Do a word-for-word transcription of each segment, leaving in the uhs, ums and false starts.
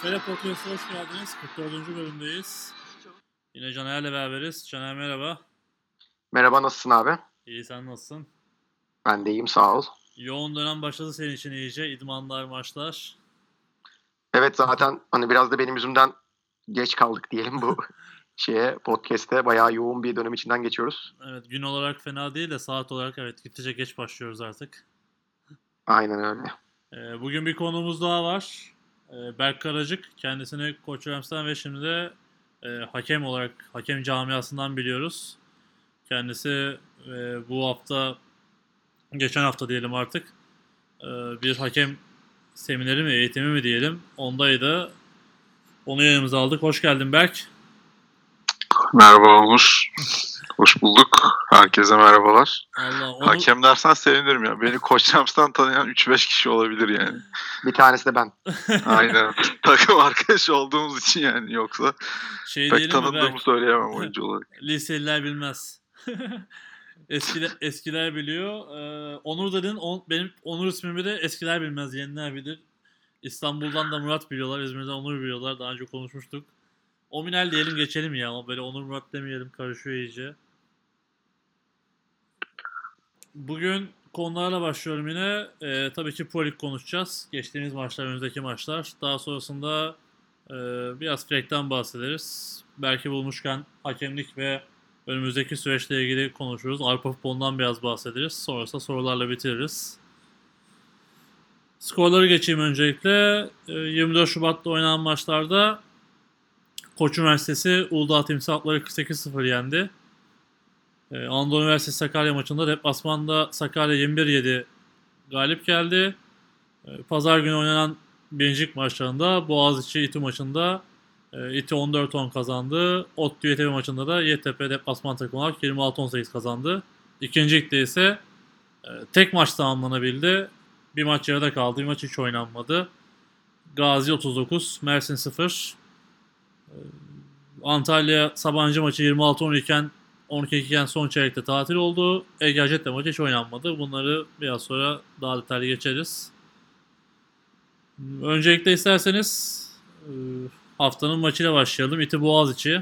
Fele Podcast'a hoş geldiniz. kırk dördüncü bölümdeyiz. Yine Caner'le beraberiz. Caner merhaba. Merhaba, nasılsın abi? İyi, sen nasılsın? Ben de iyiyim, sağ ol. Yoğun dönem başladı senin için iyice. İdmanlar, maçlar. Evet, zaten hani biraz da benim yüzümden geç kaldık diyelim bu şeye podcast'te. Bayağı yoğun bir dönem içinden geçiyoruz. Evet, gün olarak fena değil de saat olarak evet gittikçe geç başlıyoruz artık. Aynen öyle. Ee, bugün bir konuğumuz daha var. Ee, Berk Karacık. Kendisini Koç Rams'ten ve şimdi de e, hakem olarak, hakem camiasından biliyoruz. Kendisi e, bu hafta, geçen hafta diyelim artık, e, bir hakem semineri mi, eğitimi mi diyelim. Ondaydı. Onu yanımıza aldık. Hoş geldin Berk. Merhaba Onur. Hoş bulduk. Herkese merhabalar. Allah, onu... Hakem dersen sevinirim ya. Beni Koç Rams'tan tanıyan üç beş kişi olabilir yani. Bir tanesi de ben. Aynen. Takım arkadaşı olduğumuz için yani, yoksa şey pek tanıdığımı söyleyemem oyuncu olarak. Liseliler bilmez. Eskiler, eskiler biliyor. Ee, Onur dedin. On, benim Onur ismimi de eskiler bilmez, yeniler bilir. İstanbul'dan da Murat biliyorlar. İzmir'den Onur biliyorlar. Daha önce konuşmuştuk. Ominel diyelim geçelim ya. Ama böyle Onur Murat demeyelim. Karışıyor iyice. Bugün konularla başlıyorum yine. Ee, tabii ki Pro Lig konuşacağız. Geçtiğimiz maçlar, önümüzdeki maçlar. Daha sonrasında e, biraz Frek'ten bahsederiz. Belki bulmuşken hakemlik ve önümüzdeki süreçle ilgili konuşuruz. Avrupa futbolundan biraz bahsederiz. Sonrasında sorularla bitiririz. Skorları geçeyim öncelikle. E, yirmi dört Şubat'ta oynanan maçlarda Koç Üniversitesi Uludağ Timsahları kırk sekiz sıfır yendi. Ee, Anadolu Üniversitesi Sakarya maçında deplasmanda Sakarya yirmi bir yedi galip geldi. Ee, Pazar günü oynanan birincilik maçlarında Boğaziçi İTÜ maçında e, İTÜ on dört on kazandı. ODTÜ Y T P maçında da Y T P deplasman takım olarak yirmi altı on sekiz kazandı. İkinci ligde ise e, tek maç tamamlanabildi. Bir maç yarıda kaldı. Bir maç hiç oynanmadı. Gazi otuz dokuz, Mersin sıfır. Ee, Antalya Sabancı maçı yirmi altı on iken on iki iken son çeyrekte tatil oldu. Ege Hacettepe maçı hiç oynanmadı. Bunları biraz sonra daha detaylı geçeriz. Öncelikle isterseniz e, haftanın maçıyla başlayalım. İTÜ Boğaziçi.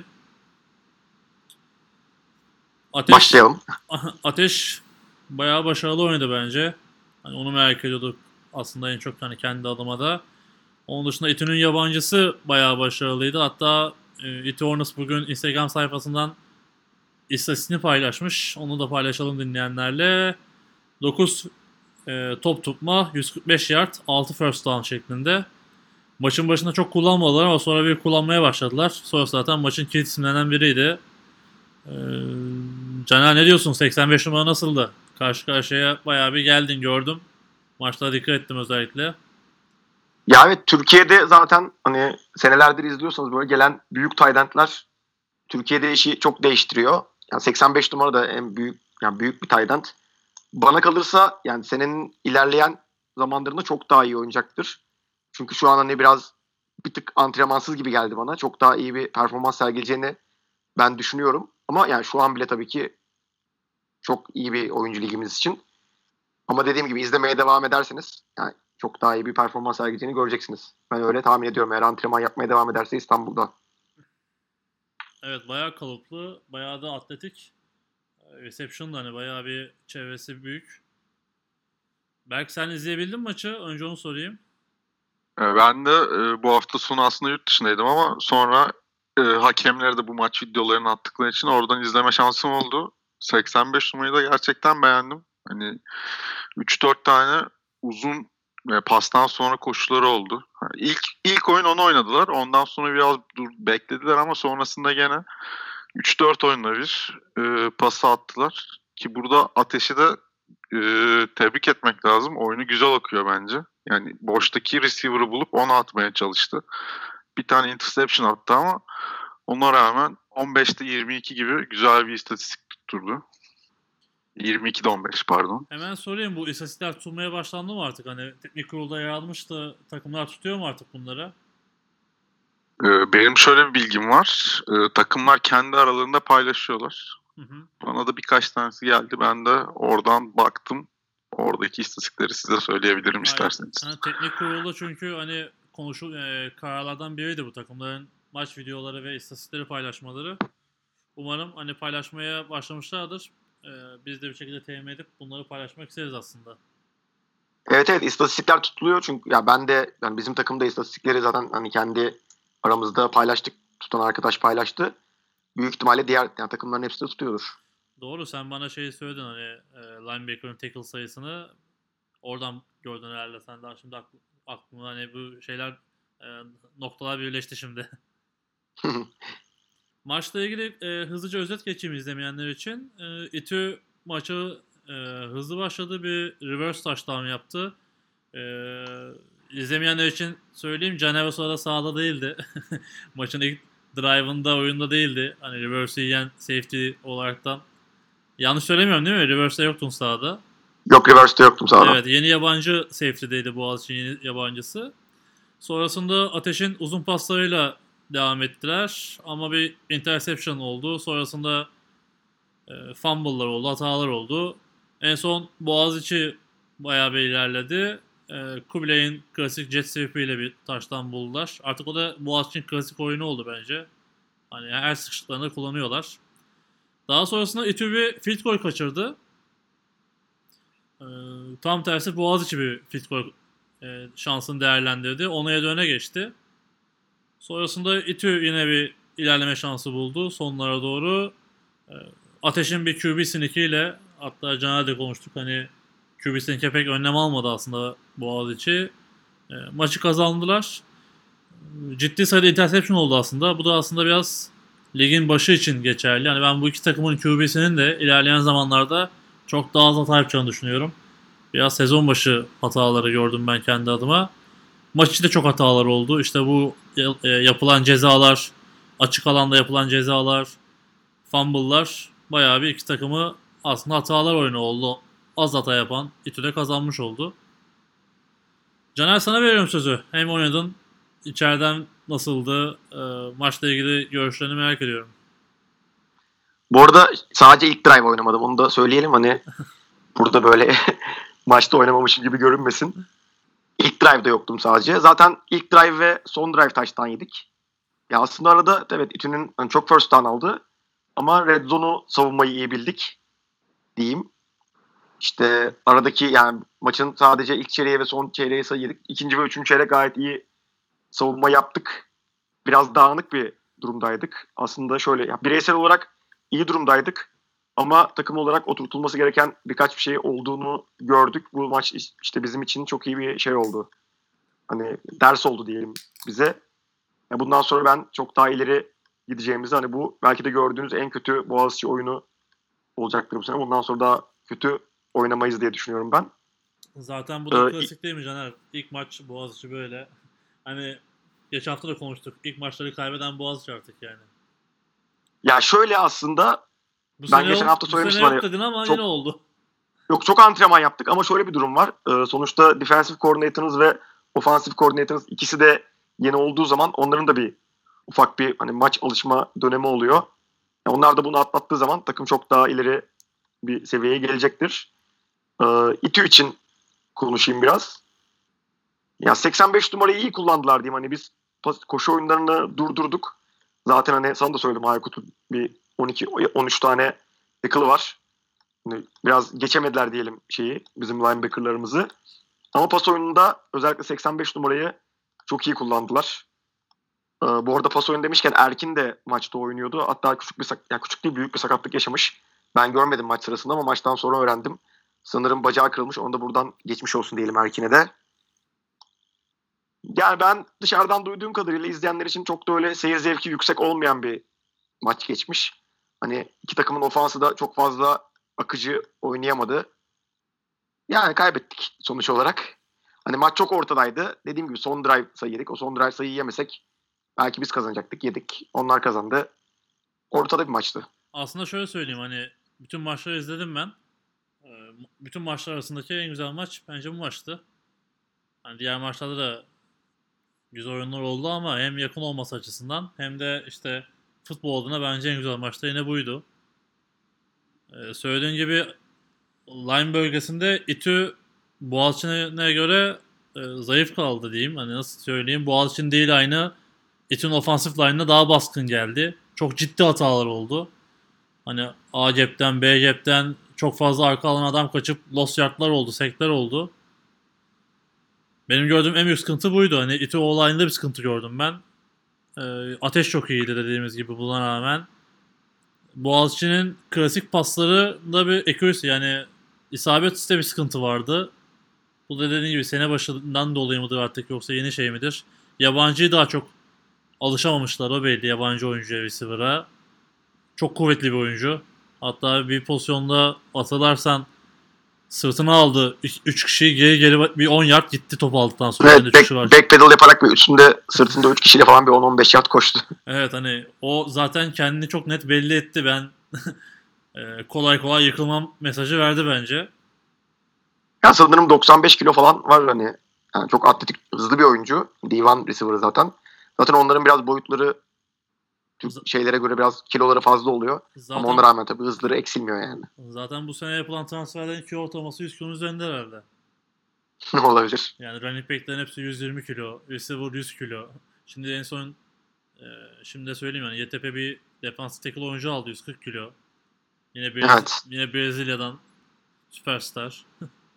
Ateş, Başlayalım. Ateş bayağı başarılı oynadı bence. Hani onu merak ediyorduk aslında en çok, hani kendi adıma da. Onun dışında İTÜ'nün yabancısı bayağı başarılıydı. Hatta e, İTÜ Hornets bugün Instagram sayfasından istatistiğini paylaşmış. Onu da paylaşalım dinleyenlerle. dokuz e, top tutma, yüz kırk beş yard, altı first down şeklinde. Maçın başında çok kullanmadılar ama sonra bir kullanmaya başladılar. Sonra zaten maçın kilit isimlerinden biriydi. Ee, Caner, ne diyorsun? seksen beş numara nasıldı? Karşı karşıya bayağı bir geldin, gördüm. Maçlara dikkat ettim özellikle. Ya evet, Türkiye'de zaten hani senelerdir izliyorsanız böyle gelen büyük tight end'ler Türkiye'de işi çok değiştiriyor. Yani seksen beş numara da en büyük, yani büyük bir tight end. Bana kalırsa yani senenin ilerleyen zamanlarında çok daha iyi oynayacaktır. Çünkü şu an hani biraz bir tık antrenmansız gibi geldi bana. Çok daha iyi bir performans sergileyeceğini ben düşünüyorum. Ama yani şu an bile tabii ki çok iyi bir oyuncu ligimiz için. Ama dediğim gibi izlemeye devam ederseniz yani çok daha iyi bir performans sergileyeceğini göreceksiniz. Ben öyle tahmin ediyorum. Eğer antrenman yapmaya devam ederse İstanbul'da. Evet, bayağı kalıplı, bayağı da atletik. Reception da hani bayağı bir çevresi büyük. Berk, sen izleyebildin mi maçı? Önce onu sorayım. Ben de e, bu hafta sonu aslında yurt dışındaydım ama sonra e, hakemleri de bu maç videolarını attıkları için oradan izleme şansım oldu. seksen beş numarayı da gerçekten beğendim. Hani üç dört tane uzun e, pastan sonra koşuları oldu. İlk ilk oyun onu oynadılar. Ondan sonra biraz dur, beklediler ama sonrasında gene üç dört oyunda bir e, pası attılar. Ki burada Ateş'i de e, tebrik etmek lazım. Oyunu güzel okuyor bence. Yani boştaki receiver'ı bulup onu atmaya çalıştı. Bir tane interception attı ama ona rağmen on beşte yirmi iki gibi güzel bir istatistik tutturdu. yirmi ikide on beş pardon. Hemen sorayım, bu istatistikler tutulmaya başlandı mı artık? Hani teknik kurulda yer almıştı. Takımlar tutuyor mu artık bunları? Ee, benim şöyle bir bilgim var. Ee, takımlar kendi aralarında paylaşıyorlar. Hı hı. Bana da birkaç tanesi geldi. Ben de oradan baktım. Oradaki istatistikleri size söyleyebilirim Hayır. isterseniz. Ha, teknik kurulda çünkü hani konuşul e, kararlardan biriydi bu takımların maç videoları ve istatistikleri paylaşmaları. Umarım hani paylaşmaya başlamışlardır. E, biz de bir şekilde temin edip bunları paylaşmak isteriz aslında. Evet evet, istatistikler tutuluyor çünkü ya ben de yani bizim takımda istatistikleri zaten hani kendi aramızda paylaştık. Tutan arkadaş paylaştı. Büyük ihtimalle diğer yani takımların hepsi de tutuyordur. Doğru, sen bana şeyi söyledin hani e, linebacker'ın tackle sayısını oradan gördün herhalde. Sen daha şimdi akl- aklına hani bu şeyler e, noktalar birleşti şimdi. Maçla ilgili e, hızlıca özet geçeyim izlemeyenler için. E, İTÜ maçı e, hızlı başladı, bir reverse touchdown yaptı. E, izlemeyenler için söyleyeyim, Caner o sırada sahada değildi. Maçın ilk drive'ında, oyunda değildi. Hani reverse'ı yiyen safety olaraktan. Yanlış söylemiyorum değil mi? Reverse'de yoktun sahada. Yok, reverse'de yoktum sahada. Evet, yeni yabancı safety'deydi, Boğaziçi'nin yeni yabancısı. Sonrasında Ateş'in uzun paslarıyla devam ettiler ama bir interception oldu. Sonrasında e, fumble'lar oldu, hatalar oldu. En son Boğaziçi bayağı bir ilerledi. E, Kubilay'ın klasik jet sweep ile bir taştan buldular. Artık o da Boğaziçi'nin klasik oyunu oldu bence. Hani her sıkıştıklarında kullanıyorlar. Daha sonrasında İTÜ bir field goal kaçırdı. E, tam tersi Boğaziçi bir field goal e, şansını değerlendirdi. Onaya döne geçti. Sonrasında İTÜ yine bir ilerleme şansı buldu sonlara doğru. E, Ateş'in bir Q B sneakiyle, hatta Caner'le de konuştuk, hani Q B sneak'e pek önlem almadı aslında Boğaziçi. E, maçı kazandılar. Ciddi sayıda interception oldu aslında. Bu da aslında biraz ligin başı için geçerli. Yani ben bu iki takımın Q B'sinin de ilerleyen zamanlarda çok daha az hata yapacağını düşünüyorum. Biraz sezon başı hataları gördüm ben kendi adıma. Maç içinde çok hatalar oldu. İşte bu e, yapılan cezalar, açık alanda yapılan cezalar, fumble'lar bayağı bir iki takımı aslında hatalar oyunu oldu. Az hata yapan İTÜ de kazanmış oldu. Caner, sana veriyorum sözü. Hem oynadın, içeriden nasıldı, e, maçla ilgili görüşlerini merak ediyorum. Bu arada sadece ilk drive oynamadım. Onu da söyleyelim, hani burada böyle maçta oynamamışım gibi görünmesin. İlk drive'da yoktum sadece. Zaten ilk drive ve son drive touchdown yedik. Ya aslında arada evet İTÜ'nün hani çok first down aldı. Ama red zone'u savunmayı iyi bildik diyeyim. İşte aradaki yani maçın sadece ilk çeyreği ve son çeyreği sayı yedik. İkinci ve üçüncü çeyrek gayet iyi savunma yaptık. Biraz dağınık bir durumdaydık. Aslında şöyle ya bireysel olarak iyi durumdaydık. Ama takım olarak oturtulması gereken birkaç bir şey olduğunu gördük. Bu maç işte bizim için çok iyi bir şey oldu. Hani ders oldu diyelim bize. Ya bundan sonra ben çok daha ileri gideceğimizi, hani bu belki de gördüğünüz en kötü Boğaziçi oyunu olacaktır bu sene. Bundan sonra daha kötü oynamayız diye düşünüyorum ben. Zaten bu da Ee, klasik değil mi Caner? İlk maç Boğaziçi böyle. Hani geçen hafta da konuştuk. İlk maçları kaybeden Boğaziçi artık yani. Ya şöyle aslında Bu ben sene, geçen yok, hafta bu sene söylemiştim yok hani dedin ama çok yine oldu. yok çok antrenman yaptık ama şöyle bir durum var. Ee, sonuçta defensive coordinator'ınız ve offensive coordinator'ınız ikisi de yeni olduğu zaman onların da bir ufak bir hani maç alışma dönemi oluyor. Yani onlar da bunu atlattığı zaman takım çok daha ileri bir seviyeye gelecektir. Ee, İTÜ için konuşayım biraz. Ya seksen beş numarayı iyi kullandılar diyeyim. Hani biz koşu oyunlarını durdurduk. Zaten hani sana da söyledim, Aykut'un bir on iki on üç tane tackle'ı var. Hani biraz geçemediler diyelim şeyi, bizim linebacker'larımızı. Ama pas oyununda özellikle seksen beş numarayı çok iyi kullandılar. Ee, bu arada pas oyunu demişken Erkin de maçta oynuyordu. Hatta küçük bir yani küçük değil büyük bir sakatlık yaşamış. Ben görmedim maç sırasında ama maçtan sonra öğrendim. Sanırım bacağı kırılmış. Onu da buradan geçmiş olsun diyelim Erkin'e de. Yani ben dışarıdan duyduğum kadarıyla izleyenler için çok da öyle seyir zevki yüksek olmayan bir maç geçmiş. Hani iki takımın ofansı da çok fazla akıcı oynayamadı. Yani kaybettik sonuç olarak. Hani maç çok ortadaydı. Dediğim gibi son drive sayı yedik. O son drive sayıyı yemesek belki biz kazanacaktık. Yedik. Onlar kazandı. Ortada bir maçtı. Aslında şöyle söyleyeyim, hani bütün maçları izledim ben. Ee, Bütün maçlar arasındaki en güzel maç bence bu maçtı. Hani diğer maçlarda da güzel oyunlar oldu ama hem yakın olması açısından hem de işte futbol adına bence en güzel maç da yine buydu. Ee, söylediğin gibi line bölgesinde İTÜ Boğaziçi'ne göre e, zayıf kaldı diyeyim. Hani nasıl söyleyeyim? Boğaziçi'nin değil aynı İTÜ'nün ofansif line'ına daha baskın geldi. Çok ciddi hatalar oldu. Hani A cepten B cepten çok fazla arka alan adam kaçıp lost yardlar oldu, sekler oldu. Benim gördüğüm en büyük sıkıntı buydu. Hani İTÜ olayında bir sıkıntı gördüm ben. Ee, ateş çok iyiydi dediğimiz gibi buna rağmen. Boğaziçi'nin klasik paslarında bir accuracy yani isabette bir sıkıntı vardı. Bu da dediğim gibi sene başından dolayı mıdır artık yoksa yeni şey midir? Yabancıyı daha çok alışamamışlar o belli yabancı oyuncuya receiver'a. Çok kuvvetli bir oyuncu. Hatta bir pozisyonda hatırlarsan sırtına aldı. üç kişiyi geri geri bir on yard gitti top aldıktan sonra. Evet, back, var. backpedal yaparak bir üstünde sırtında üç kişiyle falan bir on on beş yard koştu. Evet hani o zaten kendini çok net belli etti. Ben e, kolay kolay yıkılmam mesajı verdi bence. Ya sanırım doksan beş kilo falan var hani. Yani çok atletik, hızlı bir oyuncu. D bir receiver zaten. Zaten onların biraz boyutları Türk şeylere göre biraz kiloları fazla oluyor. Zaten, ama ona rağmen tabii hızları eksilmiyor yani. Zaten bu sene yapılan transferlerin kilo ortalaması yüz kilonun üzerinde herhalde. Ne olabilir? Yani running back'lerin hepsi yüz yirmi kilo, receiver yüz kilo. Şimdi en son e, şimdi de söyleyeyim yani Y T P bir defensive tackle oyuncu aldı yüz kırk kilo. Yine Brez- Evet. yine Brezilya'dan süperstar.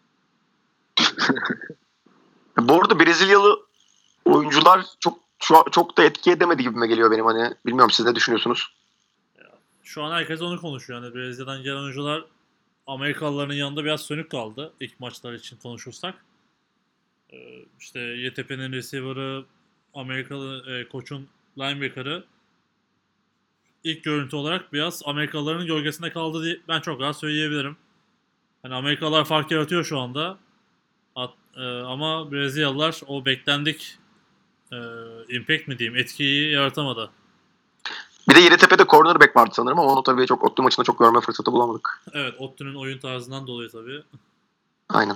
Bu arada Brezilyalı oyuncular çok şu an çok da etki edemedi gibime geliyor benim hani. Bilmiyorum siz ne düşünüyorsunuz? Şu an herkes onu konuşuyor. Yani Brezilya'dan gelen oyuncular Amerikalıların yanında biraz sönük kaldı ilk maçlar için konuşursak. Ee, işte Y T P'nin receiver'ı, Amerikalı e, koçun linebacker'ı ilk görüntü olarak biraz Amerikalıların gölgesinde kaldı diye ben çok rahat söyleyebilirim. Hani Amerikalılar fark yaratıyor şu anda. At, e, ama Brezilyalılar o beklendik e, impact mi diyeyim etkiyi yaratamadı. Bir de Yeditepe'de cornerback vardı sanırım ama onu tabii çok Ottu maçında çok görme fırsatı bulamadık. Evet, Ottu'nun oyun tarzından dolayı tabii. Aynen.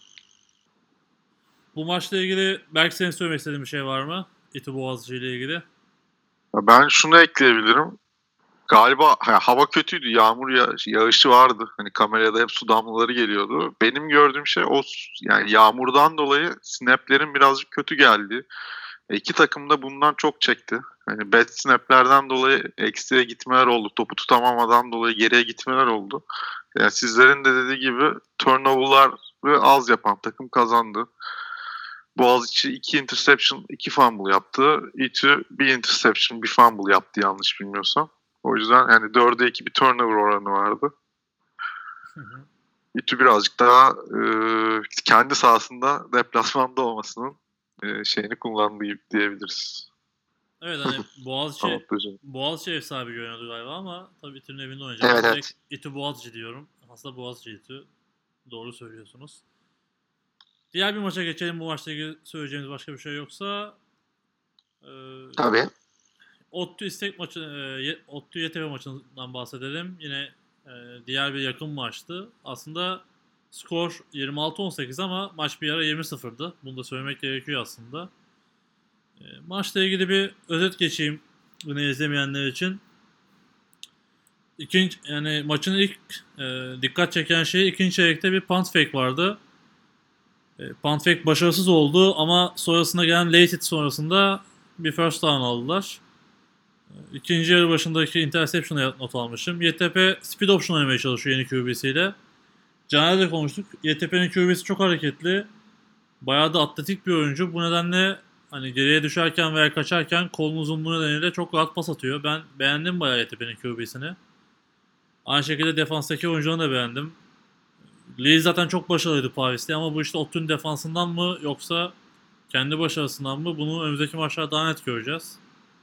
Bu maçla ilgili belki senin söylemek istediğin bir şey var mı? İTÜ Boğaziçi ile ilgili. Ben şunu ekleyebilirim. Galiba ha, hava kötüydü. Yağmur ya, yağışı vardı. Hani kamerada hep su damlaları geliyordu. Benim gördüğüm şey o yani yağmurdan dolayı snaplerin birazcık kötü geldi. E, İki takım da bundan çok çekti. Hani bad snaplerden dolayı eksiye gitmeler oldu. Topu tutamamadan dolayı geriye gitmeler oldu. Yani sizlerin de dediği gibi turnover'ları az yapan takım kazandı. Boğaziçi iki interception, iki fumble yaptı. İTÜ bir interception, bir fumble yaptı yanlış bilmiyorsam. O yüzden yani dörde iki bir turnover oranı vardı. Hı hı. İTÜ birazcık daha e, kendi sahasında deplasmanda olmasının e, şeyini kullandığı gibi diyebiliriz. Evet hani Boğaziçi, Avantajını. Boğaziçi ev sahibi görünüyordu galiba ama tabii İTÜ'nün evinde oynayacak. Evet, Ben evet. direkt İTÜ Boğaziçi diyorum. Aslında Boğaziçi İTÜ. Doğru söylüyorsunuz. Diğer bir maça geçelim. Bu maçla ilgili söyleyeceğimiz başka bir şey yoksa e, Tabii. ODTÜ istek maçı, e, ODTÜ Y T P maçından bahsedelim. Yine e, diğer bir yakın maçtı. Aslında skor yirmi altı on sekiz ama maç bir ara yirmi sıfırdı. Bunu da söylemek gerekiyor aslında. E, maçla ilgili bir özet geçeyim bunu izlemeyenler için. İkinci, yani maçın ilk e, dikkat çeken şey ikinci çeyrekte bir punt fake vardı. E, punt fake başarısız oldu ama sonrasında gelen late hit sonrasında bir first down aldılar. İkinci yarı başındaki interception'a not almışım. Y T P speed option oynamaya çalışıyor yeni Q B'siyle. Caner'le konuştuk. Y T P'nin Q B'si çok hareketli. Bayağı da atletik bir oyuncu. Bu nedenle hani geriye düşerken veya kaçarken kolun uzunluğu nedeniyle çok rahat pas atıyor. Ben beğendim bayağı Y T P'nin Q B'sini. Aynı şekilde defanstaki oyuncularını da beğendim. Lee zaten çok başarılıydı Paris'te ama bu işte Ottu'nun defansından mı yoksa kendi başarısından mı bunu önümüzdeki maçlarda daha net göreceğiz.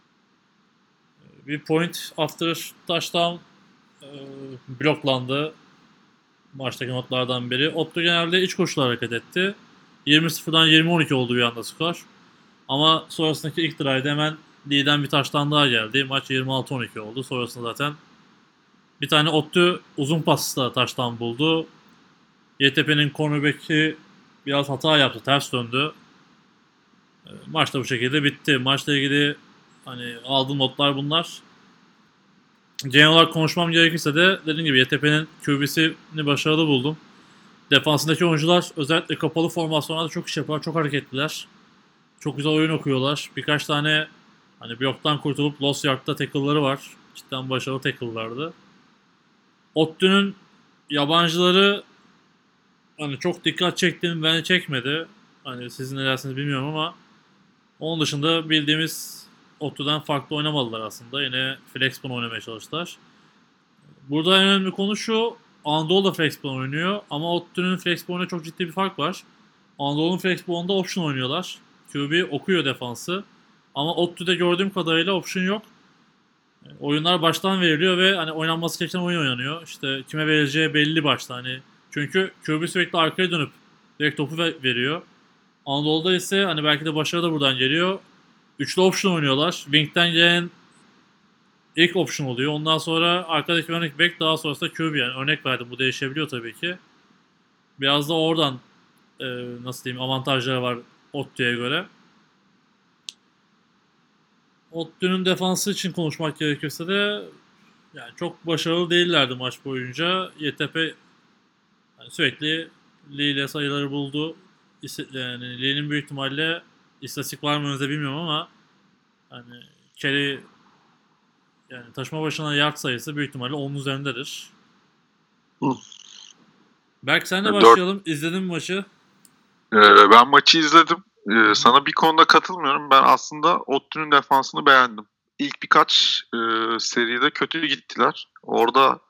Bir point after touchdown e, bloklandı maçtaki notlardan biri. Ottu genelde iç koşular hareket etti. yirmi sıfırdan yirmi on iki oldu bir anda skor. Ama sonrasındaki ilk drive'de hemen Lee'den bir touchdown daha geldi. Maç yirmi altı on iki oldu. Sonrasında zaten bir tane Ottu uzun pasla touchdown buldu. Y T P'nin cornerback'i biraz hata yaptı. Ters döndü. E, maç da bu şekilde bitti. Maçla ilgili hani aldığım notlar bunlar. Genel olarak konuşmam gerekirse de dediğim gibi Y T P'nin Q B'sini başarılı buldum. Defansındaki oyuncular özellikle kapalı formasyonlarda çok iş yapar, çok hareketliler. Çok güzel oyun okuyorlar. Birkaç tane hani bloktan kurtulup Lost Yard'da tackle'ları var. Cidden başarılı tackle'lardı. ODTÜ'nün yabancıları hani çok dikkat çektiğini beni çekmedi. Hani sizin ne dersiniz bilmiyorum ama onun dışında bildiğimiz ODTÜ'den farklı oynamadılar aslında. Yine flexbone oynamaya çalıştılar. Burada en önemli konu şu. Anadolu da flexbone oynuyor ama ODTÜ'nün flexbone'da çok ciddi bir fark var. Anadolu'nun flexbone'da option oynuyorlar. Q B okuyor defansı. Ama ODTÜ'de gördüğüm kadarıyla option yok. Oyunlar baştan veriliyor ve hani oynanması gereken oyun oynanıyor. İşte kime verileceği belli başta hani. Çünkü Q B sürekli arkaya dönüp direkt topu veriyor. Anadolu'da ise hani belki de başarı da buradan geliyor. Üçlü option oynuyorlar. Wing'den gelen ilk option oluyor. Ondan sonra arkadaki running back, daha sonrasında Q B, yani örnek verdim, bu değişebiliyor tabii ki. Biraz da oradan e, nasıl diyeyim avantajları var ODTÜ'ye göre. ODTÜ'nün defansı için konuşmak gerekirse de yani çok başarılı değillerdi maç boyunca. Y T P yani sürekli Lee ile sayıları buldu. Yani Lee'nin büyük ihtimalle istatistik var mı önünüzde bilmiyorum ama hani carry yani taşıma başına yard sayısı büyük ihtimalle onun üzerindedir. Hı. Berk senle Dört. başlayalım. İzledin mi maçı? Ee, ben maçı izledim. Ee, sana bir konuda katılmıyorum. Ben aslında ODTÜ'nün defansını beğendim. İlk birkaç e, seride kötü gittiler. Orada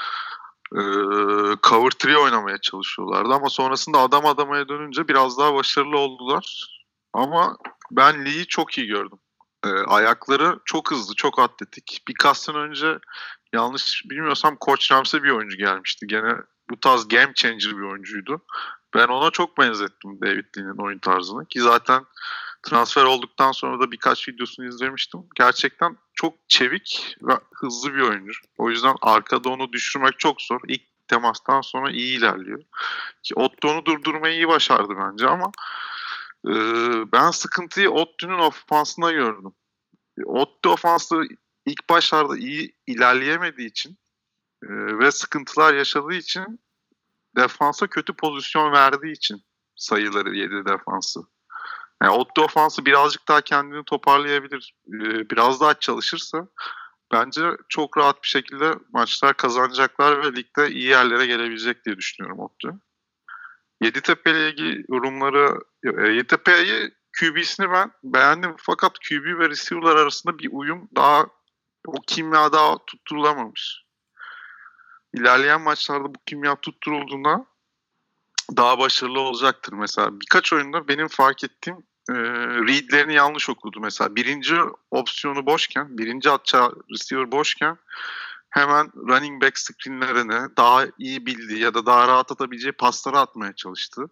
e, cover three oynamaya çalışıyorlardı ama sonrasında adam adamaya dönünce biraz daha başarılı oldular. Ama ben Lee'yi çok iyi gördüm. E, ayakları çok hızlı, çok atletik. Birkaç sene önce yanlış bilmiyorsam Koç Rams'e bir oyuncu gelmişti. Gene bu tarz game changer bir oyuncuydu. Ben ona çok benzettim David Lee'nin oyun tarzını. Ki zaten transfer olduktan sonra da birkaç videosunu izlemiştim. Gerçekten çok çevik ve hızlı bir oyuncu. O yüzden arkada onu düşürmek çok zor. İlk temastan sonra iyi ilerliyor. Ki Otto onu durdurmayı iyi başardı bence ama e, ben sıkıntıyı Otto'nun ofansında gördüm. Otto ofansı ilk başlarda iyi ilerleyemediği için e, ve sıkıntılar yaşadığı için defansa kötü pozisyon verdiği için sayıları yedi defansı. Yani Otto ofansı birazcık daha kendini toparlayabilir. Ee, biraz daha çalışırsa bence çok rahat bir şekilde maçlar kazanacaklar ve ligde iyi yerlere gelebilecek diye düşünüyorum Otto. Yeditepe ile ilgili yorumları, e, Yeditepe'yi Q B'sini ben beğendim fakat Q B ve receiver'lar arasında bir uyum daha, o kimya daha tutturulamamış. İlerleyen maçlarda bu kimya tutturulduğunda daha başarılı olacaktır. Mesela birkaç oyunda benim fark ettiğim e, readlerini yanlış okudu. Mesela birinci opsiyonu boşken, birinci atacağı receiver boşken hemen running back screenlerine daha iyi bildiği ya da daha rahat atabileceği pasları atmaya çalıştı.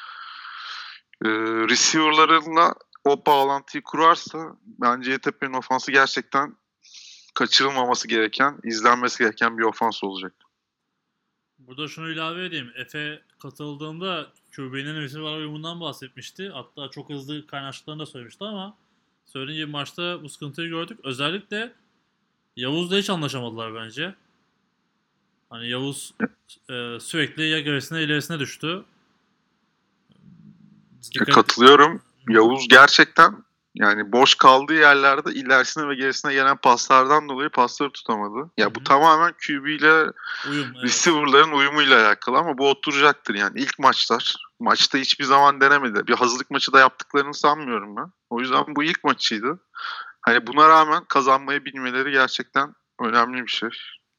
E, receiver'larına o bağlantıyı kurarsa bence Y T P'nin ofansı gerçekten kaçırılmaması gereken, izlenmesi gereken bir ofans olacak. Burada şunu ilave edeyim. Efe katıldığında Q B'nin receiver uyumundan bahsetmişti. Hatta çok hızlı kaynaştıklarını da söylemişti ama söylediğim gibi maçta bu sıkıntıyı gördük. Özellikle Yavuz'la hiç anlaşamadılar bence. Hani Yavuz e, sürekli ya gerisine ilerisine düştü. Dikkat... Katılıyorum. Yavuz gerçekten yani boş kaldığı yerlerde ilerisine ve gerisine gelen paslardan dolayı pasları tutamadı. Ya Hı-hı. bu tamamen Q B ile Uyum, evet. receiver'ların uyumuyla alakalı ama bu oturacaktır yani. İlk maçlar. Maçta hiçbir zaman denemedi. Bir hazırlık maçı da yaptıklarını sanmıyorum ben. O yüzden bu ilk maçıydı. Hani buna rağmen kazanmayı bilmeleri gerçekten önemli bir şey.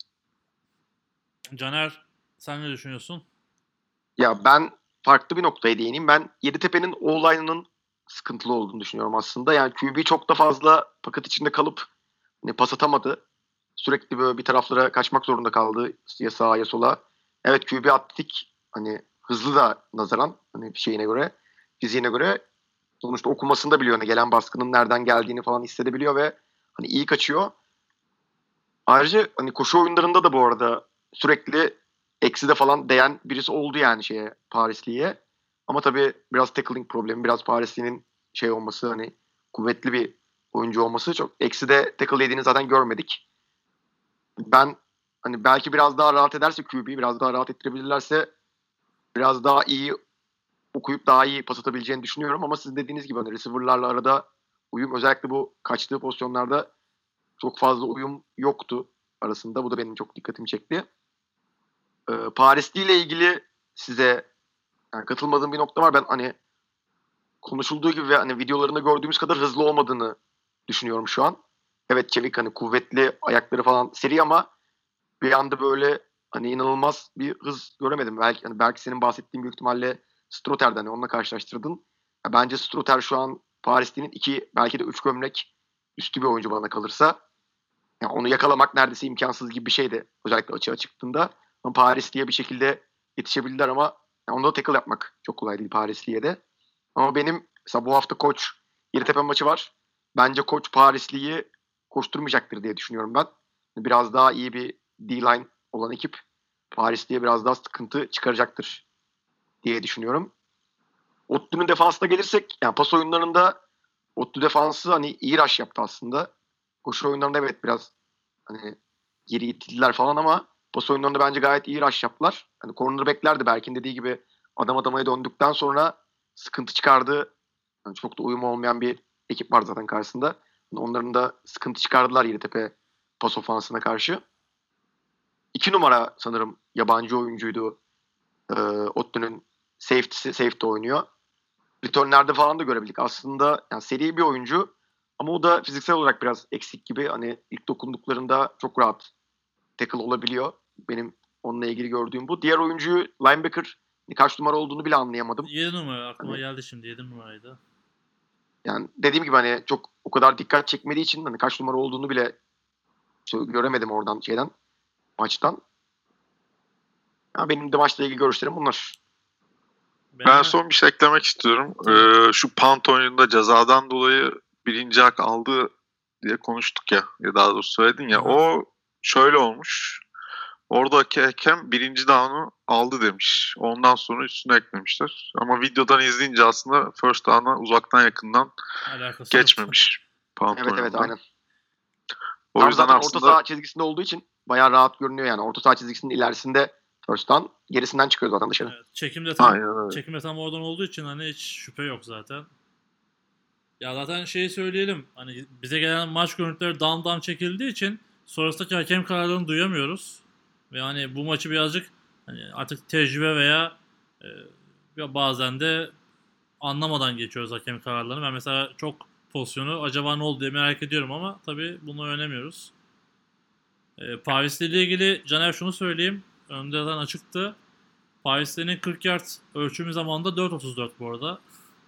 Caner, sen ne düşünüyorsun? Ya ben farklı bir noktaya değineyim. Ben Yeditepe'nin O-line'ının sıkıntılı olduğunu düşünüyorum aslında. Yani Q B çok da fazla paket içinde kalıp hani pas atamadı. Sürekli böyle bir taraflara kaçmak zorunda kaldı. Ya sağa ya sola. Evet Q B atletik, hani hızlı da nazaran hani şeyine göre, fiziğine göre sonuçta okumasını da biliyor. Hani gelen baskının nereden geldiğini falan hissedebiliyor ve hani iyi kaçıyor. Ayrıca hani koşu oyunlarında da bu arada sürekli ekside falan değen birisi oldu yani şeye, Parisli'ye. Ama tabii biraz tackling problemi, biraz Parisli'nin şey olması, hani kuvvetli bir oyuncu olması, çok ekside tackle yediğini zaten görmedik. Ben hani belki biraz daha rahat ederse Q B'yi biraz daha rahat ettirebilirlerse biraz daha iyi okuyup daha iyi pas atabileceğini düşünüyorum ama siz dediğiniz gibi hani receiver'larla arada uyum, özellikle bu kaçtığı pozisyonlarda çok fazla uyum yoktu arasında. Bu da benim çok dikkatimi çekti. Ee, Parisli ile ilgili size yani katılmadığım bir nokta var. Ben hani konuşulduğu gibi ve hani videolarında gördüğümüz kadar hızlı olmadığını düşünüyorum şu an. Evet, çevik, hani kuvvetli ayakları falan seri ama bir anda böyle hani inanılmaz bir hız göremedim. Belki hani belki senin bahsettiğin büyük ihtimalle Strotter'den, hani onunla karşılaştırdın. Ya bence Strotter şu an Paris'in iki belki de üç gömlek üstü bir oyuncu bana kalırsa. Yani onu yakalamak neredeyse imkansız gibi bir şeydi. Özellikle açığa çıktığında. Ama Parisli'ye bir şekilde yetişebildiler ama yani onda da tackle yapmak çok kolay değil Parisli'ye de. Ama benim mesela bu hafta koç Yeditepe maçı var. Bence koç Parisli'yi koşturmayacaktır diye düşünüyorum ben. Biraz daha iyi bir D-line olan ekip Parisli'ye biraz daha sıkıntı çıkaracaktır diye düşünüyorum. Ottu'nun defansına gelirsek, yani pas oyunlarında Ottu defansı hani iyi rush yaptı aslında. Koşu oyunlarında evet biraz hani geri itildiler falan ama pas oyunlarında bence gayet iyi rush yaptılar. Hani cornerback'ler de Berk'in dediği gibi adam adamaya döndükten sonra sıkıntı çıkardı. Yani çok da uyum olmayan bir ekip var zaten karşısında. Yani onların da sıkıntı çıkardılar Yeditepe pas ofansına karşı. İki numara sanırım yabancı oyuncuydu. Ee, Ottu'nun safety'si, safety oynuyor. Return'lerde falan da görebildik. Aslında yani seri bir oyuncu ama o da fiziksel olarak biraz eksik gibi. Hani ilk dokunduklarında çok rahat tackle olabiliyor. Benim onunla ilgili gördüğüm bu. Diğer oyuncuyu linebacker kaç numara olduğunu bile anlayamadım. yedi numara aklıma Hani, geldi şimdi yedi numaraydı. yani dediğim gibi hani çok o kadar dikkat çekmediği için hani kaç numara olduğunu bile göremedim oradan şeyden maçtan. Ya benim de maçla ilgili görüşlerim bunlar. Benim Ben de- son bir şey eklemek istiyorum. Tabii. Ee, şu punt oyununda cezadan dolayı birinci hak aldı diye konuştuk ya. Ya daha doğrusu söyledin ya. Aha. O şöyle olmuş. Oradaki hakem birinci down'u aldı demiş. Ondan sonra üstüne eklemişler. Ama videodan izleyince aslında first down'a uzaktan yakından Alakası yok. geçmemiş punt Evet evet oyununda. aynen. O Tam yüzden zaten orta aslında saha çizgisinde olduğu için bayağı rahat görünüyor yani. Orta saha çizgisinin ilerisinde first down, gerisinden çıkıyor zaten dışarı. Evet, çekim de tam aynen öyle. çekim de tam oradan olduğu için hani hiç şüphe yok zaten. Ya zaten şeyi söyleyelim. Hani bize gelen maç görüntüleri down down çekildiği için sonrasındaki hakem kararlarını duyamıyoruz. Ve hani bu maçı birazcık hani artık tecrübe veya e, ya bazen de anlamadan geçiyoruz hakem kararlarını. Ben mesela çok pozisyonu acaba ne oldu diye merak ediyorum ama tabii bunu öğrenemiyoruz. E, Paris'le ile ilgili Caner şunu söyleyeyim. Önceden açıktı. Paris'lerin kırk yard ölçümü zamanında dört otuz dört bu arada.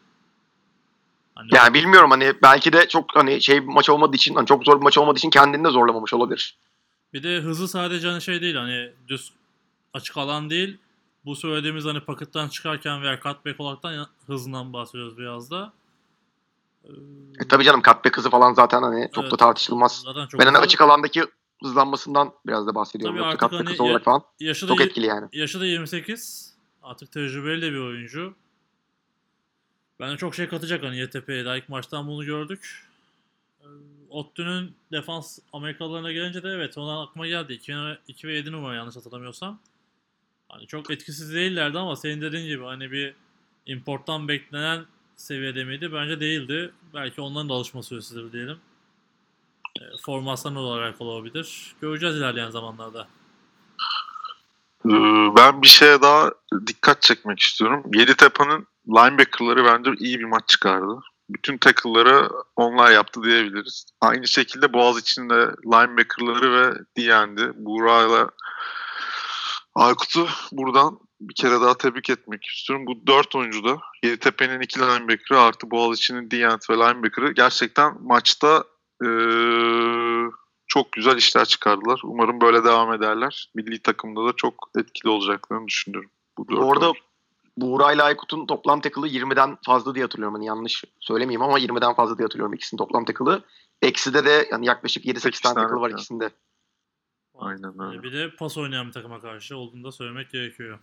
Hani Yani bilmiyorum hani belki de çok hani şey bir maç olmadığı için, hani çok zor bir maç olmadığı için kendini de zorlamamış olabilir. bir de hızı sadece hani şey değil hani düz açık alan değil. Bu söylediğimiz hani paketten çıkarken veya cutback olaraktan hızından bahsediyoruz biraz da. Ee, E tabii canım, cutback hızı falan zaten hani çok evet, da tartışılmaz. zaten çok Ben hani hızlı. açık alandaki hızlanmasından biraz da bahsediyorum. Tabii Yoksa artık cutback hani hızı ya- olarak falan yaşı da çok y- etkili yani. yaşı da yirmi sekiz. Artık tecrübeli de bir oyuncu. Bence çok şey katacak hani Y T P'ye. Daha ilk maçtan bunu gördük. Ee, Ottu'nun defans Amerikalılarına gelince de evet ondan aklıma geldi. iki ve yedi numara yanlış hatırlamıyorsam. Hani çok etkisiz değillerdi ama senin dediğin gibi hani bir importtan beklenen seviyede miydi? Bence değildi. Belki onların da alışma süresidir diyelim. E, formasyon olarak olabilir. Göreceğiz ilerleyen zamanlarda. Ee, ben bir şeye daha dikkat çekmek istiyorum. Yeditepe'nin linebacker'ları bence iyi bir maç çıkardı. Bütün tackle'ları onlar yaptı diyebiliriz. Aynı şekilde Boğaziçi'nin de linebacker'ları ve D N'di. Buğra'yla Aykut'u buradan bir kere daha tebrik etmek istiyorum. Bu dört oyuncu da Yeditepe'nin iki linebacker'ı artı Boğaziçi'nin D N ve linebacker'ı gerçekten maçta ee, çok güzel işler çıkardılar. Umarım böyle devam ederler. Milli takımda da çok etkili olacaklarını düşünüyorum. Bu, dört Bu arada oyuncu. Buğra ile Aykut'un toplam tackle'ı yirmiden fazla diye hatırlıyorum. Hani yanlış söylemeyeyim ama yirmiden fazla diye hatırlıyorum ikisinin toplam tackle'ı. Ekside de yani yaklaşık yedi sekiz sekiz tane tane tackle var ya. ikisinde. Aynen Hani öyle. bir de pas oynayan bir takıma karşı olduğunu da söylemek gerekiyor.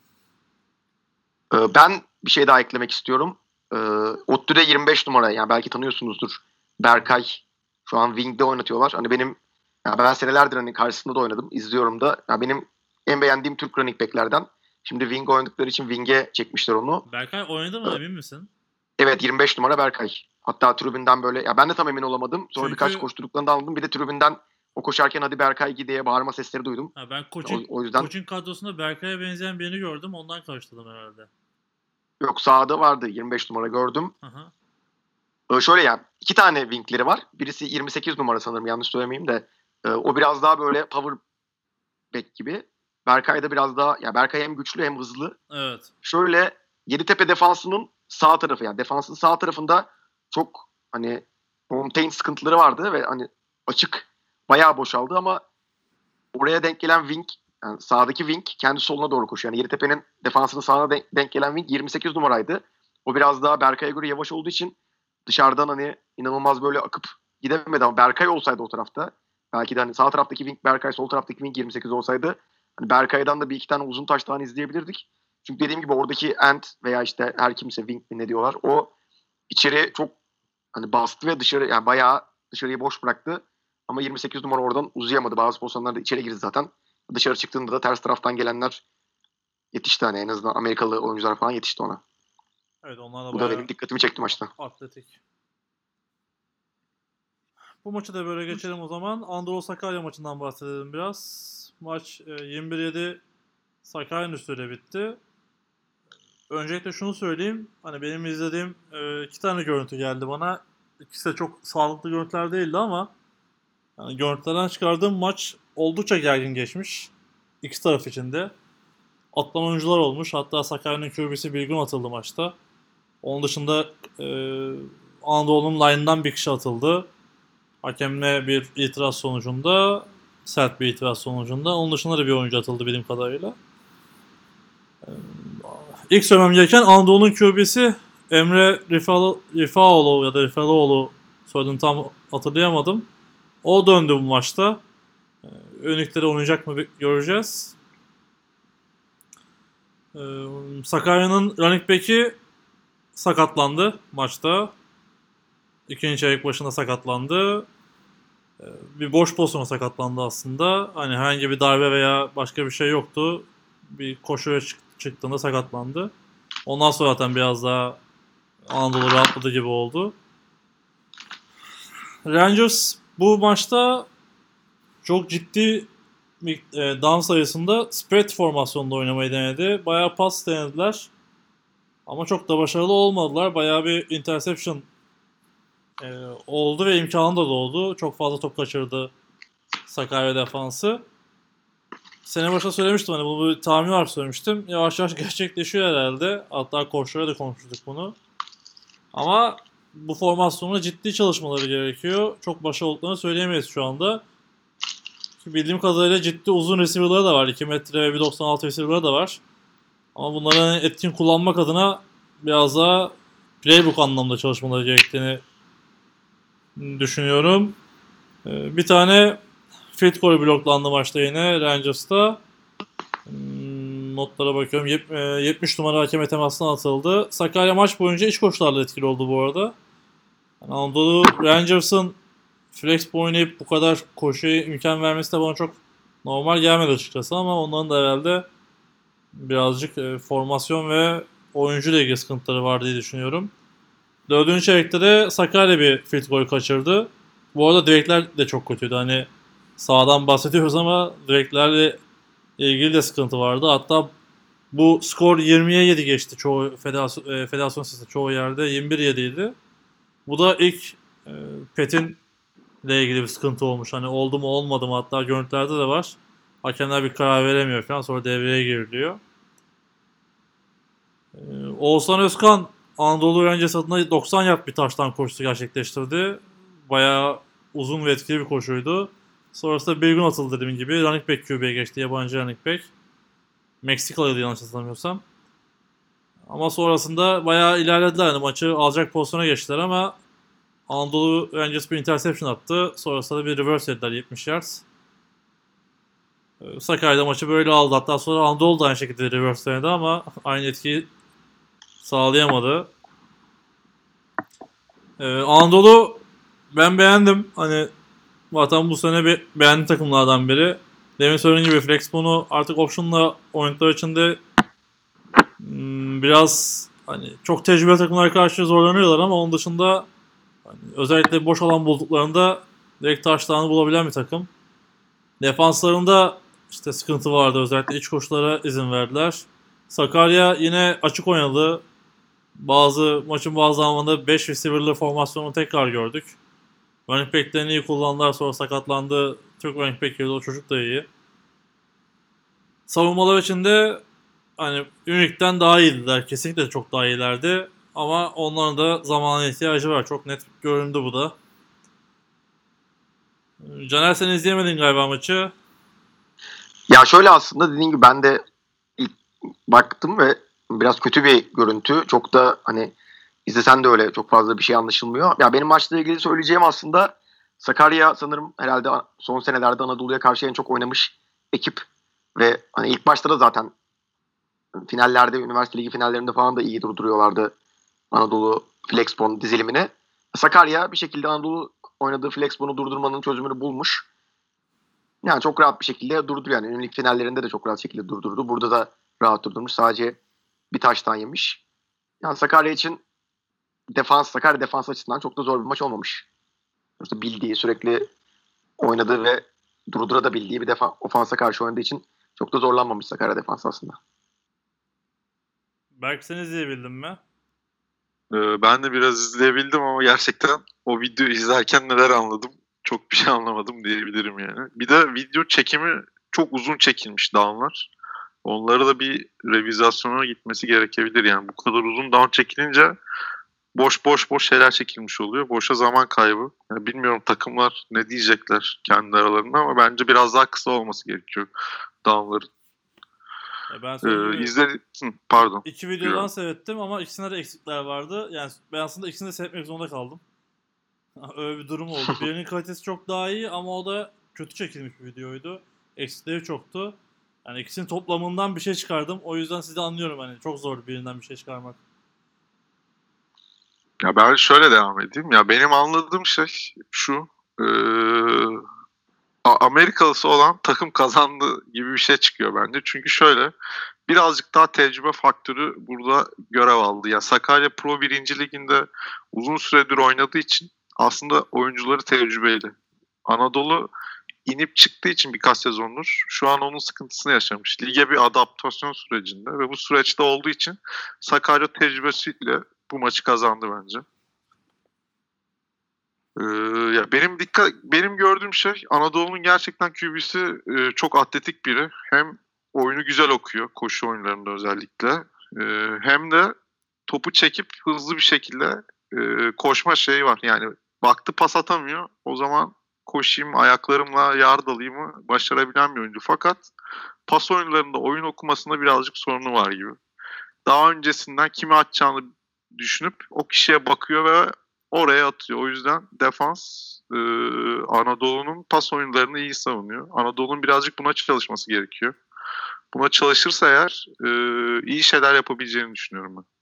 Ee, ben bir şey daha eklemek istiyorum. Ee, Ottu'da yirmi beş numara, yani belki tanıyorsunuzdur. Berkay. Şu an Wing'de oynatıyorlar. Hani benim, ya ben senelerdir hani karşısında da oynadım, izliyorum da. Ya benim en beğendiğim Türk running back'lerden. Şimdi wing oynadıkları için wing'e çekmişler onu. Berkay oynadı mı, emin misin? Evet, yirmi beş numara Berkay. Hatta tribünden böyle, ya ben de tam emin olamadım. Sonra Çünkü- birkaç koşturduklarını da anladım. Bir de tribünden o koşarken hadi Berkay git diye bağırma sesleri duydum. Ha, ben koçun, O, o yüzden koçun kadrosunda Berkay'a benzeyen birini gördüm. Ondan karıştırdım herhalde. yok, sağda vardı yirmi beş numara gördüm. Aha. Ee, şöyle yani iki tane wingleri var. Birisi yirmi sekiz numara sanırım, yanlış söylemeyeyim de. Ee, o biraz daha böyle power back gibi. Berkay da biraz daha, ya Berkay hem güçlü hem hızlı. Evet. Şöyle Yeditepe defansının sağ tarafı, yani defansın sağ tarafında çok hani contain sıkıntıları vardı ve hani açık bayağı boşaldı ama oraya denk gelen wing, yani sağdaki wing kendi soluna doğru koşuyor. Yani Yeditepe'nin defansının sağına denk, denk gelen wing yirmi sekiz numaraydı. O biraz daha Berkay'a göre yavaş olduğu için dışarıdan hani inanılmaz böyle akıp gidemedi ama Berkay olsaydı o tarafta, belki de hani sağ taraftaki wing Berkay, sol taraftaki wing yirmi sekiz olsaydı hani Berkay'dan da bir iki tane uzun taş daha izleyebilirdik. Çünkü dediğim gibi oradaki end veya işte her kimse wing mi ne diyorlar, o içeri çok hani bastı ve dışarı, yani bayağı dışarıyı boş bıraktı. Ama yirmi sekiz numara oradan uzayamadı. Bazı pozisyonlarda içeri girdi zaten. Dışarı çıktığında da ters taraftan gelenler yetişti, hani en azından Amerikalı oyuncular falan yetişti ona. Evet, onlar da Bu da bayağı benim dikkatimi çekti maçta. atletik. Bu maçı da böyle geçelim o zaman. Anadolu Sakarya maçından bahsedelim biraz. Maç e, yirmi bir yedi Sakarya'nın üstüyle bitti. Öncelikle şunu söyleyeyim. Hani benim izlediğim e, iki tane görüntü geldi bana. İkisi de çok sağlıklı görüntüler değildi ama yani görüntülerden çıkardığım maç oldukça gergin geçmiş. İki taraf için de. Atlama oyuncular olmuş. Hatta Sakarya'nın Q B'si Bilgun atıldı maçta. Onun dışında e, Anadolu'nun line'dan bir kişi atıldı. Hakemle bir itiraz sonucunda, sert bir itiraz sonucunda. Onun dışında da bir oyuncu atıldı bildiğim kadarıyla. Ee, İlk söylemem gereken Anadolu'nun Q B'si Emre Rifa- Rifaoğlu ya da Rifaloğlu, soyadını tam hatırlayamadım. O döndü bu maçta. Ee, Önlükleri oynayacak mı göreceğiz. Ee, Sakarya'nın running back'i sakatlandı maçta. İkinci çeyrek başında sakatlandı. Bir boş pozisyona sakatlandı aslında. Hani herhangi bir darbe veya başka bir şey yoktu. Bir koşuya çık- çıktığında sakatlandı. Ondan sonra zaten biraz daha Anadolu rahatladı gibi oldu. Rangers bu maçta çok ciddi bir e, down sayısında spread formasyonunda oynamayı denedi. Bayağı pas denediler. Ama çok da başarılı olmadılar. Bayağı bir interception e, oldu ve imkanı da doğdu. Çok fazla top kaçırdı Sakarya defansı. Sene başta söylemiştim, hani bunu bir tahmin var söylemiştim. Yavaş yavaş gerçekleşiyor herhalde. Hatta koçlara da konuştuk bunu. Ama bu formasyonla ciddi çalışmaları gerekiyor. Çok başarılı olduklarını söyleyemeyiz şu anda. Çünkü bildiğim kadarıyla ciddi uzun receiver'ları da var. iki metre ve bir doksan altı receiver'ları da var. Ama bunları etkin kullanmak adına biraz daha playbook anlamda çalışmaları gerektiğini düşünüyorum. Bir tane field goal bloklandı maçta yine Rangers'ta. Hmm, notlara bakıyorum. yetmiş numara hakeme temasına atıldı. Sakarya maç boyunca iç koşularla etkili oldu bu arada. Yani Anadolu Rangers'ın flex oynayıp bu kadar koşuya imkan vermesi de bana çok normal gelmedi açıkçası ama onların da herhalde birazcık e, formasyon ve oyuncuyla ilgili sıkıntıları var diye düşünüyorum. Dördüncü çeyrekte de Sakarya bir field goal kaçırdı. Bu arada direkler de çok kötüydü. Hani sağdan bahsediyoruz ama direklerle ilgili de sıkıntı vardı. Hatta bu skor yirmiye yedi geçti çoğu federasyon, e, federasyon sitesi çoğu yerde yirmi bir yedi idi. Bu da ilk e, Pet'in ile ilgili bir sıkıntı olmuş. Hani oldu mu olmadı mı, hatta görüntülerde de var. Hakemler bir karar veremiyor falan, sonra devreye giriliyor. E, Oğuzhan Özkan Anadolu Rangers adına doksan yard bir taştan koşusu gerçekleştirdi. Bayağı uzun ve etkili bir koşuydu. Sonrasında bir gün atıldı dediğim gibi. Running back Q B'ye geçti. Yabancı running back. Meksikalıydı yanlış hatırlamıyorsam. Ama sonrasında bayağı ilerlediler. Yani maçı alacak pozisyona geçtiler ama Anadolu Rangers bir interception attı. Sonrasında da bir reverse ettiler yetmiş yards. Sakarya'da maçı böyle aldı. Hatta sonra Anadolu da aynı şekilde reverse denedi ama aynı etkiyi sağlayamadı. Ee, Anadolu ben beğendim. Hani zaten bu sene be- beğendiğim takımlardan biri. Demin söylediğim gibi Flexbon'u artık option'la oynadıkları için de Hmm, Biraz hani çok tecrübeli takımlara karşı zorlanıyorlar ama onun dışında hani özellikle boş alan bulduklarında direkt taşlarını bulabilen bir takım. Defanslarında işte sıkıntı vardı. Özellikle iç koşulara izin verdiler. Sakarya yine açık oynadı. Bazı maçın bazı anlarında beş receiver'lı formasyonu tekrar gördük. Running back'lerini iyi kullandılar, sonra sakatlandı. Türk running back girdi, o çocuk da iyi. Savunmalar için de hani Unique'den daha iyiydiler. Kesinlikle çok daha iyilerdi. Ama onların da zamana ihtiyacı var. Çok net göründü bu da. Caner, sen izleyemedin galiba maçı. Ya şöyle, aslında dediğim gibi ben de ilk baktım ve biraz kötü bir görüntü. Çok da hani izlesen de öyle çok fazla bir şey anlaşılmıyor. Ya benim maçla ilgili söyleyeceğim aslında, Sakarya sanırım herhalde son senelerde Anadolu'ya karşı en çok oynamış ekip ve hani ilk başta da zaten finallerde, üniversite ligi finallerinde falan da iyi durduruyorlardı Anadolu Flexbone dizilimini. Sakarya bir şekilde Anadolu oynadığı Flexbone'u durdurmanın çözümünü bulmuş. Yani çok rahat bir şekilde durdur yani. Ünlük finallerinde de çok rahat şekilde durdurdu. Burada da rahat durdurmuş. Sadece bir taştan yemiş. Yani Sakarya için defans, Sakarya defans açısından çok da zor bir maç olmamış. İşte bildiği, sürekli oynadığı ve durdura da bildiği bir defa, ofansa karşı oynadığı için çok da zorlanmamış Sakarya defans aslında. Belki sen izleyebildin mi? Ee, ben de biraz izleyebildim ama gerçekten o videoyu izlerken neler anladım çok bir şey anlamadım diyebilirim yani. Bir de video çekimi çok uzun çekilmiş downlar. Onları da bir revizasyona gitmesi gerekebilir yani. Bu kadar uzun down çekilince boş boş boş şeyler çekilmiş oluyor. Boşa zaman kaybı. Yani bilmiyorum takımlar ne diyecekler kendi aralarında ama bence biraz daha kısa olması gerekiyor downların. Ya ben söylediğim Ee, gibi izle... Hı, pardon. iki videodan seyrettim ama ikisinde de eksikler vardı. Yani ben aslında ikisini de seyretmek zorunda kaldım. Öyle bir durum oldu. Birinin kalitesi çok daha iyi ama o da kötü çekilmiş bir videoydu. Eksikleri çoktu. Yani ikisinin toplamından bir şey çıkardım. O yüzden sizi anlıyorum, hani çok zor birinden bir şey çıkarmak. Ya ben şöyle devam edeyim. Ya benim anladığım şey şu. Ee, A- Amerikalısı olan takım kazandı gibi bir şey çıkıyor bence. Çünkü şöyle birazcık daha tecrübe faktörü burada görev aldı. Ya Sakarya Pro birinci Liginde uzun süredir oynadığı için aslında oyuncuları tecrübeli. Anadolu inip çıktığı için birkaç sezondur şu an onun sıkıntısını yaşamış. Lige bir adaptasyon sürecinde ve bu süreçte olduğu için Sakarya tecrübesiyle bu maçı kazandı bence. Ee, ya benim dikkat benim gördüğüm şey Anadolu'nun gerçekten Q B'si e, çok atletik biri. Hem oyunu güzel okuyor koşu oyunlarında özellikle. Ee, hem de topu çekip hızlı bir şekilde e, koşma şeyi var. Yani baktı pas atamıyor. O zaman koşayım ayaklarımla yard alayım başarabilen bir oyuncu. Fakat pas oyunlarında oyun okumasında birazcık sorunu var gibi. Daha öncesinden kimi atacağını düşünüp o kişiye bakıyor ve oraya atıyor. O yüzden defans e, Anadolu'nun pas oyunlarını iyi savunuyor. Anadolu'nun birazcık buna çalışması gerekiyor. Buna çalışırsa eğer e, iyi şeyler yapabileceğini düşünüyorum ben.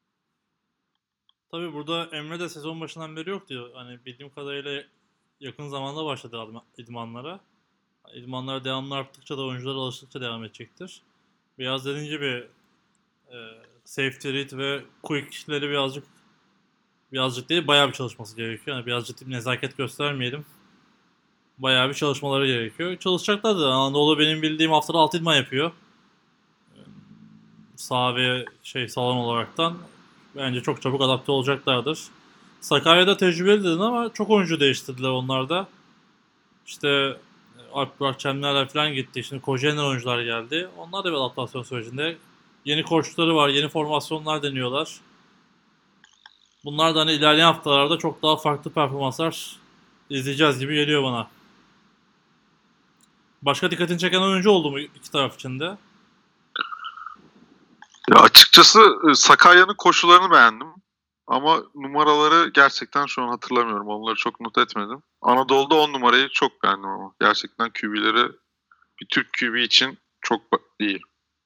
Tabii burada Emre de sezon başından beri yok diyor. Hani bildiğim kadarıyla yakın zamanda başladı idma- idmanlara. İdmanlar devamlı arttıkça da oyuncular alıştıkça devam edecektir. Biraz dediğin gibi e, safety read ve quick'leri birazcık birazcık değil, bayağı bir çalışması gerekiyor. Yani birazcık bir nezaket göstermeyelim. Bayağı bir çalışmaları gerekiyor. Çalışacaklar da, Anadolu benim bildiğim haftada altı idman yapıyor. Sağ ve şey salon olaraktan. Bence çok çabuk adapte olacaklardır. Sakarya'da tecrübeli dedin ama çok oyuncu değiştirdiler onlar da. İşte e, Alp Burak Çemlerler falan gitti. Şimdi Kocaeli oyuncular geldi. Onlar da bir adaptasyon sürecinde. Yeni koçları var, yeni formasyonlar deniyorlar. Bunlar da hani ilerleyen haftalarda çok daha farklı performanslar izleyeceğiz gibi geliyor bana. Başka dikkatini çeken oyuncu oldu mu iki taraf için de? Ya açıkçası e, Sakarya'nın koşularını beğendim. Ama numaraları gerçekten şu an hatırlamıyorum. Onları çok not etmedim. Anadolu'da on numarayı çok beğendim ama. Gerçekten Q B'leri bir Türk Q B için çok ba- iyi.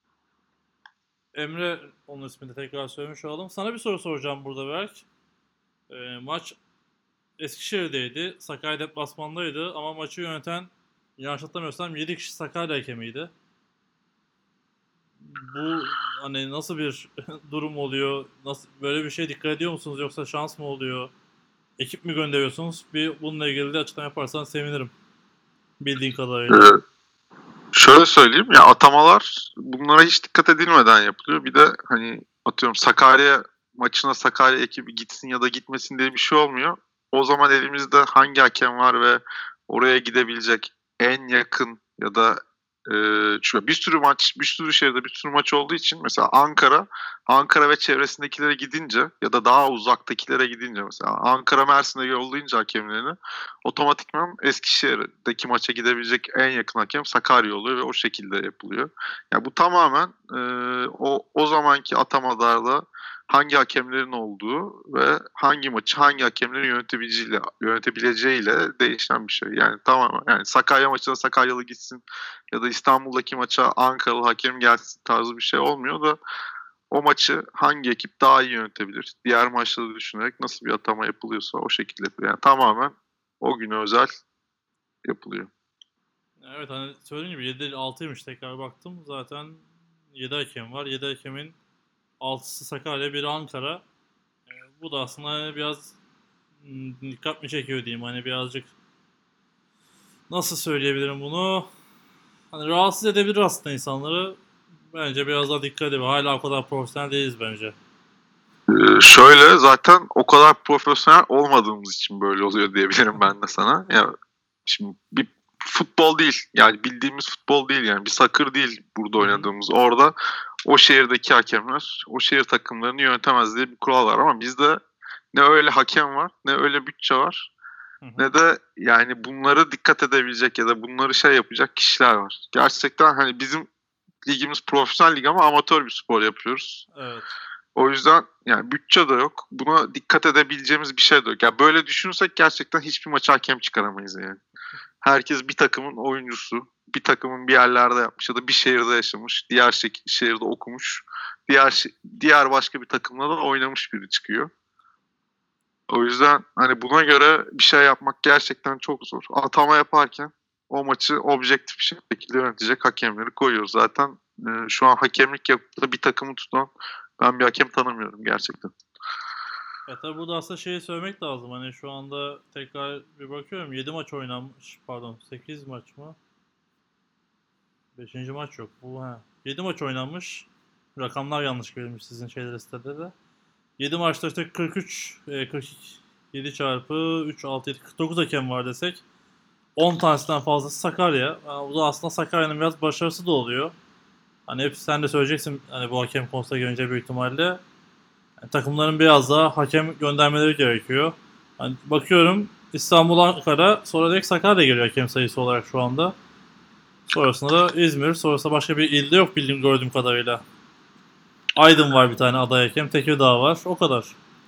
Emre, onun ismini tekrar söylemiş olalım. Sana bir soru soracağım burada Berk. Ee, maç Eskişehir'deydi. Sakarya deplasmandaydı ama maçı yöneten, yanlış hatırlamıyorsam, yedi kişi Sakarya hakemiydi. Bu hani nasıl bir durum oluyor? Nasıl böyle bir şey dikkat ediyor musunuz yoksa şans mı oluyor? Ekip mi gönderiyorsunuz? Bir bununla ilgili de açıklama yaparsan sevinirim. Bildiğin Ee, kadarıyla. Şöyle söyleyeyim ya, atamalar bunlara hiç dikkat edilmeden yapılıyor. Bir de hani atıyorum Sakarya maçına Sakarya ekibi gitsin ya da gitmesin diye bir şey olmuyor. O zaman elimizde hangi hakem var ve oraya gidebilecek en yakın ya da e, şu bir sürü maç, bir sürü şehirde bir sürü maç olduğu için mesela Ankara, Ankara ve çevresindekilere gidince ya da daha uzaktakilere gidince mesela Ankara Mersin'e yollayınca hakemlerini otomatikman Eskişehir'deki maça gidebilecek en yakın hakem Sakarya oluyor ve o şekilde yapılıyor. Yani bu tamamen e, o o zamanki atamalarda hangi hakemlerin olduğu ve hangi maçı hangi hakemlerin yönetebileceğiyle, yönetebileceğiyle değişen bir şey. Yani tamamen yani Sakarya maçına Sakaryalı gitsin ya da İstanbul'daki maça Ankaralı hakem gelsin tarzı bir şey olmuyor da o maçı hangi ekip daha iyi yönetebilir? Diğer maçları düşünerek nasıl bir atama yapılıyorsa o şekilde yapılıyor. Yani tamamen o güne özel yapılıyor. Evet, hani söylediğim gibi yedi altıymış, tekrar baktım. Zaten yedi hakem var. yedi hakemin altısı Sakarya, biri Ankara. E, bu da aslında hani biraz hmm, dikkat mi çekiyor diyeyim. Hani birazcık nasıl söyleyebilirim bunu? Hani rahatsız edebilir aslında insanları. Bence biraz daha dikkat edelim. Hala o kadar profesyonel değiliz bence. Ee, şöyle zaten o kadar profesyonel olmadığımız için böyle oluyor diyebilirim ben de sana. Ya şimdi bir futbol değil. Yani bildiğimiz futbol değil yani. Bir sakır değil burada Hı hı. oynadığımız. Orada o şehirdeki hakemler o şehir takımlarını yönetemez diye bir kural var ama bizde ne öyle hakem var, ne öyle bütçe var, Hı hı. ne de yani bunları dikkat edebilecek ya da bunları şey yapacak kişiler var. Gerçekten hani bizim ligimiz profesyonel lig ama amatör bir spor yapıyoruz. Evet. O yüzden yani bütçe de yok. Buna dikkat edebileceğimiz bir şey de yok. Yani böyle düşünürsek gerçekten hiçbir maça hakem çıkaramayız yani. Herkes bir takımın oyuncusu. Bir takımın bir yerlerde yapmış ya da bir şehirde yaşamış. Diğer şek- şehirde okumuş. Diğer şe- diğer başka bir takımla da oynamış biri çıkıyor. O yüzden hani buna göre bir şey yapmak gerçekten çok zor. Atama yaparken o maçı objektif bir şekilde yönetecek hakemleri koyuyoruz. Zaten e, şu an hakemlik yapıp da bir takımı tutan ben bir hakem tanımıyorum gerçekten. Ya tabii burada aslında şeyi söylemek lazım. Hani şu anda tekrar bir bakıyorum. yedi maç oynanmış. Pardon, sekiz maç mı? beşinci maç yok. Bu ha. yedi maç oynanmış. Rakamlar yanlış verilmiş sizin şeyler sitede de. yedi maçta işte kırk üç, e, kırk iki, yedi çarpı üç, altı, yedi, kırk dokuz hakem var desek. on tanesinden fazlası Sakarya. Yani bu da aslında Sakarya'nın biraz başarısı da oluyor. Hani hep sen de söyleyeceksin hani bu hakem konusuna gelince büyük ihtimalle. Yani takımların biraz daha hakem göndermeleri gerekiyor. Hani bakıyorum İstanbul, Ankara, sonra direkt Sakarya geliyor hakem sayısı olarak şu anda. Sonrasında da İzmir, sonrasında başka bir ilde yok bildiğim gördüğüm kadarıyla. Aydın var bir tane aday hakem, Tekirdağ var, o kadar.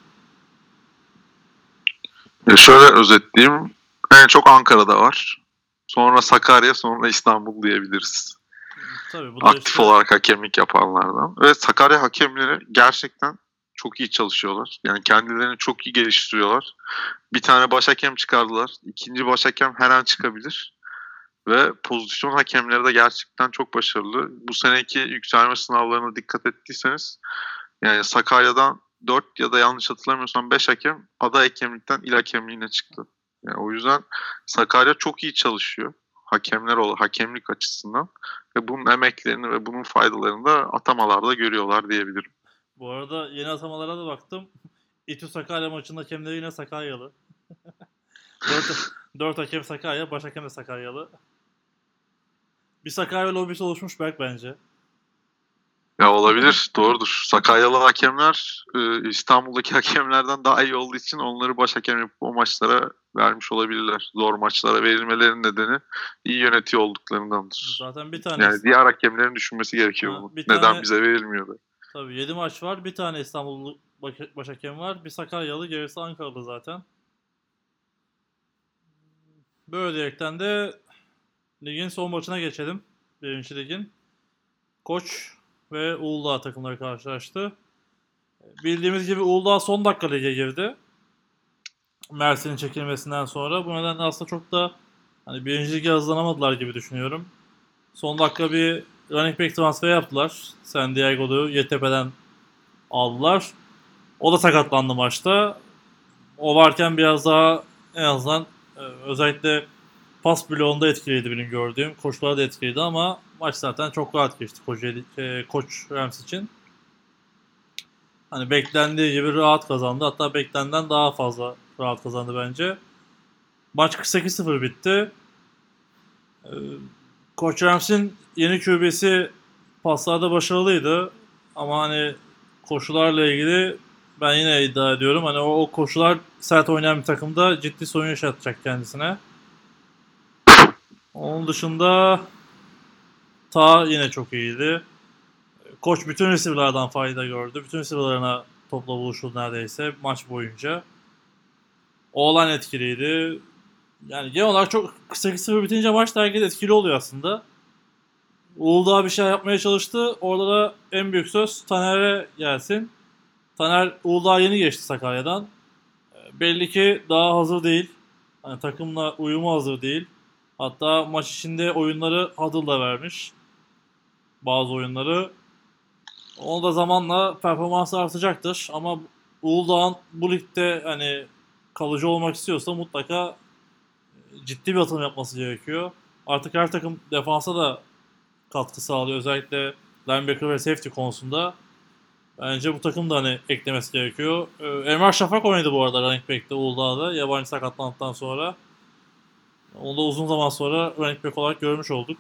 Ya şöyle özetleyeyim. En çok Ankara'da var. Sonra Sakarya, sonra İstanbul diyebiliriz. Tabii bu da Aktif işte olarak hakemlik yapanlardan. Ve Sakarya hakemleri gerçekten çok iyi çalışıyorlar. Yani kendilerini çok iyi geliştiriyorlar. Bir tane baş hakem çıkardılar. İkinci baş hakem her an çıkabilir. Ve pozisyon hakemleri de gerçekten çok başarılı. Bu seneki yükselme sınavlarına dikkat ettiyseniz yani Sakarya'dan dört ya da yanlış hatırlamıyorsam beş hakem aday hakemlikten il hakemliğine çıktı. Yani o yüzden Sakarya çok iyi çalışıyor. Hakemler olarak, hakemlik açısından. Ve bunun emeklerini ve bunun faydalarını da atamalarda görüyorlar diyebilirim. bu arada yeni atamalara da baktım. İTÜ Sakarya maçında hakemleri yine Sakaryalı. dört, dört hakem Sakarya, baş hakem de Sakaryalı. Bir Sakarya lobisi oluşmuş Berk bence. Ya olabilir, doğrudur. Sakaryalı hakemler e, İstanbul'daki hakemlerden daha iyi olduğu için onları baş hakem yapıp o maçlara vermiş olabilirler. Zor maçlara verilmelerinin nedeni iyi yönetiyor olduklarındandır. Zaten bir tane Yani diğer hakemlerin düşünmesi gerekiyor ha, bunu. bir Neden tane bize verilmiyordu? tabii yedi maç var. Bir tane İstanbullu baş, baş hakem var. Bir Sakaryalı, gerisi Ankaralı zaten. Böyle diyerekten de ligin son maçına geçelim. Birinci ligin. Koç ve Uludağ takımları karşılaştı. Bildiğimiz gibi Uludağ son dakika lige girdi. Mersin'in çekilmesinden sonra. Bu nedenle aslında çok da hani birinci lige hazırlanamadılar gibi düşünüyorum. Son dakika bir running back transferi yaptılar. San Diego'yu Yeditepe'den aldılar. O da sakatlandı maçta. O varken biraz daha en azından e, özellikle pas bloğunda etkiliydi benim gördüğüm. Koçlara da etkiliydi ama maç zaten çok rahat geçti Kocaeli, e, Koç Rams için. Hani beklendiği gibi rahat kazandı. Hatta beklenenden daha fazla rahat kazandı bence. Maç kırk sekiz sıfır bitti. Ee, Koç Rams'in yeni Q B'si paslarda başarılıydı. Ama hani koşularla ilgili ben yine iddia ediyorum. Hani o, o koşular sert oynayan bir takımda ciddi sorun yaşatacak kendisine. Onun dışında Ta yine çok iyiydi. Koç bütün receiver'lardan fayda gördü. Bütün receiver'larına topla buluştu neredeyse maç boyunca. Oğlan etkiliydi. Yani genel olarak çok sekiz sıfır bitince maç herkes etkili oluyor aslında. Uludağ bir şey yapmaya çalıştı. Orada da en büyük söz Taner'e gelsin. Taner Uludağ yeni geçti Sakarya'dan. Belli ki daha hazır değil. Yani takımla uyumu hazır değil. Hatta maç içinde oyunları Huddle'da vermiş. Bazı oyunları. Onu da zamanla performansı artacaktır. Ama Uludağ'ın bu ligde hani kalıcı olmak istiyorsa mutlaka ciddi bir atılım yapması gerekiyor. Artık her takım defansa da katkı sağlıyor. Özellikle linebacker ve safety konusunda. Bence bu takım da hani eklemesi gerekiyor. Ee, Emrah Şafak oynadı bu arada running back'te Uludağ'da. Yabancı sakatlandıktan sonra. Onu da uzun zaman sonra running back olarak görmüş olduk.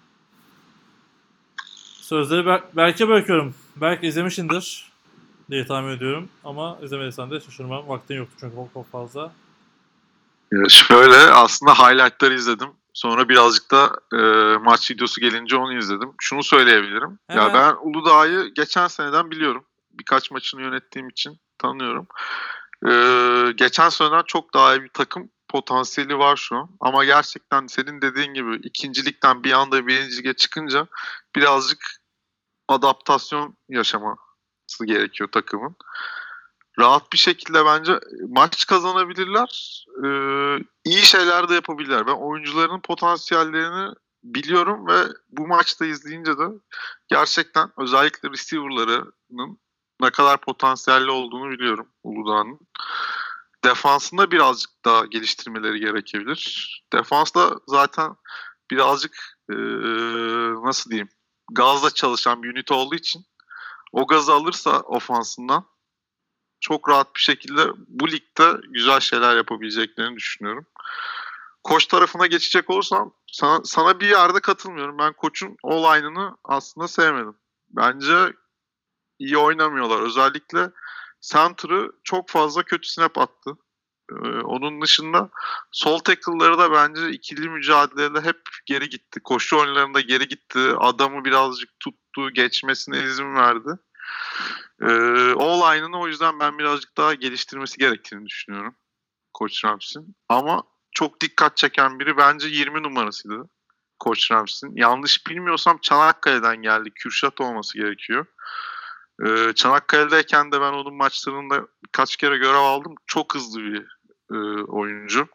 Sözleri Ber- Berk'e bırakıyorum. Berk izlemişsindir diye tahmin ediyorum. Ama izlemediysen de şaşırmam. Vaktin yoktu çünkü çok, çok fazla. Ya şöyle aslında highlightları izledim. Sonra birazcık da e, maç videosu gelince onu izledim. Şunu söyleyebilirim. Hemen. Ya ben Uludağ'ı geçen seneden biliyorum. Birkaç maçını yönettiğim için tanıyorum. E, geçen seneden çok daha iyi bir takım potansiyeli var şu an. Ama gerçekten senin dediğin gibi ikincilikten bir anda birinci lige çıkınca birazcık adaptasyon yaşaması gerekiyor takımın. Rahat bir şekilde bence maç kazanabilirler. Ee, iyi şeyler de yapabilirler. Ben oyuncuların potansiyellerini biliyorum ve bu maçta izleyince de gerçekten özellikle receiver'larının ne kadar potansiyelli olduğunu biliyorum Uludağ'ın. Defansında birazcık daha geliştirmeleri gerekebilir. Defansta zaten birazcık ee, nasıl diyeyim gazla çalışan bir ünite olduğu için o gazı alırsa ofansından çok rahat bir şekilde bu ligde güzel şeyler yapabileceklerini düşünüyorum. Koç tarafına geçecek olursam sana, sana bir yerde katılmıyorum. Ben koçun all-line'ını aslında sevmedim. Bence iyi oynamıyorlar. Özellikle center'ı çok fazla kötü snap attı. Ee, onun dışında sol tackle'ları da bence ikili mücadelede hep geri gitti. Koşu oyunlarında geri gitti. Adamı birazcık tuttu, geçmesine izin verdi. Ee, all-line'ını o yüzden ben birazcık daha geliştirmesi gerektiğini düşünüyorum Koç Rams'in. Ama çok dikkat çeken biri bence yirmi numarasıydı Koç Rams'in. Yanlış bilmiyorsam Çanakkale'den geldi. Kürşat olması gerekiyor. Ee, Çanakkale'deyken de ben onun maçlarında birkaç kere görev aldım. Çok hızlı bir e, oyuncu.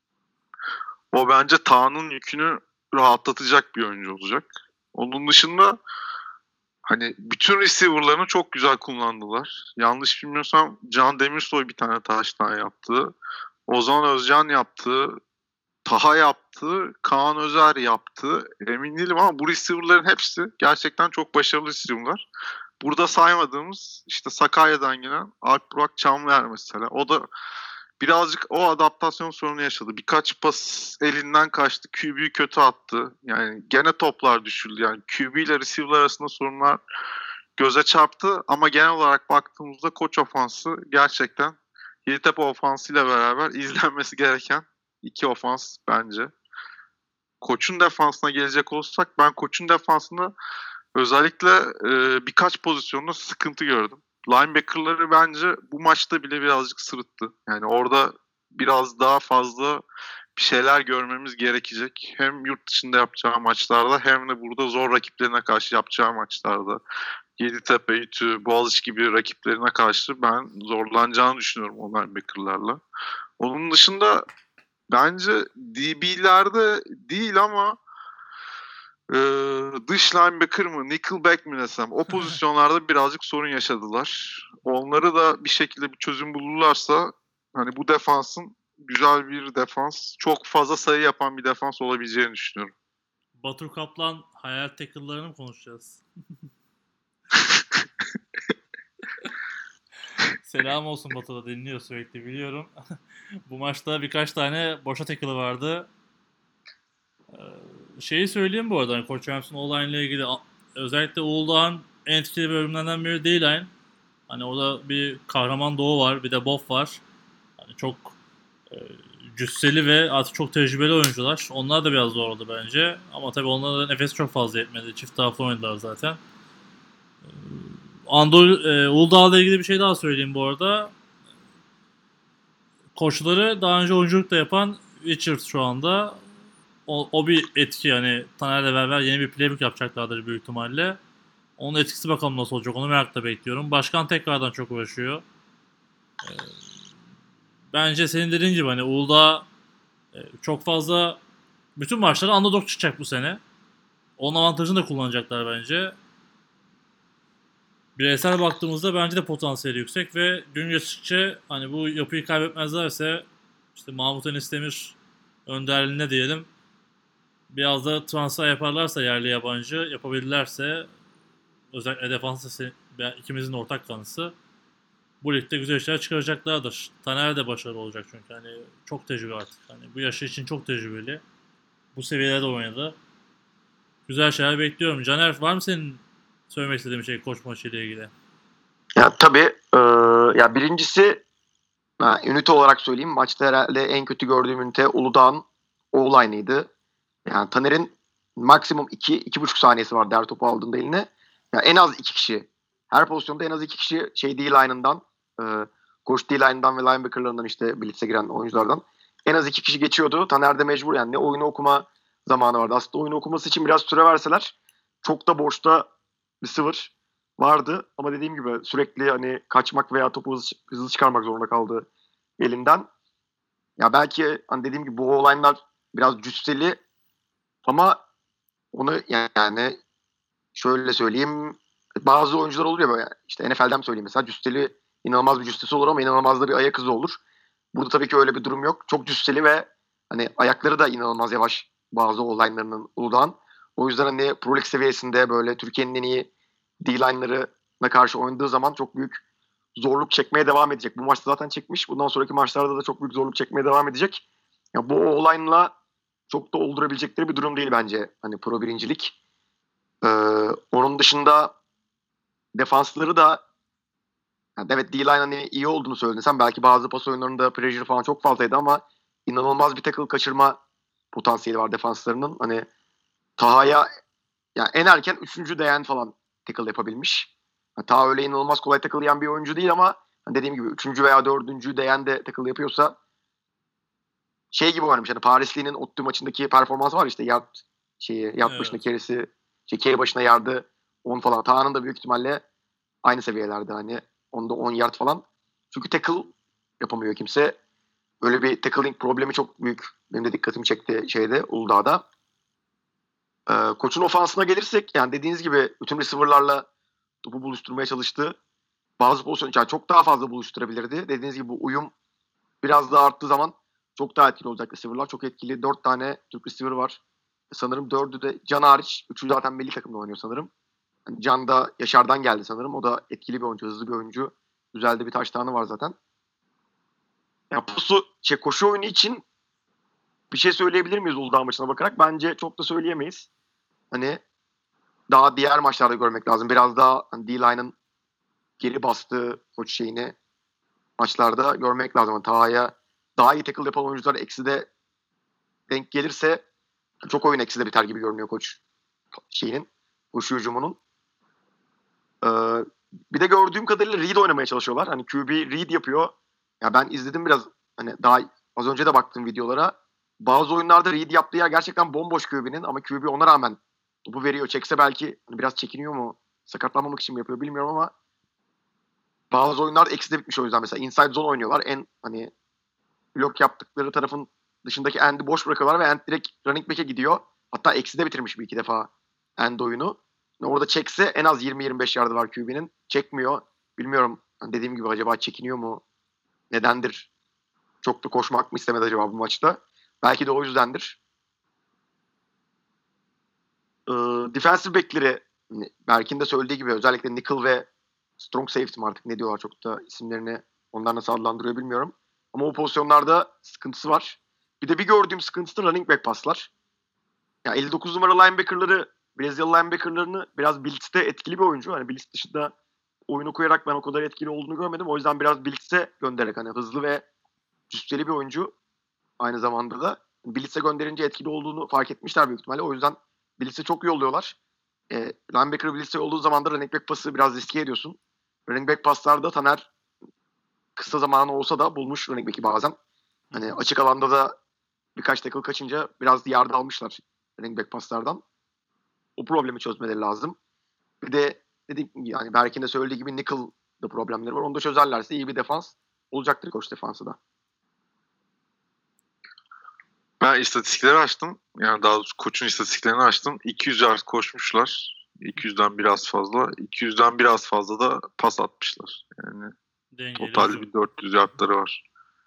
O bence Tağ'ın yükünü rahatlatacak bir oyuncu olacak. Onun dışında hani bütün receiver'larını çok güzel kullandılar. Yanlış bilmiyorsam Can Demirsoy bir tane touchdown yaptı. Ozan Özcan yaptı. Taha yaptı. Kaan Özer yaptı. Emin değilim ama bu receiver'ların hepsi gerçekten çok başarılı receiver'lar. Burada saymadığımız işte Sakarya'dan gelen Alp Burak Çamlıer mesela. O da birazcık o adaptasyon sorunu yaşadı. Birkaç pas elinden kaçtı. Q B'yi kötü attı. Yani gene toplar düşüldü. Yani Q B ile receiver arasında sorunlar göze çarptı. Ama genel olarak baktığımızda koç ofansı gerçekten Yeditepe ofansıyla beraber izlenmesi gereken iki ofans bence. Koçun defansına gelecek olursak ben koçun defansında özellikle e, birkaç pozisyonda sıkıntı gördüm. Linebacker'ları bence bu maçta bile birazcık sırıttı. Yani orada biraz daha fazla bir şeyler görmemiz gerekecek. Hem yurt dışında yapacağı maçlarda hem de burada zor rakiplerine karşı yapacağı maçlarda. Yeditepe, İTÜ, Boğaziçi gibi rakiplerine karşı ben zorlanacağını düşünüyorum o linebacker'larla. Onun dışında bence D B'lerde değil ama Ee, dış linebacker mı, nickelback mi desem, o pozisyonlarda birazcık sorun yaşadılar. Onları da bir şekilde bir çözüm bulurlarsa hani bu defansın güzel bir defans, çok fazla sayı yapan bir defans olabileceğini düşünüyorum. Batur Kaplan hayal tackle'larını mı konuşacağız? Selam olsun Batur'a, dinliyor sürekli biliyorum. Bu maçta birkaç tane boşa tackle'ı vardı. Ee, şeyi söyleyeyim bu arada, hani Koç Rams'ın O-line ile ilgili a- özellikle Uludağ'ın en etkili bölümlerinden biri D-line. Hani orada bir kahraman Doğu var, bir de Boff var. Hani çok e, cüsseli ve artık çok tecrübeli oyuncular. Onlar da biraz zorladı bence. Ama tabii onlara da nefes çok fazla yetmedi. Çift taraflı oynadılar zaten. Andor, e, Uludağ'la ilgili bir şey daha söyleyeyim bu arada. Koçları daha önce oyunculuk da yapan Richards şu anda. O, o bir etki, yani Taner'le beraber yeni bir playbook yapacaklardır büyük ihtimalle. Onun etkisi bakalım nasıl olacak, onu merakla bekliyorum. Başkan tekrardan çok uğraşıyor. Ee, bence senin dediğin gibi hani Uludağ e, çok fazla bütün maçlara underdog çıkacak bu sene. Onun avantajını da kullanacaklar bence. Bireysel baktığımızda bence de potansiyeli yüksek ve gün geçtikçe hani bu yapıyı kaybetmezlerse işte Mahmut Enis Demir önderliğinde diyelim, biraz da transfer yaparlarsa, yerli yabancı yapabilirlerse, özellikle defansı ikimizin de ortak kanısı, bu ligde güzel işler çıkaracaklardır. Taner de başarılı olacak çünkü hani çok tecrübe artık. Hani bu yaşı için çok tecrübeli. Bu seviyelerde oynadı. Güzel şeyler bekliyorum. Caner, var mı senin söylemek istediğin bir şey koç maçıyla ilgili? Ya tabii e, ya birincisi, ha, ünite olarak söyleyeyim. Maçta herhalde en kötü gördüğüm ünite Uludağ'ın O-line'ıydı. Yani Taner'in maksimum iki iki buçuk saniyesi var der topu aldığında eline. Ya en az iki kişi. Her pozisyonda en az iki kişi şey D-line'ından, e, koç D-line'dan ve linebacker'larından, işte blitz'e giren oyunculardan en az iki kişi geçiyordu. Taner de mecbur, yani ne oyunu okuma zamanı vardı. Aslında oyunu okuması için biraz süre verseler çok da boşta bir sıvır vardı. Ama dediğim gibi sürekli hani kaçmak veya topu hızlı, hızlı çıkarmak zorunda kaldı elinden. Ya belki hani dediğim gibi bu olaylar biraz cüsseli ama onu yani şöyle söyleyeyim, bazı oyuncular olur ya böyle, işte N F L'den söyleyeyim mesela, cüsseli inanılmaz bir cüssesi olur ama inanılmaz da bir ayak hızı olur. Burada tabii ki öyle bir durum yok. Çok cüsseli ve hani ayakları da inanılmaz yavaş bazı O-line'larının Uludağ'ın. O yüzden hani Pro League seviyesinde böyle Türkiye'nin en iyi D-line'larına karşı oynadığı zaman çok büyük zorluk çekmeye devam edecek. Bu maçta zaten çekmiş. Bundan sonraki maçlarda da çok büyük zorluk çekmeye devam edecek. Ya bu O-line'la çok da oldurabilecekleri bir durum değil bence. Hani Pro birincilik. Ee, onun dışında defansları da, yani evet D-line hani iyi olduğunu söyledin sen. Belki bazı pas oyunlarında pressure falan çok fazlaydı ama inanılmaz bir tackle kaçırma potansiyeli var defanslarının. Hani Taha'ya yani en erken üçüncü değen falan tackle yapabilmiş. Yani Taha öyle inanılmaz kolay tackle yiyen bir oyuncu değil ama hani dediğim gibi üçüncü veya dördüncü değen de tackle yapıyorsa şey gibi oynamış. Hani Parisli'nin Ottu maçındaki performansı var işte, yard şeyi, yard başına Evet. kerisi, şey, carry başına yardı on falan. Taha'nın da büyük ihtimalle aynı seviyelerde, hani onda on yard falan. Çünkü tackle yapamıyor kimse. Öyle bir tackling problemi çok büyük. Benim de dikkatimi çekti şeyde, Uludağ'da. Ee, koçun ofansına gelirsek, yani dediğiniz gibi bütün receiver'larla topu buluşturmaya çalıştı. Bazı pozisyon, yani çok daha fazla buluşturabilirdi. Dediğiniz gibi bu uyum biraz daha arttığı zaman çok daha etkili olacak receiver'lar. Çok etkili. Dört tane Türk receiver var. Sanırım dördü de Can hariç. Üçü zaten milli takımda oynuyor sanırım. Yani Can da Yaşar'dan geldi sanırım. O da etkili bir oyuncu, hızlı bir oyuncu. Güzel de bir taştanı var zaten. Ya pusu, şey, koşu oyunu için bir şey söyleyebilir miyiz Uludağ maçına bakarak? Bence çok da söyleyemeyiz. Hani daha diğer maçlarda görmek lazım. Biraz daha hani D-line'ın geri bastığı koç şeyini maçlarda görmek lazım. Yani Taha'ya daha iyi tackle yapan oyuncular ekside denk gelirse çok oyun ekside biter gibi görünüyor koç şeyinin, koşu hücumunun. Ee, bir de gördüğüm kadarıyla read oynamaya çalışıyorlar. Hani Q B read yapıyor. Ya ben izledim biraz, hani daha az önce de baktım videolara. Bazı oyunlarda read yaptığı yer gerçekten bomboş Q B'nin ama Q B ona rağmen topu veriyor. Çekse belki hani biraz çekiniyor mu? Sakatlanmamak için mi yapıyor bilmiyorum ama bazı oyunlar ekside bitmiş o yüzden. Mesela inside zone oynuyorlar. En hani blok yaptıkları tarafın dışındaki end'i boş bırakıyorlar ve end direkt running back'e gidiyor. Hatta ekside bitirmiş bir iki defa end oyunu. Orada çekse en az yirmi yirmi beş yardı var Q B'nin. Çekmiyor. Bilmiyorum hani dediğim gibi acaba çekiniyor mu? Nedendir? Çok da koşmak mı istemedi acaba bu maçta? Belki de o yüzdendir. Ee, defensive back'leri Berk'in de söylediği gibi özellikle nickel ve strong safety mi artık ne diyorlar çok da isimlerini onlar nasıl adlandırıyor bilmiyorum. Ama o pozisyonlarda sıkıntısı var. Bir de bir gördüğüm sıkıntısı da running back paslar. Yani elli dokuz numara linebacker'ları, Brezilya linebacker'larını biraz blitz'te etkili bir oyuncu. Hani blitz dışında oyunu okuyarak ben o kadar etkili olduğunu görmedim. O yüzden biraz blitz'e göndererek hani hızlı ve cüsseli bir oyuncu. Aynı zamanda da blitz'e gönderince etkili olduğunu fark etmişler büyük ihtimalle. O yüzden blitz'e çok yolluyorlar. E, linebacker blitz'e olduğu zaman da running back pası biraz riske ediyorsun. Running back paslarda Taner kısa zamanı olsa da bulmuş running back'i bazen. Hani açık alanda da birkaç tackle kaçınca biraz yard almışlar running back paslardan. O problemi çözmeleri lazım. Bir de dedik yani Berk'in de söylediği gibi nickel'da problemleri var. Onu da çözerlerse iyi bir defans olacaktır koç defansı da. Ben istatistikleri açtım. Yani daha doğrusu koçun istatistiklerini açtım. iki yüz yard koşmuşlar. iki yüzden biraz fazla. iki yüzden biraz fazla da pas atmışlar. Yani Dengeli total hücum. bir dört yüz yardları var.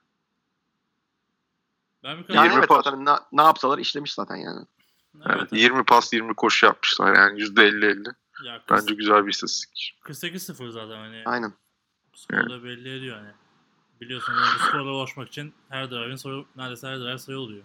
Ben bir Yani yirmi evet pas. zaten ne, ne yapsalar işlemiş zaten yani. Yani evet, yirmi pas yirmi koşu yapmışlar. Yani yüzde elli elli. ya kırk- Bence güzel bir istatistik. kırk sekiz sıfır zaten hani Aynen. skoru da belli ediyor hani. Biliyorsunuz yani bu skorla ulaşmak için her drive'in sayı, neredeyse her drive sayı oluyor.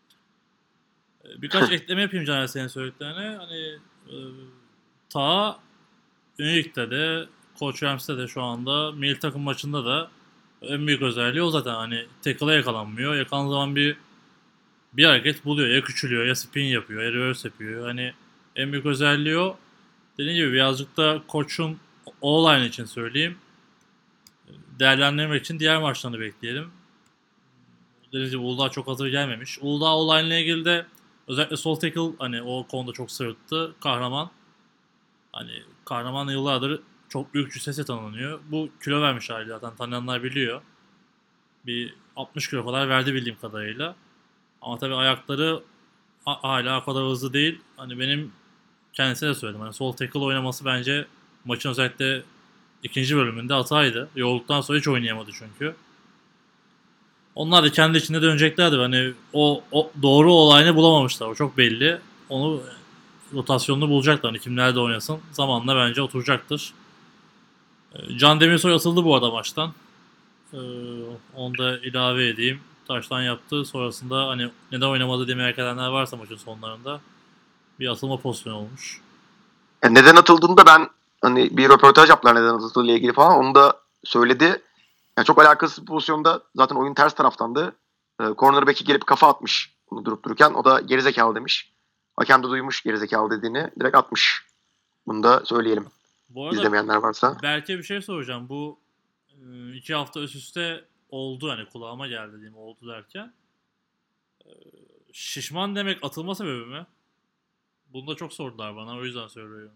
Ee, Birkaç ekleme yapayım Caner senin söylediklerine. Hani e, ta Unique'de de Coach Rams'te de şu anda milli takım maçında da en büyük özelliği o zaten. Hani tackle'a yakalanmıyor. Yakalan zaman bir bir hareket buluyor. Ya küçülüyor ya spin yapıyor ya reverse yapıyor. Hani en büyük özelliği o. Dediğim gibi birazcık da koçun O-line için söyleyeyim. Değerlendirmek için diğer maçlarını bekleyelim. Dediğim gibi Uludağ çok hazır gelmemiş. Uludağ O-line ile ilgili de özellikle sol tackle hani o konuda çok sırıttı. Kahraman. Hani Kahraman yıllardır çok büyük cüssesi tanınıyor. Bu kilo vermiş hali zaten tanıyanlar biliyor. Bir altmış kilo kadar verdi bildiğim kadarıyla. Ama tabii ayakları ha- hala o kadar hızlı değil. Hani benim kendisine de söyledim. Hani sol tackle oynaması bence maçın özellikle ikinci bölümünde hataydı. Yorulduktan sonra hiç oynayamadı çünkü. Onlar da kendi içinde döneceklerdi. Hani o, o doğru olayını bulamamışlar. O çok belli. Onu rotasyonunu bulacaklar. Hani kim nerede oynasın. Zamanla bence oturacaktır. Ee, Can Demirsoy atıldı bu arada maçtan. Ee, Onu da ilave edeyim. Taştan yaptı. Sonrasında hani neden oynamadı diye merak edenler varsa maçın sonlarında bir atılma pozisyonu olmuş. Yani neden atıldığını da ben hani bir röportaj yaptılar neden atıldığıyla ilgili falan. Onu da söyledi. Yani çok alakasız bir pozisyonda zaten oyun ters taraftandı. Ee, cornerback'i gelip kafa atmış bunu durup dururken. O da gerizekalı demiş. Hakem de duymuş gerizekalı dediğini. Direkt atmış. Bunu da söyleyelim. Bu arada İzlemeyenler varsa. Berke bir şey soracağım. Bu e, iki hafta üst üste oldu hani kulağıma geldi diyeyim oldu derken. E, Şişman demek atılma sebebi mi? Bunu da çok sordular bana o yüzden söylüyorum.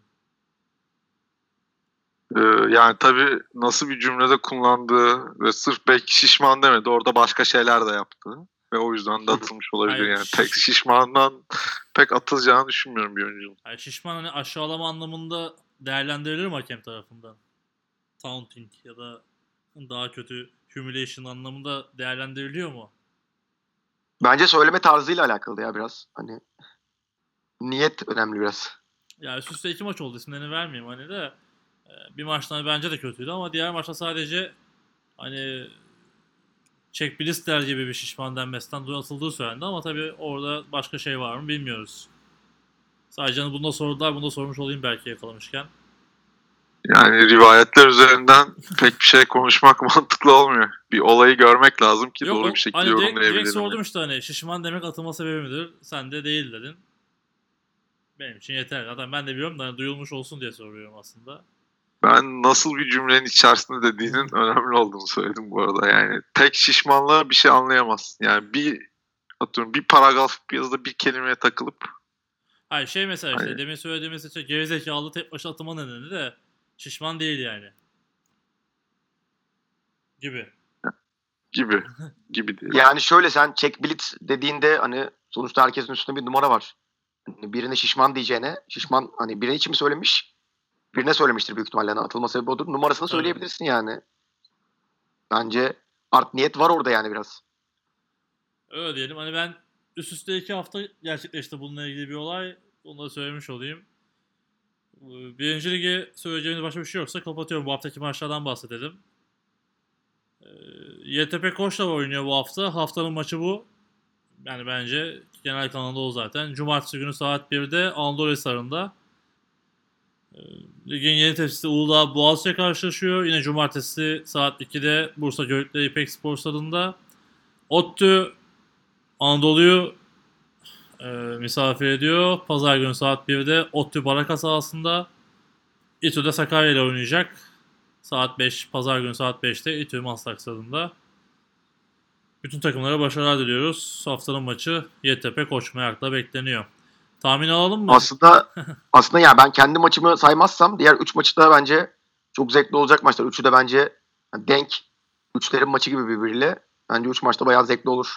Ee, yani tabii nasıl bir cümlede kullandığı ve sırf belki şişman demedi. Orada başka şeyler de yaptı. Ve o yüzden de atılmış olabilir. Hayır, Yani şiş- tek şişmandan pek atılacağını düşünmüyorum bir oyuncunun. Yani şişman hani aşağılama anlamında değerlendirilir mi hakem tarafından? Taunting ya da daha kötü humiliation anlamında değerlendiriliyor mu? Bence söyleme tarzıyla alakalı ya biraz. Hani niyet önemli biraz. Ya üst üste iki maç oldu isimlerini vermeyeyim hani de e, bir maçtan bence de kötüydü ama diğer maçta sadece hani Çek Bilister gibi bir şişman denmesinden dolayı atıldığı söylendi ama tabii orada başka şey var mı bilmiyoruz. Sadece hani bunda sordular, bunda sormuş olayım belki yakalamışken. Yani rivayetler üzerinden pek bir şey konuşmak mantıklı olmuyor. Bir olayı görmek lazım ki Yok doğru o, bir şekilde hani direkt, yorumlayabilelim. direkt sordum yani. işte hani şişman demek atılma sebebi midir? Sen de değil dedin. Benim için yeter. Zaten ben de biliyorum da hani duyulmuş olsun diye soruyorum aslında. Ben nasıl bir cümlenin içerisinde dediğinin önemli olduğunu söyledim bu arada. Yani tek şişmanlığa bir şey anlayamazsın. Yani bir atıyorum bir paragraf bir yazıda bir kelimeye takılıp Hayır şey mesela işte hani demin söylediğimiz işte gerizekalı tek başına atılma nedeni de şişman değil yani. Gibi. gibi gibi değil. Yani şöyle sen check blitz dediğinde hani sonuçta herkesin üstünde bir numara var. Birine şişman diyeceğine, şişman hani birine için mi söylemiş? Birine söylemiştir büyük ihtimalle. Yani atılma sebebi odur. Numarasını Tabii. söyleyebilirsin yani. Bence art niyet var orada yani biraz. Öyle diyelim. Hani ben üst üste iki hafta gerçekleşti bununla ilgili bir olay. Onu da söylemiş olayım. Birinci ligi söyleyeceğimiz başka bir şey yoksa kapatıyorum. Bu haftaki maçlardan bahsedelim. Ee, Y T P Koç'la oynuyor bu hafta. Haftanın maçı bu. Yani bence genel kanalda o zaten. Cumartesi günü saat birde Anadolu Hisarı'nda. Ee, Ligin yeni temsilcisi Uludağ Boğaziçi'yle karşılaşıyor. Yine cumartesi saat ikide Bursa Görükle İpek Spor Stadı'nda. ODTÜ Anadolu'yu e, misafir ediyor. Pazar günü saat birde ODTÜ Baraka sahasında. İTÜ'de Sakarya ile oynayacak. Saat beş, Pazar günü saat beşte İTÜ Maslak Stadı'nda. Bütün takımlara başarılar diliyoruz. Haftanın maçı Y T P Koç Merak'la bekleniyor. Tahmin alalım mı? Aslında aslında ya ben kendi maçımı saymazsam diğer üç maçı da bence çok zevkli olacak maçlar. Üçü de bence denk. Üçlerin maçı gibi birbiriyle. Bence üç maçta bayağı zevkli olur.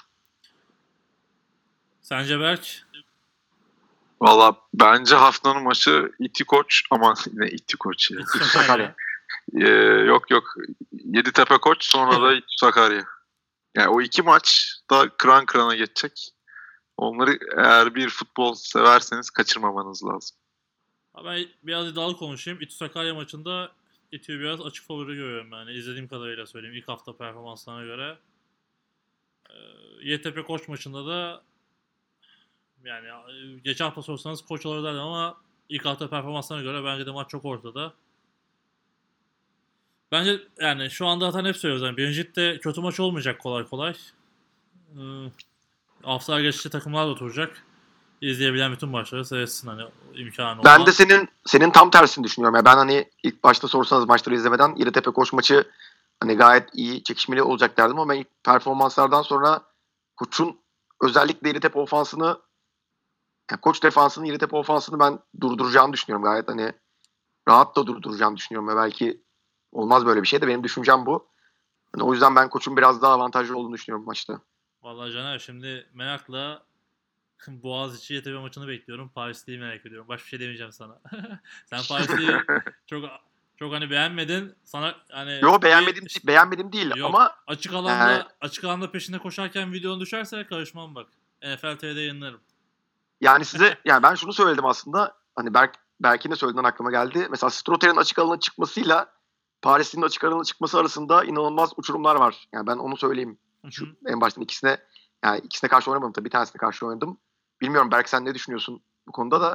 Sence Berk? Valla bence haftanın maçı İTÜ Koç ama yine İTÜ Koç ya. İTÜ Sakarya. Ee, yok yok Yeditepe Koç sonra da İTÜ Sakarya. Yani o iki maç da kıran kırana geçecek. Onları eğer bir futbol severseniz kaçırmamanız lazım. Ben biraz iddialı konuşayım. İTÜ Sakarya maçında İTÜ'yü biraz açık favori görüyorum yani. İzlediğim kadarıyla söyleyeyim. İlk hafta performanslarına göre. Ee, Y T P Koç maçında da yani e, geçen hafta sorsanız Koç alır derdim ama ilk hafta performanslarına göre bence de maç çok ortada. Bence yani şu anda zaten hep söylüyoruz. Yani birinci ligde kötü maç olmayacak kolay kolay. Ee, haftalar geçişte takımlar da oturacak. İzleyebilen bütün maçları seyretsin hani imkanı olan. Ben de senin senin tam tersini düşünüyorum. Ya ben hani ilk başta sorsanız maçları izlemeden Yeditepe Koç maçı hani gayet iyi, çekişmeli olacak derdim ama ilk performanslardan sonra Koç'un özellikle Yeditepe ofansını yani Koç defansını Yeditepe ofansını ben durduracağını düşünüyorum gayet hani rahat da durduracağını düşünüyorum ve belki olmaz böyle bir şey de benim düşüncem bu. Yani o yüzden ben Koç'un biraz daha avantajlı olduğunu düşünüyorum maçta. Vallahi Caner şimdi merakla Boğaziçi Y T P maçını bekliyorum. Parisli'yi merak ediyorum. Başka bir şey demeyeceğim sana. Sen Parisli'yi çok çok hani beğenmedin. Sana hani Yo beğenmedim bir- beğenmedim değil Yok, ama açık alanda yani- açık alanda peşinde koşarken videon düşerse karışmam bak. N F L T V'de yayınlarım. yani size yani ben şunu söyledim aslında hani Berk Berk'in de söylediğinden aklıma geldi. Mesela Stroter'in açık alana çıkmasıyla Paris'in açık alana çıkması arasında inanılmaz uçurumlar var. Yani ben onu söyleyeyim. Şu, en baştan ikisine yani ikisine karşı oynamadım tabii. Bir tanesine karşı oynadım. Bilmiyorum Berk sen ne düşünüyorsun bu konuda da?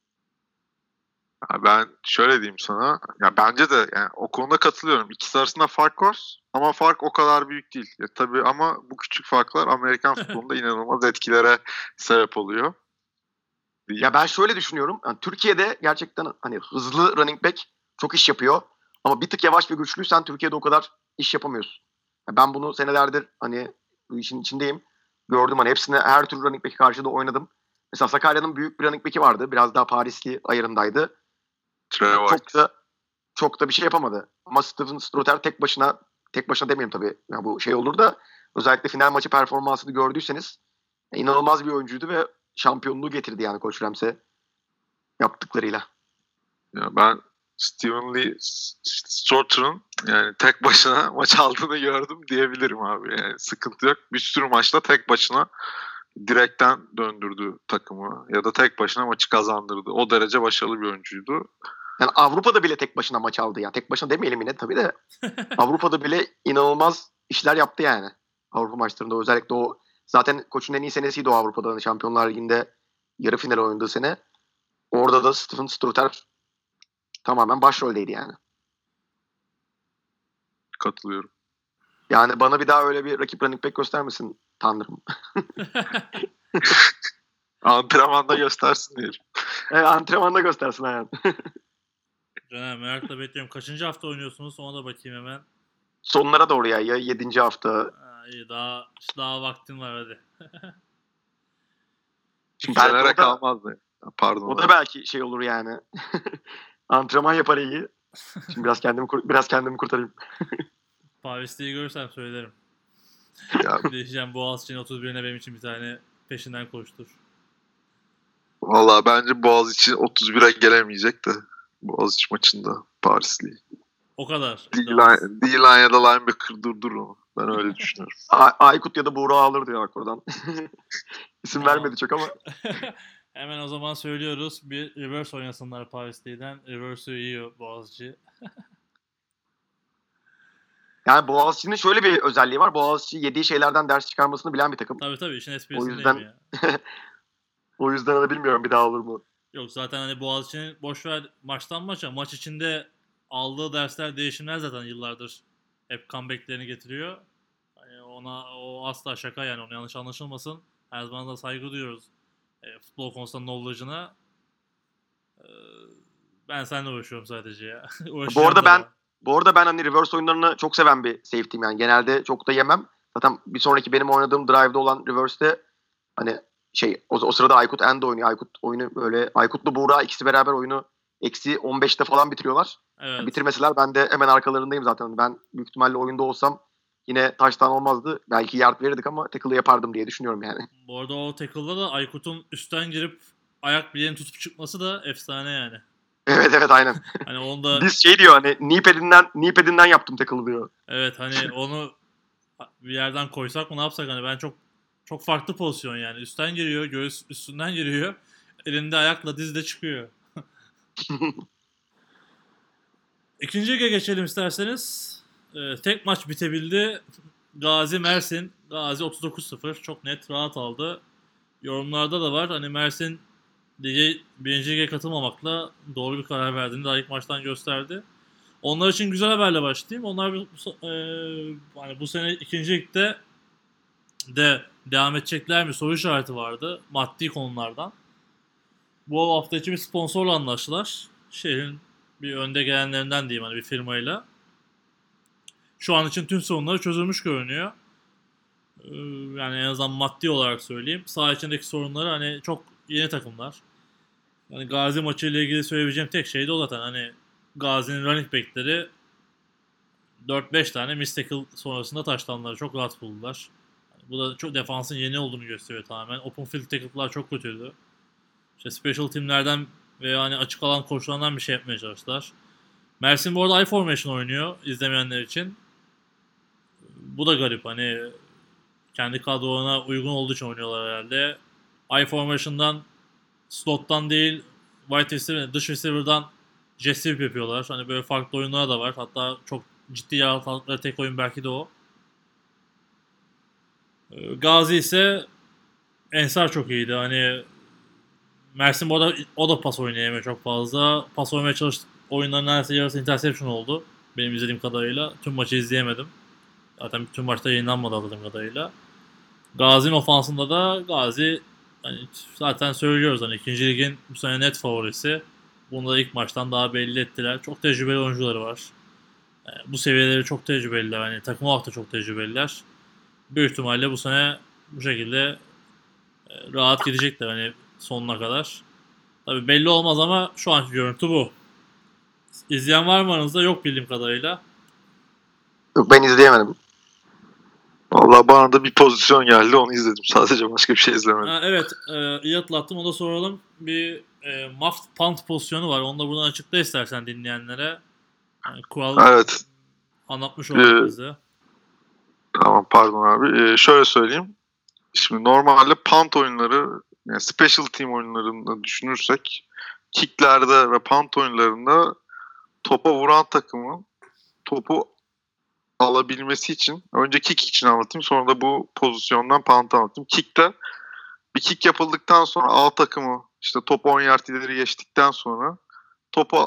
Ya ben şöyle diyeyim sana. Ya bence de yani o konuda katılıyorum. İkisi arasında fark var ama fark o kadar büyük değil. Ya tabii ama bu küçük farklar Amerikan futbolunda inanılmaz etkilere sebep oluyor. Ya ben şöyle düşünüyorum. Yani Türkiye'de gerçekten hani hızlı running back çok iş yapıyor. Ama bir tık yavaş ve güçlüysen Türkiye'de o kadar iş yapamıyorsun. Ya ben bunu senelerdir hani bu işin içindeyim. Gördüm hani hepsine her türlü running back'i karşıda oynadım. Mesela Sakarya'nın büyük bir running back'i vardı. Biraz daha Parisli ayarındaydı. Trevor. Çok da çok da bir şey yapamadı. Ama Steven Stroter tek başına tek başına demeyeyim tabii. Yani bu şey olur da özellikle final maçı performansını gördüyseniz inanılmaz bir oyuncuydu ve şampiyonluğu getirdi yani Koç Ramsey yaptıklarıyla. Ya ben Steven Lee Strotter'ın yani tek başına maç aldığını gördüm diyebilirim abi. Yani sıkıntı yok. Bir sürü maçta tek başına direkten döndürdü takımı ya da tek başına maçı kazandırdı. O derece başarılı bir oyuncuydu. Yani Avrupa'da bile tek başına maç aldı ya. Tek başına demeyelim yine tabii de. Avrupa'da bile inanılmaz işler yaptı yani. Avrupa maçlarında özellikle o zaten Koç'un en iyi senesiydi o Avrupa'da. Hani Şampiyonlar Ligi'nde yarı final oynadığı sene. Orada da Steven Stroter tamamen başroldeydi yani. Katılıyorum. Yani bana bir daha öyle bir rakip running back göstermesin Tanrım. Antrenmanda göstersin diyelim. Evet, antrenmanda göstersin yani. Caner merakla bekliyorum. Kaçıncı hafta oynuyorsunuz? Ona da bakayım hemen. Sonlara doğru ya. Ya yedinci hafta. Ha, iyi daha daha vaktin var hadi. Şimdi belki Fener'e o da, kalmazdı. Pardon. o da belki şey olur yani. Antrenman yapar iyi. Şimdi biraz kendimi kur- biraz kendimi kurtarayım. Paris'teyi görürsem söylerim. Ya, Diyeceğim Boğaziçi'nin otuz birine benim için bir tane peşinden koştur. Valla bence Boğaziçi otuz bire gelemeyecek de Boğaziçi maçında Parisli. O kadar. D-line ya da linebacker durdur onu. Ben öyle düşünüyorum. A- Aykut ya da Buğra alır diyor bak oradan. İsim Tamam. vermedi çok ama. Hemen o zaman söylüyoruz. Bir reverse oynasınlar Paris'ten. Reverse'ü yiyor Boğaziçi. Yani Boğaziçi'nin şöyle bir özelliği var. Boğaziçi yediği şeylerden ders çıkarmasını bilen bir takım. Tabii tabii işin O esprisindeyim yüzden ya. o yüzden de bilmiyorum bir daha olur mu. Yok zaten hani Boğaziçi'nin boşver maçtan maça. Maç içinde aldığı dersler, değişimler zaten yıllardır hep comeback'lerini getiriyor. Yani ona o asla şaka yani onu yanlış anlaşılmasın. Her zaman da saygı duyuyoruz. E, futbol konusunda knowledge'ına. E, ben seninle uğraşıyorum sadece ya. Bu arada ben bu arada ben hani reverse oyunlarını çok seven bir safety'yim yani. Genelde çok da yemem. Zaten bir sonraki benim oynadığım drive'da olan reverse'de hani şey o, o sırada Aykut End oynuyor. Aykut oyunu böyle Aykut'la Buğra ikisi beraber oyunu eksi on beşte falan bitiriyorlar. Evet. Yani bitirmeseler ben de hemen arkalarındayım zaten. Ben büyük ihtimalle oyunda olsam yine taştan olmazdı. Belki yard verirdik ama tackle'ı yapardım diye düşünüyorum yani. Bu arada o tackle'da da Aykut'un üstten girip ayak bileğini tutup çıkması da efsane yani. Evet evet aynen. Hani onda Biz şey diyor hani knee pad'inden, knee pad'inden yaptım tackle'ı diyor. evet hani onu bir yerden koysak mı ne yapsak hani ben çok çok farklı pozisyon yani. Üstten giriyor, göğüs üstünden giriyor. Elinde ayakla dizde çıkıyor. İkinci lige geçelim isterseniz. Ee, tek maç bitebildi. Gazi Mersin. Gazi otuz dokuz sıfır. Çok net, rahat aldı. Yorumlarda da var. Hani Mersin lige, birinci lige katılmamakla doğru bir karar verdiğini daha ilk maçtan gösterdi. Onlar için güzel haberle başlayayım. Onlar bu, e, hani bu sene ikinci ligde de devam edecekler mi soru işareti vardı maddi konulardan. Bu hafta içi bir sponsorla anlaştılar. Şehrin bir önde gelenlerinden diyeyim hani bir firmayla. Şu an için tüm sorunları çözülmüş görünüyor. Ee, yani en azından maddi olarak söyleyeyim. Saha içindeki sorunları hani çok yeni takımlar. Yani Gazi maçı ile ilgili söyleyebileceğim tek şey de o zaten. Hani Gazi'nin running back'leri dört beş tane miss tackle sonrasında taştanları çok rahat buldular. Yani bu da çok defansın yeni olduğunu gösteriyor tamamen. Open field tackle'lar çok kötüydü. İşte special teamlerden ve hani açık alan koşularından bir şey yapmaya çalıştılar. Mersin bu arada I formation oynuyor izlemeyenler için. Bu da garip hani kendi kadrolarına uygun olduğu için oynuyorlar herhalde. I formation'dan slot'tan değil wide receiver, dış receiver'dan jet sweep yapıyorlar. Hani böyle farklı oyunlar da var. Hatta çok ciddi yarattıkları tek oyun belki de o. Gazi ise Ensar çok iyiydi. Hani Mersin bu arada o da pas oynayamıyor çok fazla. Pas oynamaya çalıştık. Oyunların neredeyse yarısı interception oldu. Benim izlediğim kadarıyla. Tüm maçı izleyemedim. Zaten tüm maçta yayınlanmadı anladığım kadarıyla. Gazi'nin ofansında da Gazi hani zaten söylüyoruz hani ikinci ligin bu sene net favorisi. Bunu da ilk maçtan daha belli ettiler. Çok tecrübeli oyuncuları var. Yani bu seviyeleri çok tecrübeliler. Hani takım olarak da çok tecrübeliler. Büyük ihtimalle bu sene bu şekilde rahat gidecekler hani sonuna kadar. Tabii belli olmaz ama şu anki görüntü bu. İzleyen var mı aranızda? Yok bildiğim kadarıyla. Yok ben izleyemedim. Vallahi bana da bir pozisyon geldi onu izledim. Sadece başka bir şey izlemedim. Ha, evet e, iyi atlattım onu da soralım. Bir e, muffed punt pozisyonu var. Onu da buradan açıkla istersen dinleyenlere. Yani kural Evet. anlatmış olduk Ee, bize. Tamam pardon abi. Ee, şöyle söyleyeyim. Şimdi normalde punt oyunları yani special team oyunlarında düşünürsek kicklerde ve punt oyunlarında topa vuran takımın topu alabilmesi için önce kick için anlatayım sonra da bu pozisyondan punt anlatayım. Kick'te bir kick yapıldıktan sonra A takımı işte topu on yard ileri geçtikten sonra topu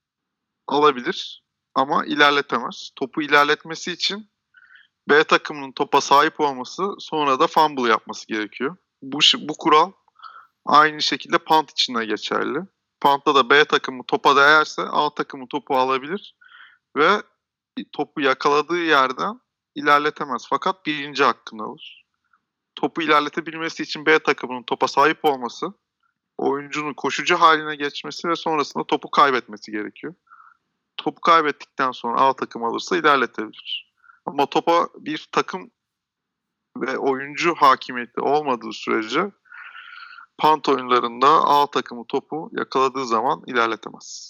alabilir ama ilerletemez. Topu ilerletmesi için B takımının topa sahip olması sonra da fumble yapması gerekiyor. Bu, bu kural aynı şekilde punt için de geçerli. Puntta da B takımı topa değerse A takımı topu alabilir ve topu yakaladığı yerden ilerletemez. Fakat birinci hakkını alır. Topu ilerletebilmesi için B takımının topa sahip olması, oyuncunun koşucu haline geçmesi ve sonrasında topu kaybetmesi gerekiyor. Topu kaybettikten sonra A takım alırsa ilerletebilir. Ama topa bir takım ve oyuncu hakimiyeti olmadığı sürece Punt oyunlarında A takımı topu yakaladığı zaman ilerletemez.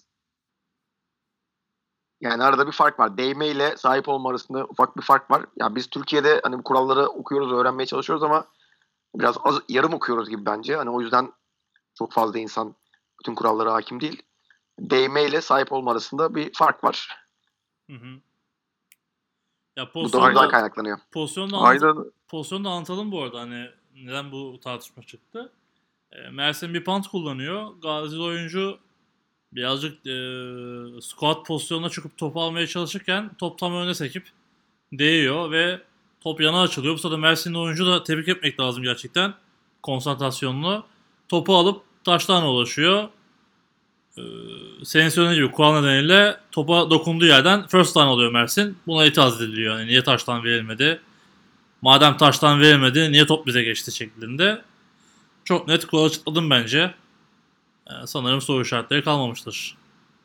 Yani arada bir fark var. Değme ile sahip olma arasında ufak bir fark var. Ya biz Türkiye'de hani bu kuralları okuyoruz, öğrenmeye çalışıyoruz ama biraz az, yarım okuyoruz gibi bence. Hani o yüzden çok fazla insan bütün kurallara hakim değil. Değme ile sahip olma arasında bir fark var. Hı hı. Ya Bu da ondan pozisyonda, kaynaklanıyor. pozisyonda, anlat- Aynen. pozisyonda anlatalım bu arada hani neden bu tartışma çıktı. E, Mersin bir punt kullanıyor. Gazi oyuncu birazcık e, squat pozisyonuna çıkıp topu almaya çalışırken top tam önüne sekip değiyor ve top yana açılıyor. Bu sırada Mersin'li oyuncu da tebrik etmek lazım gerçekten. Konsantrasyonlu. Topu alıp taştan ulaşıyor. Ee, senin söylediğin gibi kural nedeniyle topa dokunduğu yerden first down alıyor Mersin. Buna itiraz ediliyor. Yani niye taştan verilmedi? Madem taştan verilmedi niye top bize geçti şeklinde. Çok net kural açıkladım bence. Ee, sanırım soru işaretleri kalmamıştır.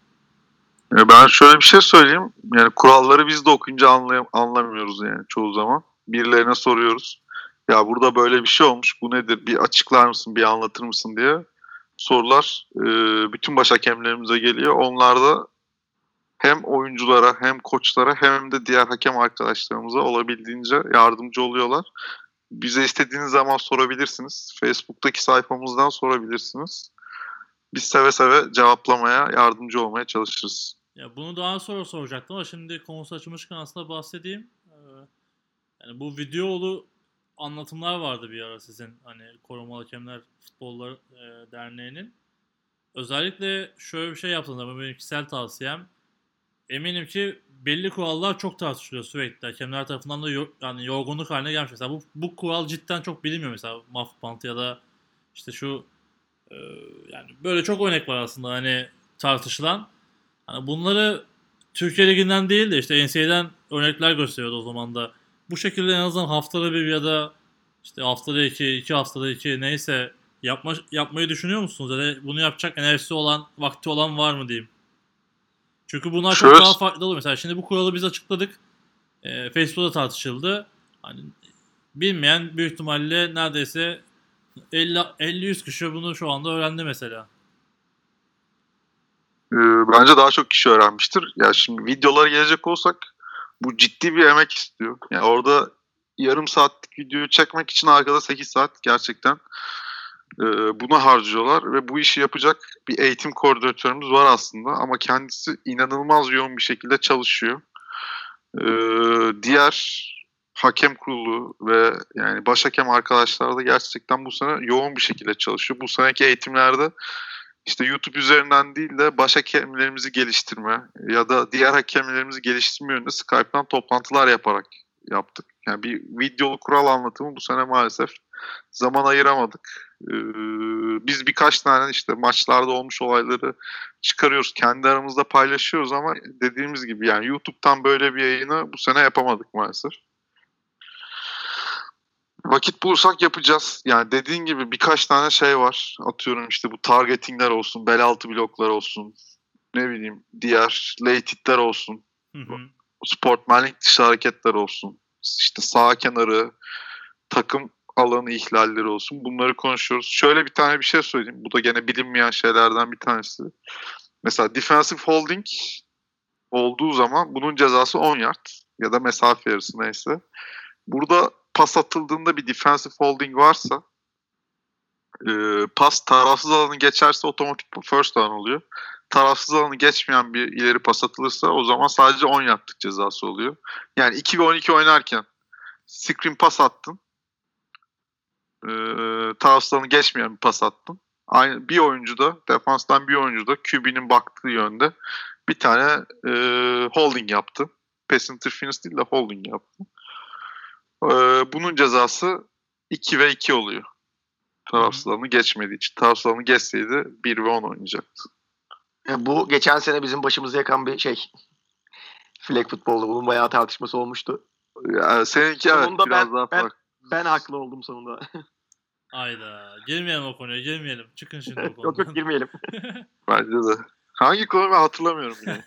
Ya ben şöyle bir şey söyleyeyim. Yani kuralları biz de okuyunca anlay- anlamıyoruz yani çoğu zaman. Birilerine soruyoruz. Ya burada böyle bir şey olmuş. Bu nedir? Bir açıklar mısın? Bir anlatır mısın diye sorular e, bütün baş hakemlerimize geliyor. Onlar da hem oyunculara hem koçlara hem de diğer hakem arkadaşlarımıza olabildiğince yardımcı oluyorlar. Bize istediğiniz zaman sorabilirsiniz. Facebook'taki sayfamızdan sorabilirsiniz. Biz seve seve cevaplamaya, yardımcı olmaya çalışırız. Ya bunu daha sonra soracaktım ama şimdi konusu açılmışken aslında bahsedeyim. Ee, yani bu videolu anlatımlar vardı bir ara sizin hani Korumalı Hakemler Futbolları e, Derneği'nin. Özellikle şöyle bir şey yaptığında bu benim kişisel tavsiyem. Eminim ki belli kurallar çok tartışılıyor sürekli. Hakemler tarafından da yo- yani yorgunluk haline gelmiş. Mesela bu, bu kural cidden çok bilinmiyor mesela muff punt ya da işte şu e, yani böyle çok örnek var aslında hani tartışılan. Hani bunları Türkiye Ligi'nden değil de işte N C A'den örnekler gösteriyordu o zaman da. Bu şekilde en azından haftada bir ya da işte haftada iki, iki haftada iki neyse yapma, yapmayı düşünüyor musunuz? Ya da bunu yapacak enerjisi olan, vakti olan var mı diyeyim. Çünkü bunlar çok Şöyle, daha farklı oluyor. Mesela şimdi bu kuralı biz açıkladık. E, Facebook'ta tartışıldı. Hani bilmeyen büyük ihtimalle neredeyse elli yüz kişi bunu şu anda öğrendi mesela. e, bence daha çok kişi öğrenmiştir. Ya şimdi videolara gelecek olsak bu ciddi bir emek istiyor. Yani orada yarım saatlik videoyu çekmek için arkada sekiz saat gerçekten e, buna harcıyorlar ve bu işi yapacak bir eğitim koordinatörümüz var aslında ama kendisi inanılmaz yoğun bir şekilde çalışıyor. E, diğer hakem kurulu ve yani baş hakem arkadaşlar da gerçekten bu sene yoğun bir şekilde çalışıyor. Bu seneki eğitimlerde işte YouTube üzerinden değil de baş hakemlerimizi geliştirme ya da diğer hakemlerimizi geliştirme yönünde Skype'dan toplantılar yaparak yaptık. Yani bir videolu kural anlatımı bu sene maalesef zaman ayıramadık. Ee, biz birkaç tane işte maçlarda olmuş olayları çıkarıyoruz. Kendi aramızda paylaşıyoruz ama dediğimiz gibi yani YouTube'dan böyle bir yayını bu sene yapamadık maalesef. Vakit bulursak yapacağız. Yani dediğin gibi birkaç tane şey var. Atıyorum işte bu targetingler olsun, bel altı bloklar olsun, ne bileyim diğer late hitler olsun, Hı hı. sportmenlik dışı hareketler olsun, işte sağ kenarı, takım alanı ihlalleri olsun. Bunları konuşuyoruz. Şöyle bir tane bir şey söyleyeyim. Bu da gene bilinmeyen şeylerden bir tanesi. Mesela defensive holding olduğu zaman bunun cezası on yard ya da mesafe yarısı neyse. Burada pas atıldığında bir defensive holding varsa e, pas tarafsız alanı geçerse otomatik first down oluyor. Tarafsız alanı geçmeyen bir ileri pas atılırsa o zaman sadece on yardlık cezası oluyor. Yani iki ve on iki oynarken screen pas attın. E, tarafsız alanı geçmeyen bir pas attın. Aynı bir oyuncu da defanstan bir oyuncu da Q B'nin baktığı yönde bir tane e, holding yaptı. Pass interference değil de holding yaptı. E, bunun cezası iki ve iki oluyor. Tarafsız alanı geçmediği için. Tarafsız alanı geçseydi bir ve on oynayacaktı. Yani bu geçen sene bizim başımızı yakan bir şey. Flag futbolda bunun bayağı tartışması olmuştu. Yani seninki evet Sonunda biraz ben- daha ben- farklı. Ben haklı oldum sonunda. Ayda. Girmeyelim o konuya, girmeyelim. Çıkın şimdi o yok konudan. yok girmeyelim. Bence de. Hangi konu ben hatırlamıyorum yani.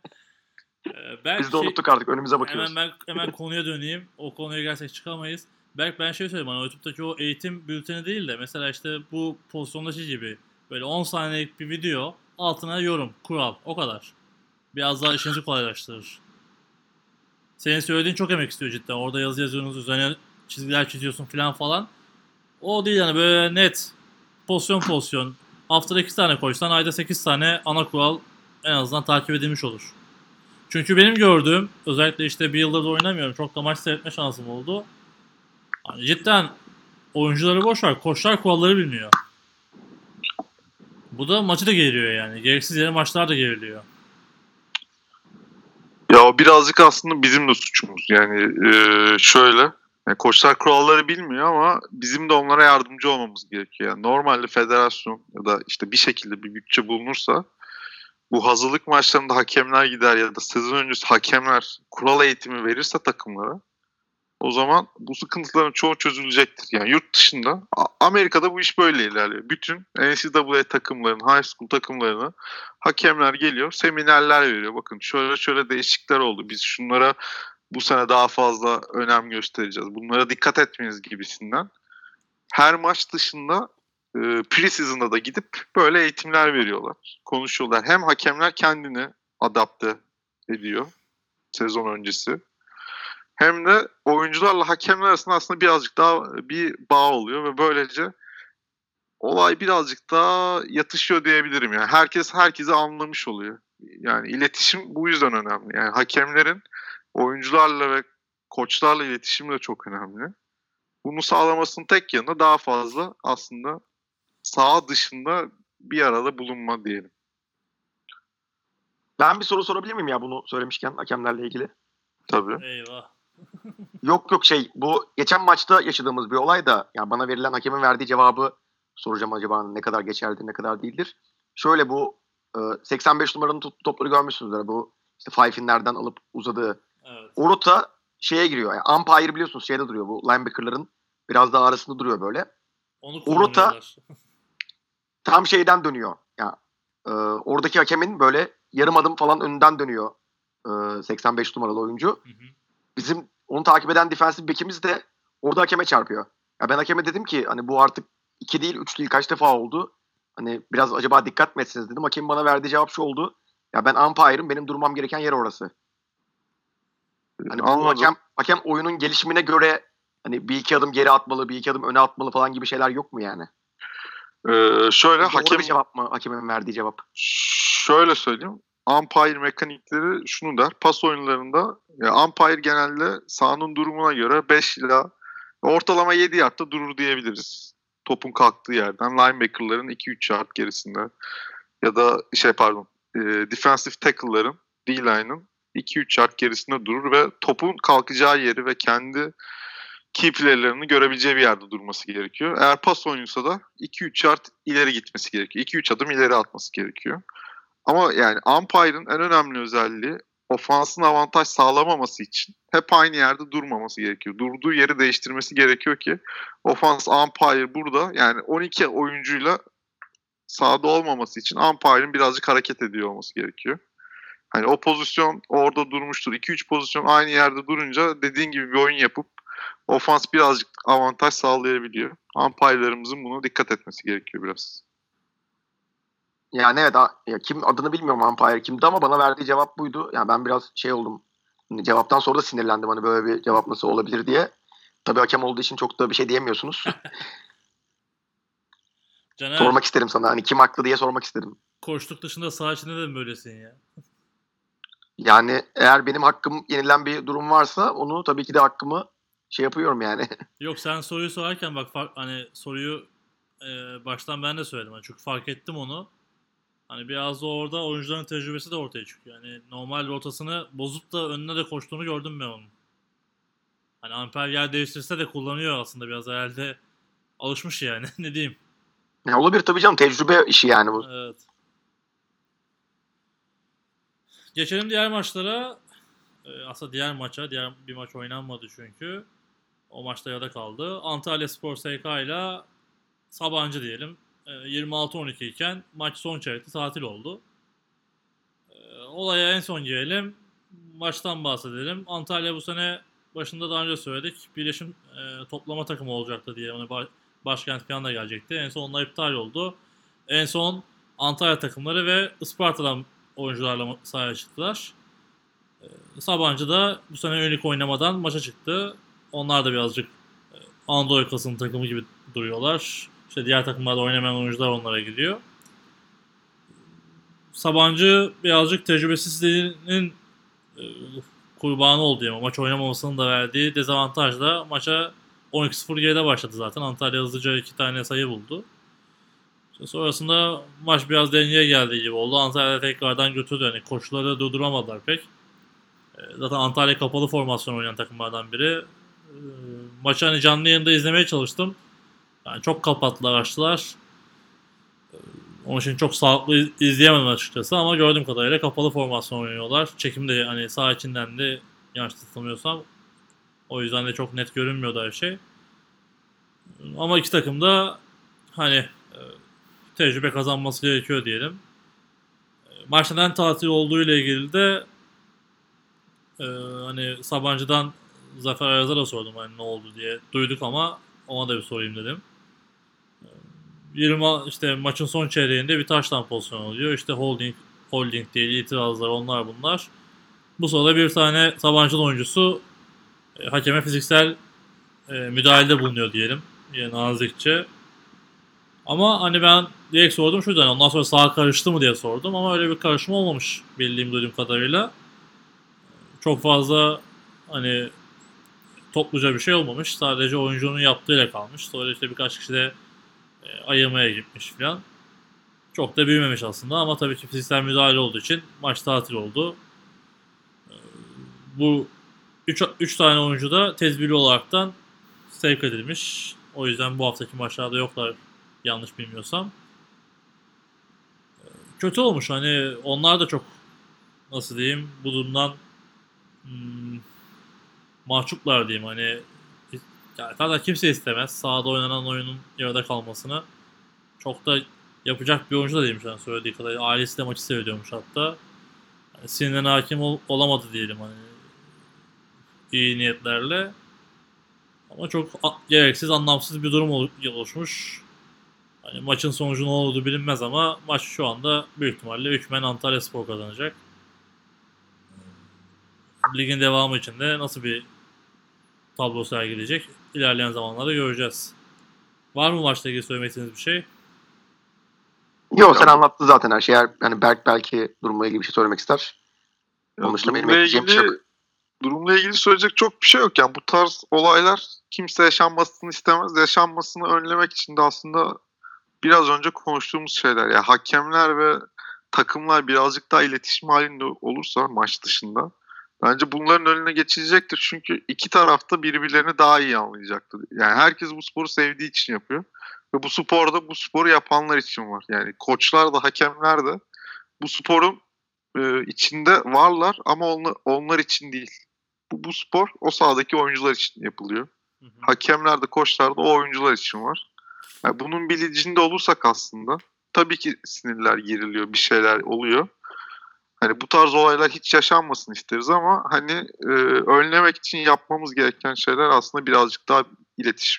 Ee, belki Biz de unuttuk artık, önümüze bakıyoruz. hemen ben hemen konuya döneyim. O konuya gelsek çıkamayız. Berk ben şey söyleyeyim, bana YouTube'daki o eğitim bülteni değil de mesela işte bu pozisyondaki gibi böyle on saniyelik bir video, altına yorum, kural, o kadar. Biraz daha işinizi kolaylaştırır. Senin söylediğin çok emek istiyor cidden. Orada yazı yazıyorsunuz, üzerine çizgiler çiziyorsun falan falan. O değil yani, böyle net pozisyon pozisyon. Haftada iki tane koysan ayda sekiz tane ana kural en azından takip edilmiş olur. Çünkü benim gördüğüm, özellikle işte bir yıldır da oynamıyorum, çok da maç seyretme şansım oldu. Hani cidden oyuncuları boş ver, koçlar kuralları bilmiyor. Bu da maçı da geriliyor yani. Gereksiz yere maçlar da geriliyor. Ya o birazcık aslında bizim de suçumuz. Yani e, şöyle, yani koçlar kuralları bilmiyor ama bizim de onlara yardımcı olmamız gerekiyor. Yani normalde federasyon ya da işte bir şekilde bir bütçe bulunursa bu hazırlık maçlarında hakemler gider ya da sezon öncesi hakemler kural eğitimi verirse takımlara, o zaman bu sıkıntıların çoğu çözülecektir. Yani yurt dışında, Amerika'da bu iş böyle ilerliyor. Bütün N C A A takımlarının, high school takımlarına hakemler geliyor, seminerler veriyor. Bakın şöyle şöyle değişiklikler oldu. Biz şunlara bu sene daha fazla önem göstereceğiz. Bunlara dikkat etmeniz gibisinden. Her maç dışında e, pre-season'da da gidip böyle eğitimler veriyorlar. Konuşuyorlar. Hem hakemler kendini adapte ediyor sezon öncesi. Hem de oyuncularla hakemler arasında aslında birazcık daha bir bağ oluyor ve böylece olay birazcık daha yatışıyor diyebilirim. Yani herkes herkesi anlamış oluyor. Yani iletişim bu yüzden önemli. Yani hakemlerin oyuncularla ve koçlarla iletişimi de çok önemli. Bunu sağlamasının tek yanı daha fazla aslında saha dışında bir arada bulunma diyelim. Ben bir soru sorabilir miyim ya bunu söylemişken hakemlerle ilgili? Tabii. Eyvah. Yok yok şey bu geçen maçta yaşadığımız bir olay da yani bana verilen hakemin verdiği cevabı soracağım, acaba ne kadar geçerli ne kadar değildir. Şöyle bu e, seksen beş numaranın top, topları görmüşsünüzdür. Bu işte Fifinlerden alıp uzadığı. Evet. O rota şeye giriyor. Yani umpire biliyorsunuz şeyde duruyor. Bu linebacker'ların biraz daha arasında duruyor böyle. Onu O rota kullanıyorlar. tam şeyden dönüyor. Yani e, oradaki hakemin böyle yarım adım falan önünden dönüyor. E, seksen beş numaralı oyuncu. Hı hı. Bizim onu takip eden defensive back'imiz de orada hakeme çarpıyor. Ya ben hakeme dedim ki hani bu artık iki değil üç değil kaç defa oldu. Hani biraz acaba dikkat mi etsiniz dedim. Hakemin bana verdiği cevap şu oldu. Ya ben umpire'ım, benim durmam gereken yer orası. Hani bu Anladım. hakem, hakem oyunun gelişimine göre hani bir iki adım geri atmalı, bir iki adım öne atmalı falan gibi şeyler yok mu yani? Ee, şöyle Doğru hakem bir cevap mı hakemin verdiği cevap? Şöyle söyleyeyim. Umpire mekanikleri şunu der. Pas oyunlarında ya umpire genelde sahanın durumuna göre beş ila ortalama yedi yardta durur diyebiliriz. Topun kalktığı yerden linebacker'ların iki üç yard gerisinde ya da şey pardon e, defensive tackle'ların D-line'ın iki üç yard gerisinde durur ve topun kalkacağı yeri ve kendi key player'larını görebileceği bir yerde durması gerekiyor. Eğer pas oyunuysa da iki üç yard ileri gitmesi gerekiyor. iki üç adım ileri atması gerekiyor. Ama yani umpire'ın en önemli özelliği ofansın avantaj sağlamaması için hep aynı yerde durmaması gerekiyor. Durduğu yeri değiştirmesi gerekiyor ki ofans umpire burada yani on iki oyuncuyla sahada olmaması için umpire'ın birazcık hareket ediyor olması gerekiyor. Hani o pozisyon orada durmuştur. iki üç pozisyon aynı yerde durunca dediğin gibi bir oyun yapıp ofans birazcık avantaj sağlayabiliyor. Umpire'larımızın buna dikkat etmesi gerekiyor biraz. Yani evet, ya kim adını bilmiyorum umpire kimdi ama bana verdiği cevap buydu. Yani ben biraz şey oldum. Hani cevaptan sonra da sinirlendim hani böyle bir cevap nasıl olabilir diye. Tabii hakem olduğu için çok da bir şey diyemiyorsunuz. Caner, Sormak isterim sana hani kim haklı diye sormak istedim. koçluk dışında saha içinde de mi böylesin ya? Yani eğer benim hakkım yenilen bir durum varsa onu tabii ki de hakkımı şey yapıyorum yani. Yok, sen soruyu sorarken bak fark, hani soruyu e, baştan ben de söyledim. Hani çünkü fark ettim onu. Hani biraz da orada oyuncuların tecrübesi de ortaya çıkıyor. Yani normal rotasını bozup da önüne de koştuğunu gördüm ben onun. Hani amper yer değiştirse de kullanıyor aslında, biraz herhalde alışmış yani ne diyeyim. Ya olabilir tabii canım, tecrübe işi yani bu. Evet. Geçelim diğer maçlara. Ee, aslında diğer maça, diğer bir maç oynanmadı çünkü. O maçta yarıda kaldı. Antalyaspor S K ile Sabancı diyelim. Ee, yirmi altı on iki iken maç son çeyrekte tatil oldu. Ee, olaya en son girelim. Maçtan bahsedelim. Antalya bu sene başında daha önce söyledik. Birleşim e, toplama takımı olacaktı diye. Hani ba- başkent falan da gelecekti. En son onlar iptal oldu. En son Antalya takımları ve Isparta'dan oyuncularla sahaya çıktılar. E, Sabancı da bu sene Euroleague oynamadan maça çıktı. Onlar da birazcık e, Anadolu yakasının takımı gibi duruyorlar. İşte diğer takımlarda oynamayan oyuncular onlara gidiyor. Sabancı birazcık tecrübesizliğinin e, kurbanı oldu yani. Maç oynamamasının da verdiği dezavantajla maça on iki sıfır geride başladı zaten. Antalya hızlıca iki tane sayı buldu. İşte sonrasında maç biraz dengeye geldiği gibi oldu. Antalya tekrardan götürdü. Yani koşuları durduramadılar pek. E, Zaten Antalya kapalı formasyon oynayan takımlardan biri. E, Maçı hani canlı yayında izlemeye çalıştım. Yani çok kapattılar, açtılar. Onun için çok sağlıklı izleyemedim açıkçası ama gördüğüm kadarıyla kapalı formasyon oynuyorlar. Çekim de hani sağ içinden de yanlış hatırlamıyorsam. O yüzden de çok net görünmüyordu her şey. Ama iki takım da hani e, tecrübe kazanması gerekiyor diyelim. E, Maç neden tatil olduğu ile ilgili de e, hani Sabancı'dan Zafer Ayaz'a da sordum hani ne oldu diye. Duyduk ama ona da bir sorayım dedim. yirmi işte maçın son çeyreğinde bir taştan pozisyon oluyor. İşte holding holding diye itirazlar onlar bunlar. Bu sırada bir tane Sabancı'nın oyuncusu e, hakeme fiziksel e, müdahalede bulunuyor diyelim. Yani nazikçe. Ama hani ben direkt sordum şuydu hani ondan sonra sağa karıştı mı diye sordum ama öyle bir karışma olmamış bildiğim duyduğum kadarıyla. Çok fazla hani topluca bir şey olmamış. Sadece oyuncunun yaptığıyla kalmış. Sonra işte birkaç kişi de e, ayırmaya gitmiş falan. Çok da büyümemiş aslında ama tabii ki fiziksel müdahale olduğu için maç tatil oldu. Bu üç tane oyuncu da tedbirli olaraktan sevk edilmiş. O yüzden bu haftaki maçlarda yoklar yanlış bilmiyorsam. Kötü olmuş hani onlar da çok nasıl diyeyim bu durumdan hmm, mahcuplar diyeyim hani yani zaten kimse istemez sahada oynanan oyunun yarıda kalmasını. Çok da yapacak bir oyuncu da değilmiş yani söylediği kadar. Ailesi de maçı seviyormuş hatta. Yani sinirlerine hakim ol- olamadı diyelim hani iyi niyetlerle. Ama çok a- gereksiz, anlamsız bir durum ol- oluşmuş. Hani maçın sonucu ne oldu bilinmez ama maç şu anda büyük ihtimalle hükmen Antalyaspor kazanacak. Ligin devamı için de nasıl bir tablo sergileyecek ilerleyen zamanlarda göreceğiz. Var mı maçla ilgili söylemek istediğiniz bir şey? Yok sen anlattın zaten her şeyi. Yani Berk belki durumla ilgili bir şey söylemek ister. Ya, Onun dışında benim durumla ekleyeceğim bir şey ilgili yok. durumla ilgili söyleyecek çok bir şey yok. Yani bu tarz olaylar kimse yaşanmasını istemez. Yaşanmasını önlemek için de aslında biraz önce konuştuğumuz şeyler. Yani hakemler ve takımlar birazcık daha iletişim halinde olursa maç dışında bence bunların önüne geçilecektir. Çünkü iki taraf da birbirlerini daha iyi anlayacaktır. Yani herkes bu sporu sevdiği için yapıyor. Ve bu sporda bu sporu yapanlar için var. Yani koçlar da hakemler de bu sporun e, içinde varlar ama onlar, onlar için değil. Bu, bu spor o sahadaki oyuncular için yapılıyor. Hı hı. Hakemler de koçlar da o oyuncular için var. Yani bunun bilincinde olursak aslında tabii ki sinirler geriliyor, bir şeyler oluyor. Hani bu tarz olaylar hiç yaşanmasın isteriz ama hani e, önlemek için yapmamız gereken şeyler aslında birazcık daha iletişim.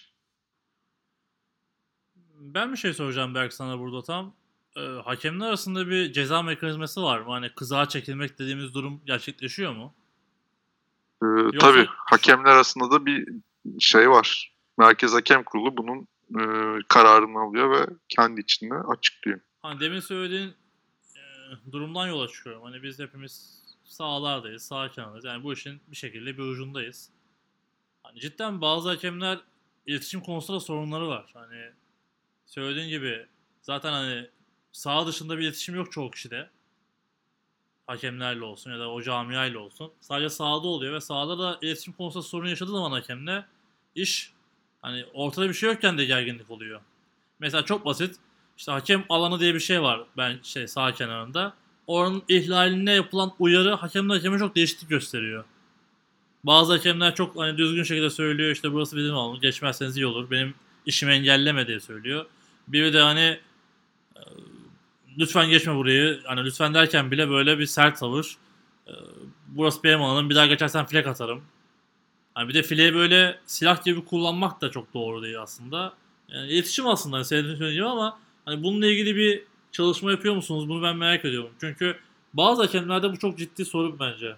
Ben bir şey soracağım Berk sana burada tam. Ee, hakemler arasında bir ceza mekanizması var mı? Hani kızağa çekilmek dediğimiz durum gerçekleşiyor mu? E, Yoksa tabii hakemler arasında da bir şey var. Merkez Hakem Kurulu bunun e, kararını alıyor ve kendi içinde açıklıyor. hani demin söylediğin e, durumdan yola çıkıyorum. Hani biz hepimiz sahalardayız, sağ kenardayız. Yani bu işin bir şekilde bir ucundayız. Hani cidden bazı hakemler iletişim konusunda sorunları var. Hani söylediğin gibi zaten hani saha dışında bir iletişim yok çoğu kişide. Hakemlerle olsun ya da o camiayla olsun. Sadece sahada oluyor ve sahada da iletişim konusunda sorun yaşadığı zaman hakemle iş hani ortada bir şey yokken de gerginlik oluyor. Mesela çok basit. İşte hakem alanı diye bir şey var ben şey sağ kenarında. Oranın ihlaline yapılan uyarı hakemden hakeme çok değişiklik gösteriyor. Bazı hakemler çok hani düzgün şekilde söylüyor işte burası bizim alanı geçmezseniz iyi olur. Benim işimi engelleme diye söylüyor. Biri de hani e, lütfen geçme burayı. Hani lütfen derken bile böyle bir sert tavır. E, Burası benim alanım bir daha geçersen flek atarım. Hani bir de fileyi böyle silah gibi kullanmak da çok doğru değil aslında. Yani iletişim aslında hani senin söylediğin gibi ama hani bununla ilgili bir çalışma yapıyor musunuz? Bunu ben merak ediyorum. Çünkü bazı hakemlerde bu çok ciddi sorun bence.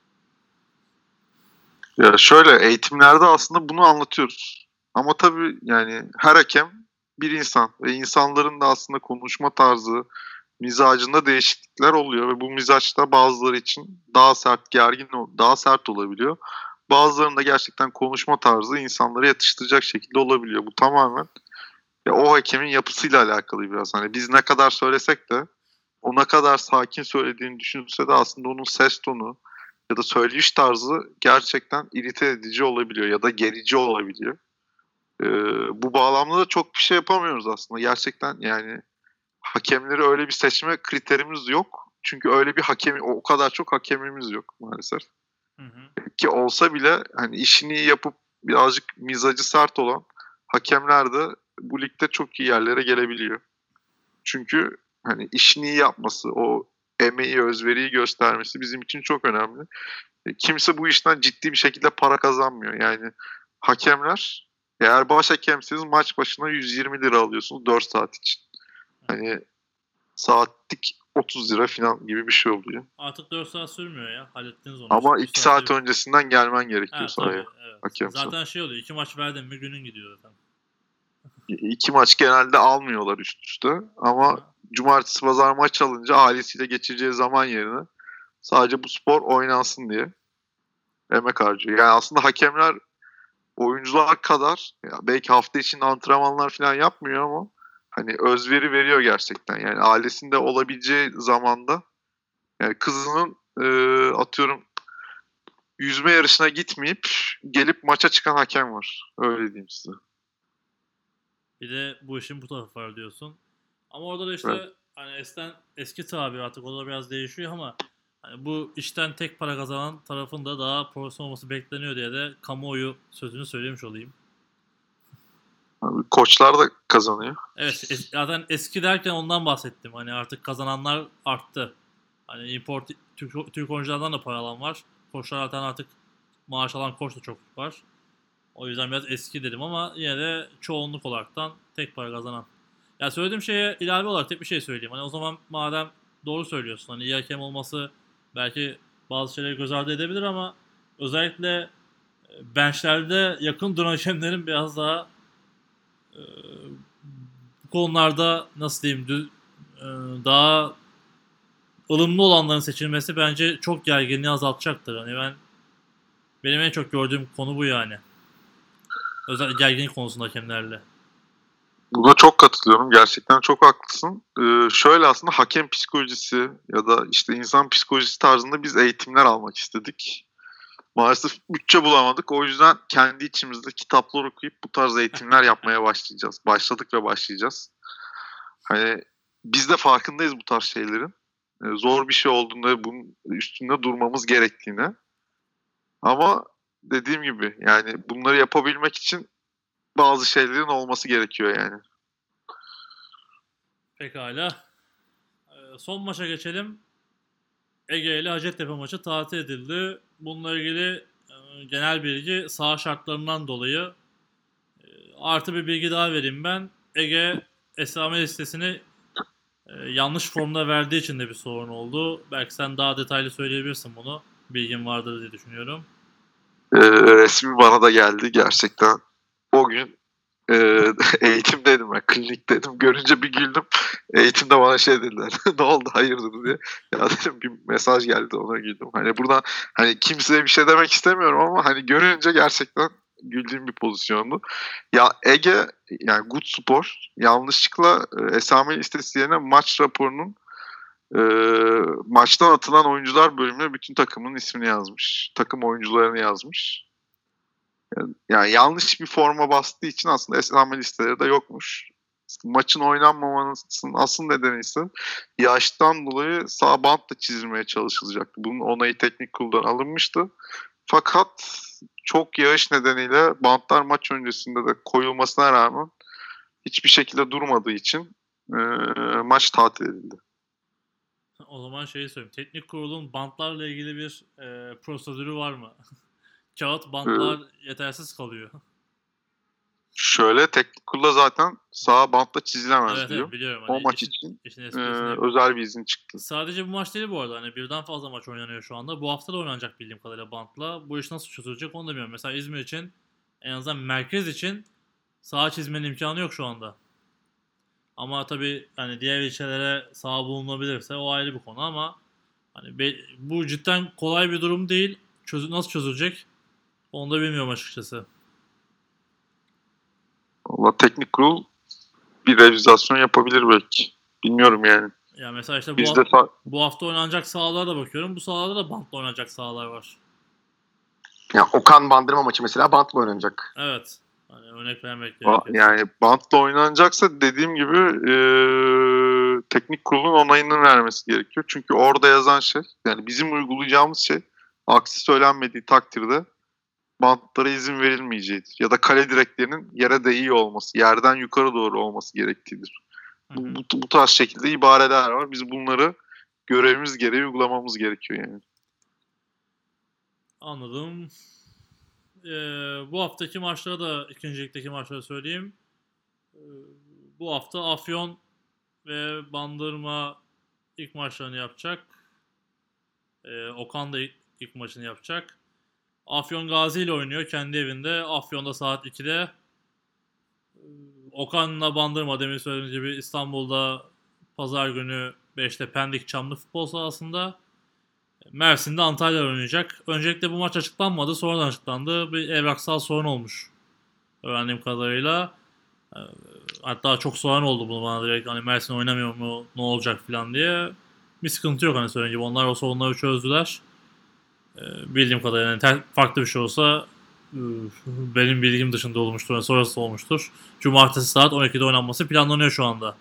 Ya şöyle eğitimlerde aslında bunu anlatıyoruz. Ama tabii yani her hakem bir insan ve insanların da aslında konuşma tarzı, mizacında değişiklikler oluyor ve bu mizaçta bazıları için daha sert, gergin, daha sert olabiliyor. Bazılarında gerçekten konuşma tarzı insanları yatıştıracak şekilde olabiliyor. Bu tamamen ya o hakemin yapısıyla alakalı biraz. Hani biz ne kadar söylesek de o ne kadar sakin söylediğini düşünse de aslında onun ses tonu ya da söyleyiş tarzı gerçekten irite edici olabiliyor ya da gerici olabiliyor. Ee, bu bağlamda da çok bir şey yapamıyoruz aslında. Gerçekten yani hakemleri öyle bir seçme kriterimiz yok. Çünkü öyle bir hakem, o kadar çok hakemimiz yok maalesef. Hı hı. Ki olsa bile hani işini iyi yapıp birazcık mizacı sert olan hakemler de bu ligde çok iyi yerlere gelebiliyor. Çünkü hani işini iyi yapması, o emeği, özveriyi göstermesi bizim için çok önemli. E, Kimse bu işten ciddi bir şekilde para kazanmıyor. Yani hakemler eğer baş hakemsiniz maç başına yüz yirmi lira alıyorsunuz dört saat için. Hani saatlik otuz lira falan gibi bir şey oluyor. Artık dört saat sürmüyor ya. Hallettiniz onu. Ama üç iki saatte saat bir... öncesinden gelmen gerekiyor Ha tabii sahaya evet. hakemsen. Zaten şey oluyor. İki maç verdin mi günün gidiyor zaten. İki maç genelde almıyorlar üst üste ama Aha. cumartesi pazar maç alınca ailesiyle geçireceği zaman yerine sadece bu spor oynansın diye emek harcıyor. Yani aslında hakemler oyuncular kadar ya belki hafta içinde antrenmanlar falan yapmıyor ama hani özveri veriyor gerçekten. Yani ailesinde olabileceği zamanda yani kızının e, atıyorum yüzme yarışına gitmeyip gelip maça çıkan hakem var. Öyle diyeyim size. Bir de bu işin bu tarafı var diyorsun. Ama orada da Evet. işte hani eskiden eski tabir artık o da biraz değişiyor ama hani bu işten tek para kazanan tarafın da daha profesyonel olması bekleniyor diye de kamuoyu sözünü söylemiş olayım. Abi, koçlar da kazanıyor. Evet es- zaten eski derken ondan bahsettim. Hani artık kazananlar arttı. Hani import Türk, Türk oyunculardan da para alan var. Koçlar zaten artık maaş alan koç da çok var. O yüzden biraz eski dedim ama yine de çoğunluk olaraktan tek para kazanan. Ya söylediğim şeye ilave olarak tek bir şey söyleyeyim. Hani o zaman madem doğru söylüyorsun. Hani iyi hakem olması belki bazı şeyleri göz ardı edebilir ama özellikle e, benchlerde yakın duran hakemlerin biraz daha e, bu konularda nasıl diyeyim dü- e, daha ılımlı olanların seçilmesi bence çok gerginliği azaltacaktır. Hani ben benim en çok gördüğüm konu bu yani. Özellikle gerginlik konusunda hakemlerle. Buna çok katılıyorum. Gerçekten çok haklısın. Ee, şöyle aslında hakem psikolojisi ya da işte insan psikolojisi tarzında biz eğitimler almak istedik. Maalesef bütçe bulamadık. O yüzden kendi içimizde kitaplar okuyup bu tarz eğitimler yapmaya başlayacağız. Başladık ve başlayacağız. Hani biz de farkındayız bu tarz şeylerin. Ee, zor bir şey olduğunda bunun üstünde durmamız gerektiğini. Ama dediğim gibi yani bunları yapabilmek için bazı şeylerin olması gerekiyor yani. Pekala. Ee, son maça geçelim. Ege ile Hacettepe maçı tatil edildi. Bununla ilgili e, genel bilgi saha şartlarından dolayı e, artı bir bilgi daha vereyim ben. Ege esame listesini e, yanlış formda verdiği için de bir sorun oldu. Belki sen daha detaylı söyleyebilirsin bunu. Bilgin vardır diye düşünüyorum. Ee, resmi bana da geldi gerçekten. O gün e, eğitimdeydim ben, klinikteydim. Görünce bir güldüm. Eğitimde bana şey dediler. Ne oldu hayırdır diye. Ya dedim bir mesaj geldi ona güldüm. Hani burada hani kimseye bir şey demek istemiyorum ama hani görünce gerçekten güldüğüm bir pozisyondu. Ya Ege yani Good Spor yanlışlıkla e, esame listesi yerine maç raporunun e, maçtan atılan oyuncular bölümüne bütün takımın ismini yazmış. Takım oyuncularını yazmış. Yani yanlış bir forma bastığı için aslında esname listeleri de yokmuş. Maçın oynanmamasının asıl nedeni ise yaştan dolayı sağ bant da çizilmeye çalışılacaktı. Bunun onayı teknik kuruldan alınmıştı. Fakat çok yağış nedeniyle bantlar maç öncesinde de koyulmasına rağmen hiçbir şekilde durmadığı için e, maç tatil edildi. O zaman şeyi söyleyeyim. Teknik kurulun bantlarla ilgili bir e, prosedürü var mı? Kağıt bantlar yetersiz kalıyor. Şöyle teknik kurula zaten sağ bantta çizilemez Evet, diyor. evet biliyorum. O Hani maç işin, için işin e, esprisini yapıyorum. özel bir izin çıktı. Sadece bu maç değil bu arada. Hani birden fazla maç oynanıyor şu anda. Bu hafta da oynanacak bildiğim kadarıyla bantla. Bu iş nasıl çözülecek onu da bilmiyorum. Mesela İzmir için, en azından merkez için saha çizmenin imkanı yok şu anda. Ama tabii hani diğer ilçelere saha bulunabilirse o ayrı bir konu ama hani be- bu cidden kolay bir durum değil. Çözü- nasıl çözülecek onu da bilmiyorum açıkçası. Valla teknik kurul bir revizasyon yapabilir belki. Bilmiyorum yani. Yani mesela işte bu, Biz de hafta, sa- bu hafta oynanacak sahalara da bakıyorum. Bu sahalarda da bantla oynanacak sahalar var. Yani Okan Bandırma maçı mesela bantla oynanacak. Evet. Hani örnek vermek a- gerekirse. yani bantla oynanacaksa dediğim gibi e, teknik kurulun onayını vermesi gerekiyor. Çünkü orada yazan şey, yani bizim uygulayacağımız şey, aksi söylenmediği takdirde bantlara izin verilmeyeceğidir. Ya da kale direklerinin yere değiyor olması, yerden yukarı doğru olması gerektiğidir. Hı Bu, hı. bu, bu tarz şekilde ibareler var. Biz bunları görevimiz gereği uygulamamız gerekiyor yani. Anladım. Ee, bu haftaki maçları da ikinci ligdeki maçları söyleyeyim. Ee, bu hafta Afyon ve Bandırma ilk maçlarını yapacak. Ee, Okan da ilk, ilk maçını yapacak. Afyon Gazi ile oynuyor kendi evinde. Afyon'da saat ikide. Ee, Okan'la Bandırma demin söylediğim gibi İstanbul'da pazar günü beşte Pendik Çamlı futbol sahasında. Mersin'de Antalya oynayacak. Öncelikle bu maç açıklanmadı. Sonradan açıklandı. Bir evraksal sorun olmuş. Öğrendiğim kadarıyla. Ee, Hatta çok soran oldu bunu bana direkt. Hani Mersin oynamıyor mu? Ne olacak falan diye. Bir sıkıntı yok hani söylediğim gibi. Onlar o sorunları çözdüler. Ee, bildiğim kadarıyla yani ter- farklı bir şey olsa e, benim bilgim dışında olmuştur. Yani sonrası olmuştur. Cumartesi saat on ikide oynanması planlanıyor şu anda.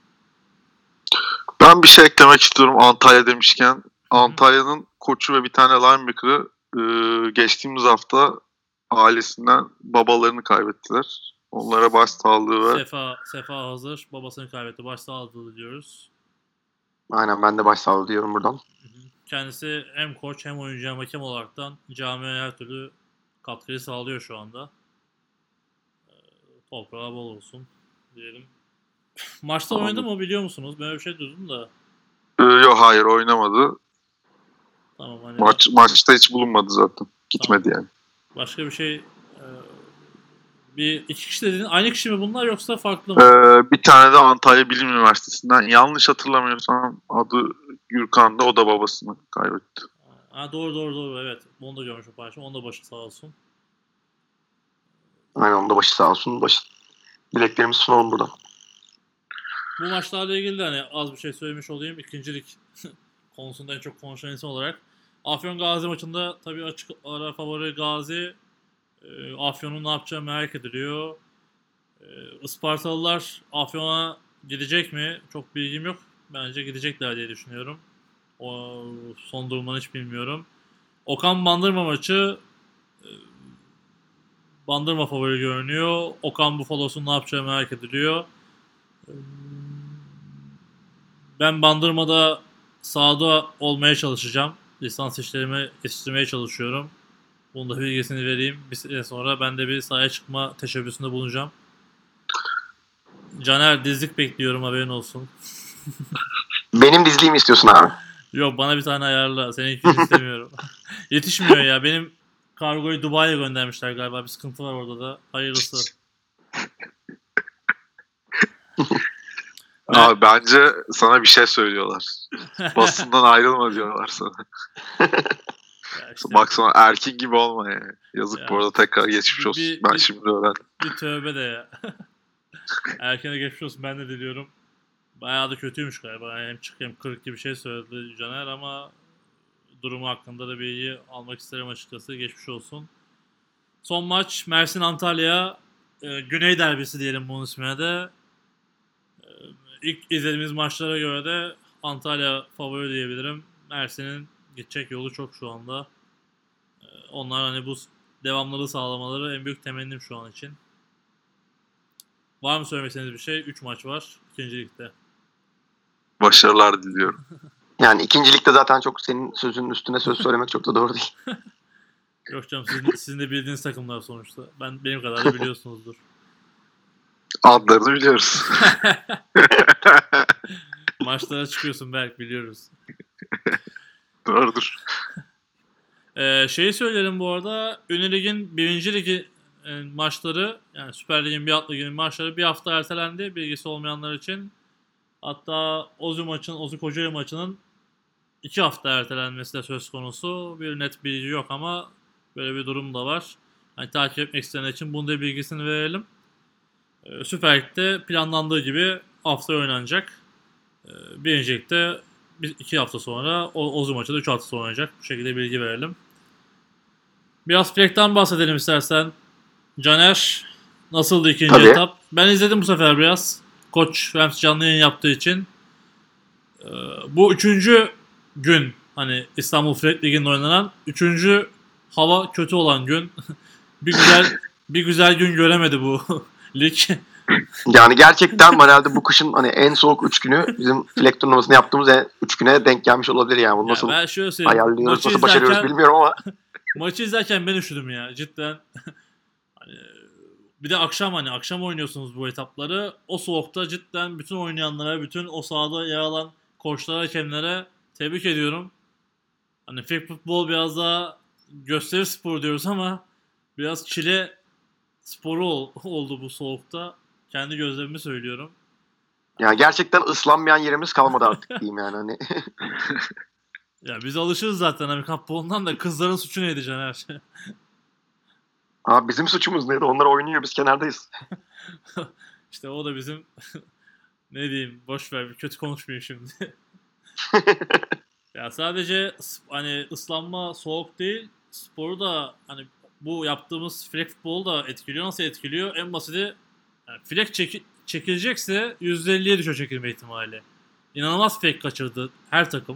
Ben bir şey eklemek istiyorum Antalya demişken. Antalya'nın koçu ve bir tane linebacker'ı e, geçtiğimiz hafta ailesinden babalarını kaybettiler. Onlara başsağlığı ve Sefa, Sefa hazır. Babasını kaybetti. Başsağlığı diliyoruz. Aynen, ben de başsağlığı diyorum buradan. Kendisi hem koç hem oyuncu hem hakem olaraktan camiaya her türlü katkıyı sağlıyor şu anda. Ee, Toprağı bol olsun diyelim. Maçta Tamam. oynadı mı biliyor musunuz? Ben öyle bir şey duydum da. e, yok hayır oynamadı. Tamam hani Maç maçta hiç bulunmadı zaten. Gitmedi yani. başka bir şey e, bir iki kişi dediğin aynı kişi mi bunlar yoksa farklı E, mı? bir tane de Antalya Bilim Üniversitesi'nden yanlış hatırlamıyorsam adı Gürkan'dı. O da babasını kaybetti. Ha, doğru doğru doğru evet. Onu da görmüş o paylaşım. Onun da başı sağ olsun. Aynen, onun da başı sağ olsun. Başı... Dileklerimizi sunalım buradan. Bu maçlarla ilgili de hani az bir şey söylemiş olayım. İkincilik konusunda en çok konuşan insan olarak. Afyon Gazi maçında tabii açık ara favori Gazi. E, Afyon'un ne yapacağı merak ediliyor. E, Ispartalılar Afyon'a gidecek mi? Çok bilgim yok. Bence gidecekler diye düşünüyorum. O son durumları hiç bilmiyorum. Okan Bandırma maçı e, Bandırma favori görünüyor. Okan Bufalos'un ne yapacağı merak ediliyor. E, Ben Bandırma'da sahada olmaya çalışacağım. Lisans işlerimi yetiştirmeye çalışıyorum. Bunun da bilgisini vereyim. Bir süre sonra ben de bir sahaya çıkma teşebbüsünde bulunacağım. Caner dizlik bekliyorum haberin olsun. Benim dizliğimi istiyorsun abi. Yok bana bir tane ayarla. Seninkini istemiyorum. Yetişmiyor ya. Benim kargoyu Dubai'ye göndermişler galiba. Bir sıkıntı var orada da. Hayırlısı. Abi bence sana bir şey söylüyorlar. Basından ayrılma diyorlar sana. Ya işte Bak sonra erkek gibi olma yani. Yazık Ya, bu arada tekrar geçmiş bir- olsun. bir- ben bir- şimdi öğrendim. bir tövbe de ya. Erkene geçmiş olsun ben de diliyorum. Bayağı da kötüymüş galiba. Yani hem çık hem kırık gibi bir şey söyledi Caner ama durumu hakkında da bilgi almak isterim açıkçası. Geçmiş olsun. Son maç Mersin Antalya e, Güney derbisi diyelim bunun ismine de. E, ilk izlediğimiz maçlara göre de Antalya favori diyebilirim. Mersin'in gidecek yolu çok şu anda. E, onlar hani bu devamlılığı sağlamaları en büyük temennim şu an için. Var mı söylemek istediğiniz bir şey? üç maç var ikinci ligde. Başarılar diliyorum. Yani ikincilikte zaten çok senin sözünün üstüne söz söylemek çok da doğru değil. Yok canım sizin, sizin de bildiğiniz takımlar sonuçta. Ben benim kadar da biliyorsunuzdur. Adlarını biliyoruz. Maçlara çıkıyorsun Berk, biliyoruz. Doğrudur. Ee, şeyi söyleyelim bu arada. Ünlü Lig'in birinci ligi e, maçları, yani Süper Lig'in bir alt liginin maçları bir hafta ertelendi bilgisi olmayanlar için. Hatta Ozu maçın, Ozu Kocaeli maçının iki hafta ertelenmesi de söz konusu. Bir net bilgi yok ama böyle bir durum da var. Yani takip etmek isteyenler için bunun da bilgisini verelim. Ee, Süper Lig'de planlandığı gibi hafta oynanacak. Ee, birinci Lig'de bir, iki hafta sonra, o, Ozu maçı da üç hafta sonra oynayacak. Bu şekilde bilgi verelim. Biraz Fleck'ten bahsedelim istersen. Caner, nasıldı ikinci Tabii. etap? Ben izledim bu sefer biraz. Koç Rams canlı yayın yaptığı için. Ee, bu üçüncü gün, hani İstanbul Fleck Ligi'nde oynanan üçüncü hava kötü olan gün. bir güzel bir güzel gün göremedi bu lig. Yani gerçekten herhalde bu kışın hani en soğuk üç günü bizim Fleck turnuvasını yaptığımız üç güne denk gelmiş olabilir yani. Bunu Ya nasıl ben şöyle söyleyeyim. ayarlıyoruz, Maçı nasıl başarıyoruz izlerken, bilmiyorum ama maçı izlerken ben üşüdüm ya cidden. Hani bir de akşam, hani akşam oynuyorsunuz bu etapları. O soğukta cidden bütün oynayanlara, bütün o sahada yer alan koçlara, hakemlere tebrik ediyorum. Hani flag futbol biraz daha gösteri sporu diyoruz ama biraz çile sporu ol- oldu bu soğukta. Kendi gözlemimi söylüyorum. yani gerçekten ıslanmayan yerimiz kalmadı artık diyeyim yani hani. Ya biz alışırız zaten Amerikan futbolundan da, kızların suçu neydi Caner? Abi bizim suçumuz neydi? Onlar oynuyor, biz kenardayız. İşte o da bizim ne diyeyim, boş ver, kötü konuşmayayım şimdi. Ya sadece s- hani ıslanma, soğuk değil, sporu da hani bu yaptığımız flag futbolu da etkiliyor. Nasıl etkiliyor? En basiti, yani flag çeki- çekilecekse yüzde elliye düşüyor çekilme ihtimali. İnanılmaz fake kaçırdı her takım.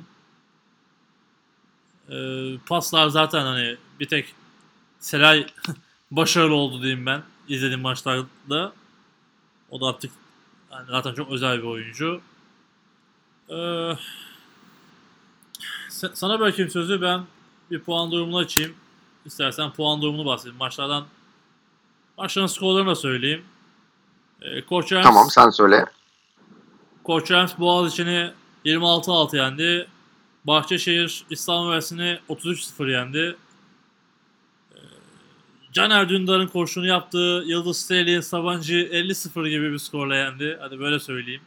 Ee, paslar zaten hani bir tek Selay başarılı oldu diyeyim ben izlediğim maçlarda. O da artık yani zaten çok özel bir oyuncu. Ee, se- sana bırakayım sözü, ben bir puan durumunu açayım. İstersen puan durumunu bahsedeyim. Maçlardan maçların skorlarını da söyleyeyim. Ee, Koç Rams, Tamam, sen söyle. Koç Rams Boğaziçi'ni yirmi altı altı yendi. Bahçeşehir İstanbul Üniversitesi'ni otuz üç sıfır yendi. Caner Dündar'ın koşunu yaptığı Yıldız Steyli'nin Sabancı elli sıfır gibi bir skorla yendi. Hadi böyle söyleyeyim.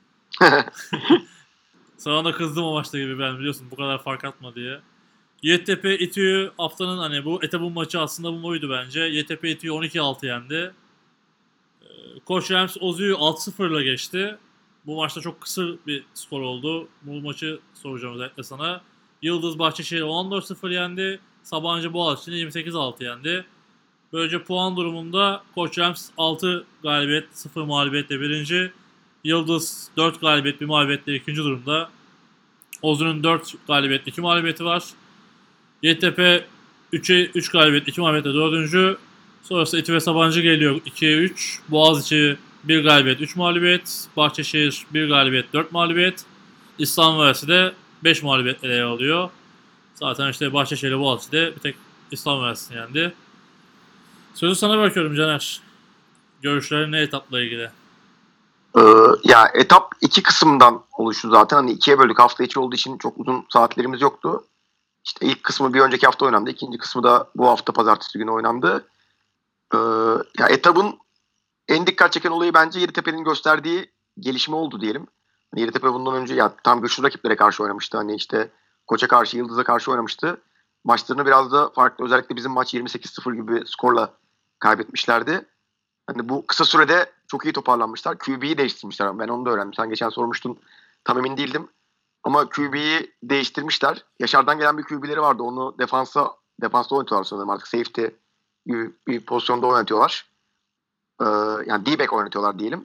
Sana da kızdım o maçta gibi, ben biliyorsun bu kadar fark atma diye. Yeditepe İTÜ'yü haftanın, hani bu etapın maçı aslında bu oydu bence. Yeditepe İTÜ'yü on iki altı yendi. Ee, Koç Rams Ozu'yu altı sıfırla geçti. Bu maçta çok kısır bir skor oldu. Bu maçı soracağım özellikle sana. Yıldız Bahçeşehir'i on dört sıfır yendi. Sabancı Boğaziçi'ni yirmi sekiz altı yendi. Böylece puan durumunda Koç Rams altı galibiyet sıfır mağlubiyetle birinci. Yıldız dört galibiyet bir mağlubiyetle ikinci durumda. Ozu'nun dört galibiyet iki mağlubiyeti var. Yeditepe üçe üç galibiyet iki mağlubiyetle dördüncü. Sonrası İTÜ ve Sabancı geliyor ikiye üç. Boğaziçi bir galibiyet üç mağlubiyet. Bahçeşehir bir galibiyet dört mağlubiyet. İstanbul Üniversitesi de beş mağlubiyetle yer alıyor. Zaten işte Bahçeşehir ile Boğaziçi'de bir tek İstanbul Üniversitesi'ni yendi. Sözü sana bırakıyorum Caner. Görüşlerin ne etapla ilgili? Ee, ya etap iki kısımdan oluştu zaten. Hani ikiye böldük. Hafta içi olduğu için çok uzun saatlerimiz yoktu. İşte ilk kısmı bir önceki hafta oynandı. İkinci kısmı da bu hafta pazartesi günü oynandı. Ee, ya etabın en dikkat çeken olayı bence Yeditepe'nin gösterdiği gelişme oldu diyelim. Hani Yeditepe bundan önce ya tam güçlü rakiplere karşı oynamıştı. Hani işte Koç'a karşı, Yıldız'a karşı oynamıştı. Maçlarını biraz da farklı. Özellikle bizim maç yirmi sekiz sıfır gibi bir skorla kaybetmişlerdi. Hani bu kısa sürede çok iyi toparlanmışlar. Q B'yi değiştirmişler. Ben onu da öğrendim. Sen geçen sormuştun. Tam emin değildim. Ama Q B'yi değiştirmişler. Yaşar'dan gelen bir Q B'leri vardı. Onu defansa defansta oynatıyorlar sanırım artık. Safety bir, bir pozisyonda oynatıyorlar. Ee, yani D-back oynatıyorlar diyelim.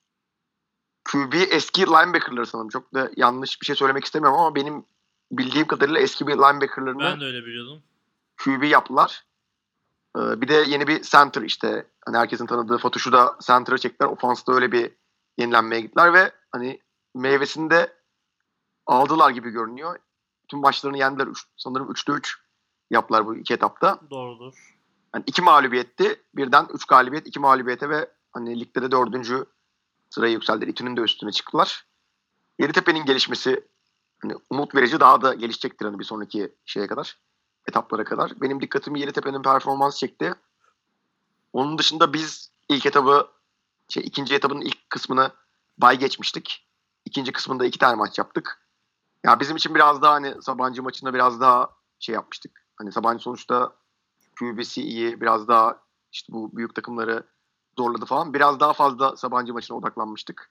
Q B eski linebacker'ları sanırım. Çok da yanlış bir şey söylemek istemiyorum ama benim bildiğim kadarıyla eski bir linebacker'larını Ben de öyle biliyordum. Q B yaptılar. Ee, bir de yeni bir center işte. Hani herkesin tanıdığı Fatuş'u da center'a çektiler. Ofans'ta öyle bir yenilenmeye gittiler ve hani meyvesini de aldılar gibi görünüyor. Tüm maçlarını yendiler. Üç, sanırım üçte üç yaptılar bu iki etapta. Doğrudur. Yani iki mağlubiyetti. Birden üç galibiyet, iki mağlubiyete ve hani ligde de dördüncü sıraya yükseldiler. İTÜ'nün de üstüne çıktılar. Yeditepe'nin gelişmesi hani umut verici, daha da gelişecektir hani bir sonraki şeye kadar, etaplara kadar. Benim dikkatimi Yeditepe'nin performansı çekti. Onun dışında biz ilk etabı, şey, ikinci etabın ilk kısmını bay geçmiştik. İkinci kısmında iki tane maç yaptık. Ya bizim için biraz daha hani Sabancı maçında biraz daha şey yapmıştık. Hani Sabancı sonuçta Q B'si iyi, biraz daha işte bu büyük takımları zorladı falan. Biraz daha fazla Sabancı maçına odaklanmıştık.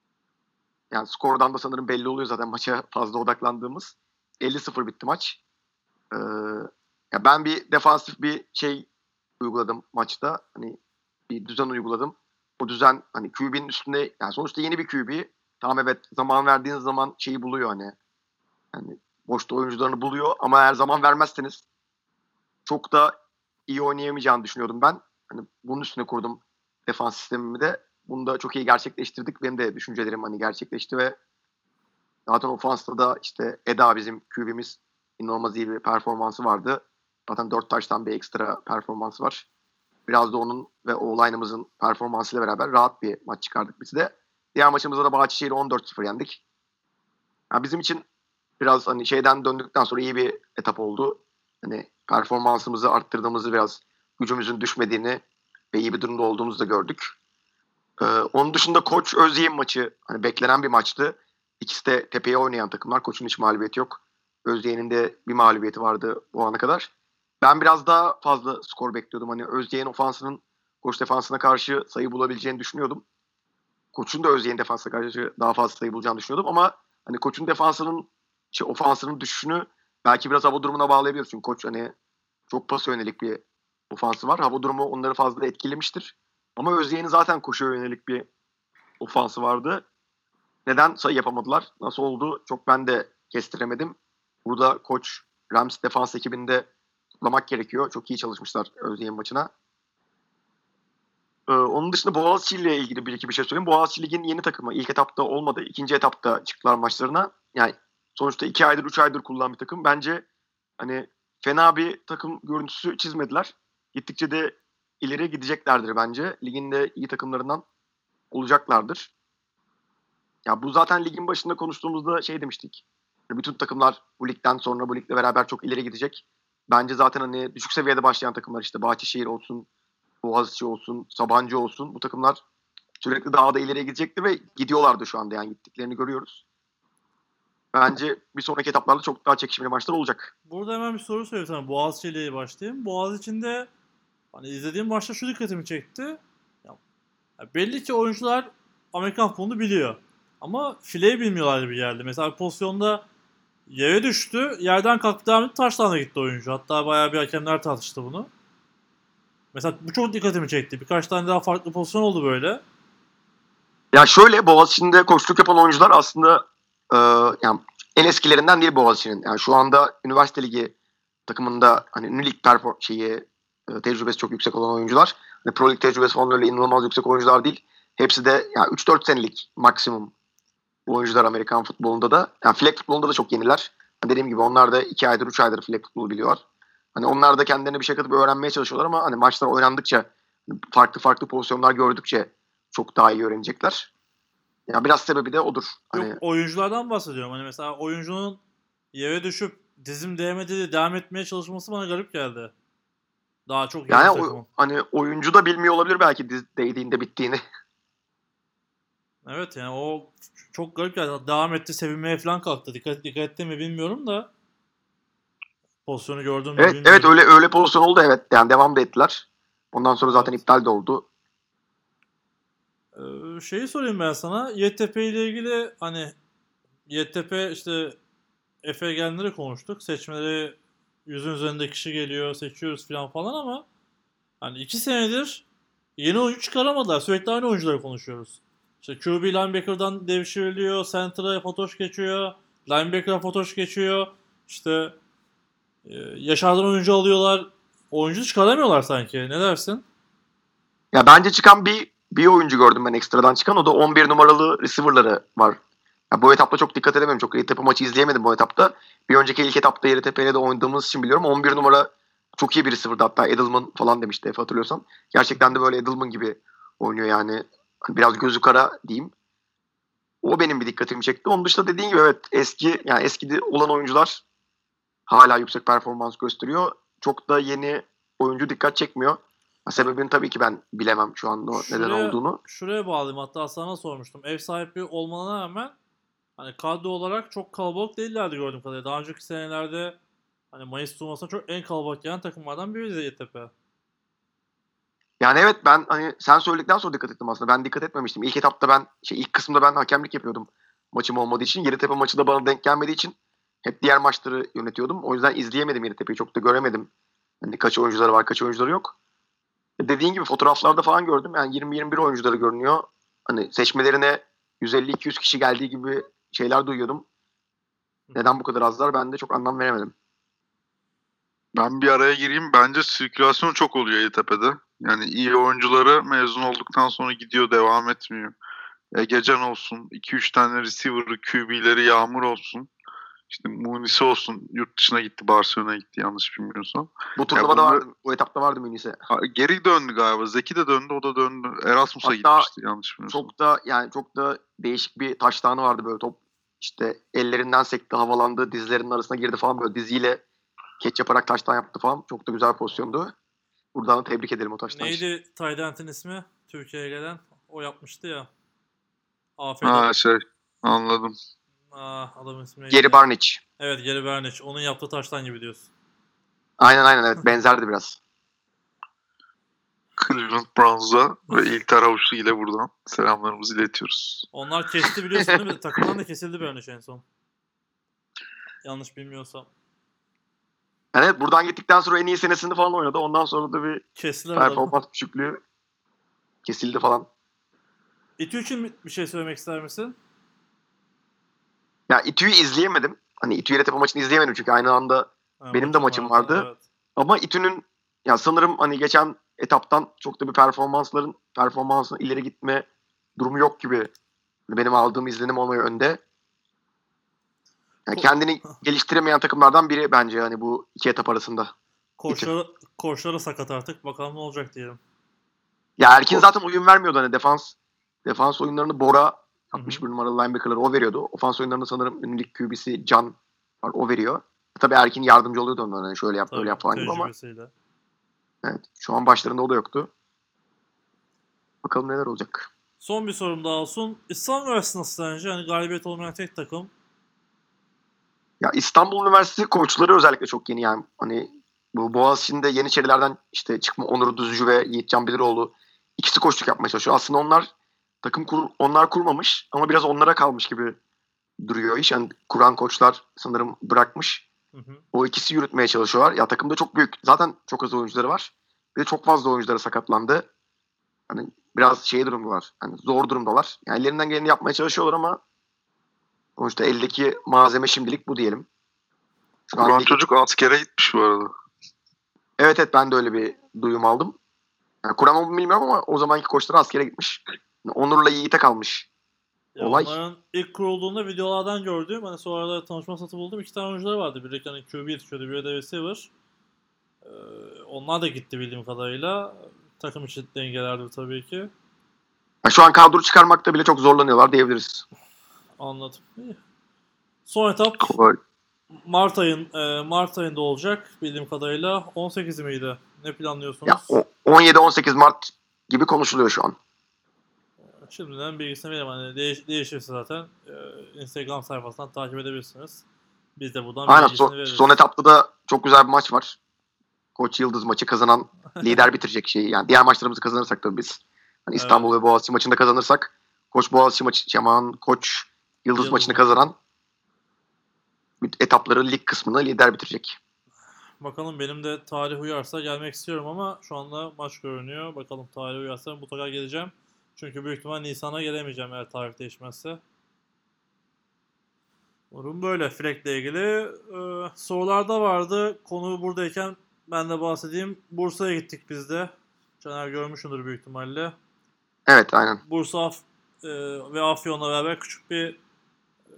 Yani skordan da sanırım belli oluyor zaten maça fazla odaklandığımız. elli sıfır bitti maç. Ee, ya ben bir defansif bir şey uyguladım maçta. Hani bir düzen uyguladım. O düzen hani Q B'nin üstünde, yani sonuçta yeni bir Q B. Tamam, evet, zaman verdiğiniz zaman şeyi buluyor hani. Yani boşta oyuncularını buluyor ama eğer zaman vermezseniz çok da iyi oynayamayacağını düşünüyordum ben. Hani bunun üstüne kurdum defans sistemimi de. Bunu da çok iyi gerçekleştirdik. Benim de düşüncelerim hani gerçekleşti ve zaten ofansta da işte Eda, bizim Q B'miz, inanılmaz iyi bir performansı vardı. Zaten dört taştan bir ekstra performansı var. Biraz da onun ve o line'ımızın performansıyla beraber rahat bir maç çıkardık biz de. Diğer maçımızda da Bahçeşehir'i on dört sıfır yendik. Yani bizim için biraz hani şeyden döndükten sonra iyi bir etap oldu. Hani performansımızı arttırdığımızı, biraz gücümüzün düşmediğini ve iyi bir durumda olduğumuzu da gördük. Ee, onun dışında Koç Özyeğin maçı hani beklenen bir maçtı. İkisi de tepeye oynayan takımlar. Koç'un hiç mağlubiyeti yok. Özyeğin'in de bir mağlubiyeti vardı bu ana kadar. Ben biraz daha fazla skor bekliyordum. Hani Özyeğin ofansının Koç defansına karşı sayı bulabileceğini düşünüyordum. Koç'un da Özyeğin defansına karşı daha fazla sayı bulacağını düşünüyordum ama hani Koç'un defansının, şey, ofansının düşüşünü belki biraz hava durumuna bağlayabiliyoruz. Çünkü Koç hani çok pas yönelik bir ofansı var. Hava durumu onları fazla etkilemiştir. Ama Özyeğin'in zaten koşuya yönelik bir ofansı vardı. Neden sayı yapamadılar? Nasıl oldu? Çok ben de kestiremedim. Burada Koç Rams defans ekibinde kutlamak gerekiyor. Çok iyi çalışmışlar Özyeğin maçına. Ee, onun dışında Boğaziçi ile ilgili bir iki bir şey söyleyeyim. Boğaziçi Lig'in yeni takımı. İlk etapta olmadı. İkinci etapta çıktılar maçlarına. Yani sonuçta iki aydır, üç aydır kullanan bir takım. Bence hani fena bir takım görüntüsü çizmediler. Gittikçe de ileriye gideceklerdir bence. Ligin de iyi takımlarından olacaklardır. Ya bu zaten ligin başında konuştuğumuzda şey demiştik. Bütün takımlar bu ligden sonra bu ligle beraber çok ileri gidecek. Bence zaten hani düşük seviyede başlayan takımlar, işte Bahçeşehir olsun, Boğaziçi olsun, Sabancı olsun, bu takımlar sürekli daha da ileriye gidecekti ve gidiyorlardı şu anda, yani gittiklerini görüyoruz. Bence bir sonraki etaplarda çok daha çekişmeli maçlar olacak. Burada hemen bir soru söyleyeyim sana. Boğaziçi ile başlayayım. Boğaziçi'nde hani izlediğim maçta şu dikkatimi çekti. Ya, ya belli ki oyuncular Amerikan futbolunu biliyor. Ama fileyi bilmiyorlar gibi geldi. Mesela bir pozisyonda yere düştü. Yerden kalktı, devam etti. Taşlarına gitti oyuncu. Hatta bayağı bir hakemler tartıştı bunu. Mesela bu çok dikkatimi çekti. Birkaç tane daha farklı pozisyon oldu böyle. Ya şöyle, Boğaziçi'nde koçluk yapan oyuncular aslında e, yani en eskilerinden değil Boğaziçi'nin. Yani şu anda üniversite ligi takımında hani ünlü lig perform şeyi e, tecrübesi çok yüksek olan oyuncular. Hani Pro Lig tecrübesi falan öyle inanılmaz yüksek oyuncular değil. Hepsi de yani üç dört senelik maksimum bu oyuncular Amerikan futbolunda da. Yani flag futbolunda da çok yeniler. Yani dediğim gibi onlar da iki aydır, üç aydır flag futbolu biliyorlar. Hani onlar da kendilerine bir şey katıp öğrenmeye çalışıyorlar ama hani maçlar oynandıkça, farklı farklı pozisyonlar gördükçe çok daha iyi öğrenecekler. Ya biraz sebebi de odur. Hani... Yok, oyunculardan bahsediyorum. Hani mesela oyuncunun yere düşüp dizim değmedi diye devam etmeye çalışması bana garip geldi. Daha çok yani o, hani oyuncu da bilmiyor olabilir belki diz değdiğinde bittiğini. Evet, yani o çok garip geldi. Devam etti, sevinmeye falan kalktı. Dikkat, dikkat etti mi bilmiyorum da pozisyonu gördüm mü evet, bilmiyorum. Evet öyle öyle pozisyon oldu, evet. Yani devam da ettiler. Ondan sonra zaten evet, iptal de oldu. Ee, şeyi sorayım ben sana. Y T P ile ilgili hani Y T P işte Efe gelenleri konuştuk. Seçmeleri yüzün üzerinde kişi geliyor, seçiyoruz falan falan ama hani iki senedir yeni oyuncu çıkaramadılar. Sürekli aynı oyuncuları konuşuyoruz. İşte Q B linebacker'dan devşiriliyor, center'a Fatoş geçiyor, linebacker'a Fatoş geçiyor. İşte e, Yaşar'dan oyuncu alıyorlar. Oyuncu çıkaramıyorlar sanki. Ne dersin? Ya bence çıkan bir bir oyuncu gördüm ben ekstradan çıkan. O da on bir numaralı receiver'ları var. Ya bu etapta çok dikkat edemedim. Çok Yeditepe maçı izleyemedim bu etapta. Bir önceki ilk etapta Yeditepe ile de oynadığımız için biliyorum. on bir numara çok iyi birisi vurdu. Hatta Edelman falan demişti Efe hatırlıyorsan. Gerçekten de böyle Edelman gibi oynuyor yani. Biraz gözü kara diyeyim. O benim bir dikkatimi çekti. Onun dışında dediğin gibi evet eski yani eski olan oyuncular hala yüksek performans gösteriyor. Çok da yeni oyuncu dikkat çekmiyor. Sebebini tabii ki ben bilemem şu anda neden Şuraya, olduğunu. şuraya bağlayayım. Hatta sana sormuştum. Ev sahibi olmalarına rağmen hani kadro olarak çok kalabalık değillerdi gördüğüm kadarıyla. Daha önceki senelerde hani Mayıs turnuvasına çok en kalabalık gelen takımlardan biriydi Yeditepe. Yani evet ben hani sen söyledikten sonra dikkat ettim aslında. Ben dikkat etmemiştim. İlk etapta ben şey ilk kısımda ben hakemlik yapıyordum maçım olmadığı için. Yeditepe maçı da bana denk gelmediği için hep diğer maçları yönetiyordum. O yüzden izleyemedim Yeditepe'yi. Çok da göremedim. Hani kaç oyuncuları var, kaç oyuncuları yok. Dediğin gibi fotoğraflarda falan gördüm. Yani yirmi yirmi bir oyuncuları görünüyor. Hani seçmelerine yüz elli iki yüz kişi geldiği gibi şeyler duyuyordum. Neden bu kadar azlar ben de çok anlam veremedim. Ben bir araya gireyim. Bence sirkülasyon çok oluyor Yeditepe'de. Yani iyi oyuncuları mezun olduktan sonra gidiyor, devam etmiyor. Egecan olsun, iki üç tane receiver'ı, Q B'leri Yağmur olsun. İşte Munisi olsun, yurt dışına gitti, Barcelona'ya gitti yanlış bilmiyorsam. Bu turnuvada bunlar- vardı. Bu etapta vardı Münise. Ha, geri döndü galiba. Zeki de döndü, o da döndü. Erasmus'a Hatta gitmişti yanlış bilmiyorsam. Çok da yani çok da değişik bir taştanı vardı böyle top. İşte ellerinden sekti, havalandı, dizlerinin arasına girdi falan böyle diziyle keç yaparak taştan yaptı falan. Çok da güzel bir pozisyondu. Buradan da tebrik edelim o taştan için. Neydi Tydent'in ismi? Türkiye'ye gelen. O yapmıştı ya. Aferin. Ha şey, anladım. Ah, adamın ismi neydi Geri ya? Barnich. Evet, Geri Bernic. Onun yaptığı taştan gibi diyorsun. Aynen aynen evet benzerdi biraz. Cleveland Browns'a ve İlter Avuçlu ile buradan selamlarımızı iletiyoruz. Onlar kesti biliyorsun değil mi? Takımdan da kesildi Bernic en son. Yanlış bilmiyorsam. Yani evet buradan gittikten sonra en iyi senesini falan oynadı. Ondan sonra da bir Kestiler adamı. performans düşüklüğü kesildi falan. İTÜ için bir şey söylemek ister misin? Ya İTÜ'yü izleyemedim. Hani İTÜ Yeditepe maçını izleyemedim çünkü aynı anda Ha, benim de maçım vardı. Evet. Ama İTÜ'nün ya sanırım hani geçen etaptan çok da bir performansların performansın ileri gitme durumu yok gibi. Benim aldığım izlenim olmuyor önde. Yani kendini geliştiremeyen takımlardan biri bence yani bu iki etap arasında. Koçları, koçları sakat artık. Bakalım ne olacak diyelim. Ya Erkin zaten oyun vermiyordu hani defans defans oyunlarını Bora altmış bir Hı hı. numaralı linebacker'ları o veriyordu. Ofans oyunlarını sanırım ünlük Q B'si Can var o veriyor. Tabii Erkin yardımcı oluyordu onlara. Yani şöyle yap böyle yap falan gibi ama Tecrübesiyle. evet, şu an başlarında o da yoktu. Bakalım neler olacak. Son bir sorum daha olsun. İstanbul Üniversitesi nasıl sence? Hani galibiyet olmayan tek takım. Ya İstanbul Üniversitesi koçları özellikle çok yeni yani. Hani bu Boğaziçi'nde Yeniçerilerden işte çıkma Onur Düzücü ve Yiğitcan Biliroğlu ikisi koçluk yapmaya çalışıyor. Aslında onlar takım kur, onlar kurmamış ama biraz onlara kalmış gibi duruyor iş. Yani kuran koçlar sanırım bırakmış. Hı hı. O ikisi yürütmeye çalışıyorlar. Ya takımda çok büyük zaten çok az oyuncuları var. Bir de çok fazla oyuncuları sakatlandı. Hani biraz şey durumdalar. Hani zor durumdalar. Yani ellerinden geleni yapmaya çalışıyorlar ama sonuçta eldeki malzeme şimdilik bu diyelim. Şu an Kuran lig- çocuk askere gitmiş bu arada. Evet evet ben de öyle bir duyum aldım. Yani Kur'an olduğunu bilmiyorum ama o zamanki koçları askere gitmiş. Onur'la Yiğit'e kalmış. Ya Olay. onların ilk kurulduğunda videolardan gördüğüm hani sonra da tanışma satı buldum. İki tane oyuncuları vardı. Biri hani Q B yetişiyordu, biri de receiver. Ee, onlar da gitti bildiğim kadarıyla. Takım içi dengelerdi tabii ki. Yani şu an kadro çıkarmakta bile çok zorlanıyorlar diyebiliriz. Anladım. İyi. Son etap Kolay. Mart ayın e, Mart ayında olacak bildiğim kadarıyla. on sekiz miydi? Ne planlıyorsunuz? Ya o- on yedi on sekiz Mart gibi konuşuluyor şu an. Şimdiden bilgisini vereyim. Hani değiş, değişirse zaten e, Instagram sayfasından takip edebilirsiniz. Biz de buradan Aynen bilgisini son, veririz. son etapta da çok güzel bir maç var. Koç Yıldız maçı kazanan lider bitirecek şeyi. Yani diğer maçlarımızı kazanırsak tabii biz. Hani İstanbul Evet. ve Boğaziçi maçında kazanırsak Koç Boğaziçi maçı, Yaman Koç Yıldız, Yıldız maçını maçı. kazanan etapları lig kısmını lider bitirecek. Bakalım benim de tarih uyarsa gelmek istiyorum ama şu anda maç görünüyor. Bakalım tarih uyarsa mutlaka geleceğim. Çünkü büyük ihtimal Nisan'a gelemeyeceğim eğer tarih değişmezse. Durum böyle Frek'le ilgili. Ee, sorularda vardı. Konu buradayken ben de bahsedeyim. Bursa'ya gittik biz de. Caner görmüşsündür büyük ihtimalle. Evet aynen. Bursa Af- e, ve Afyon'la beraber küçük bir e,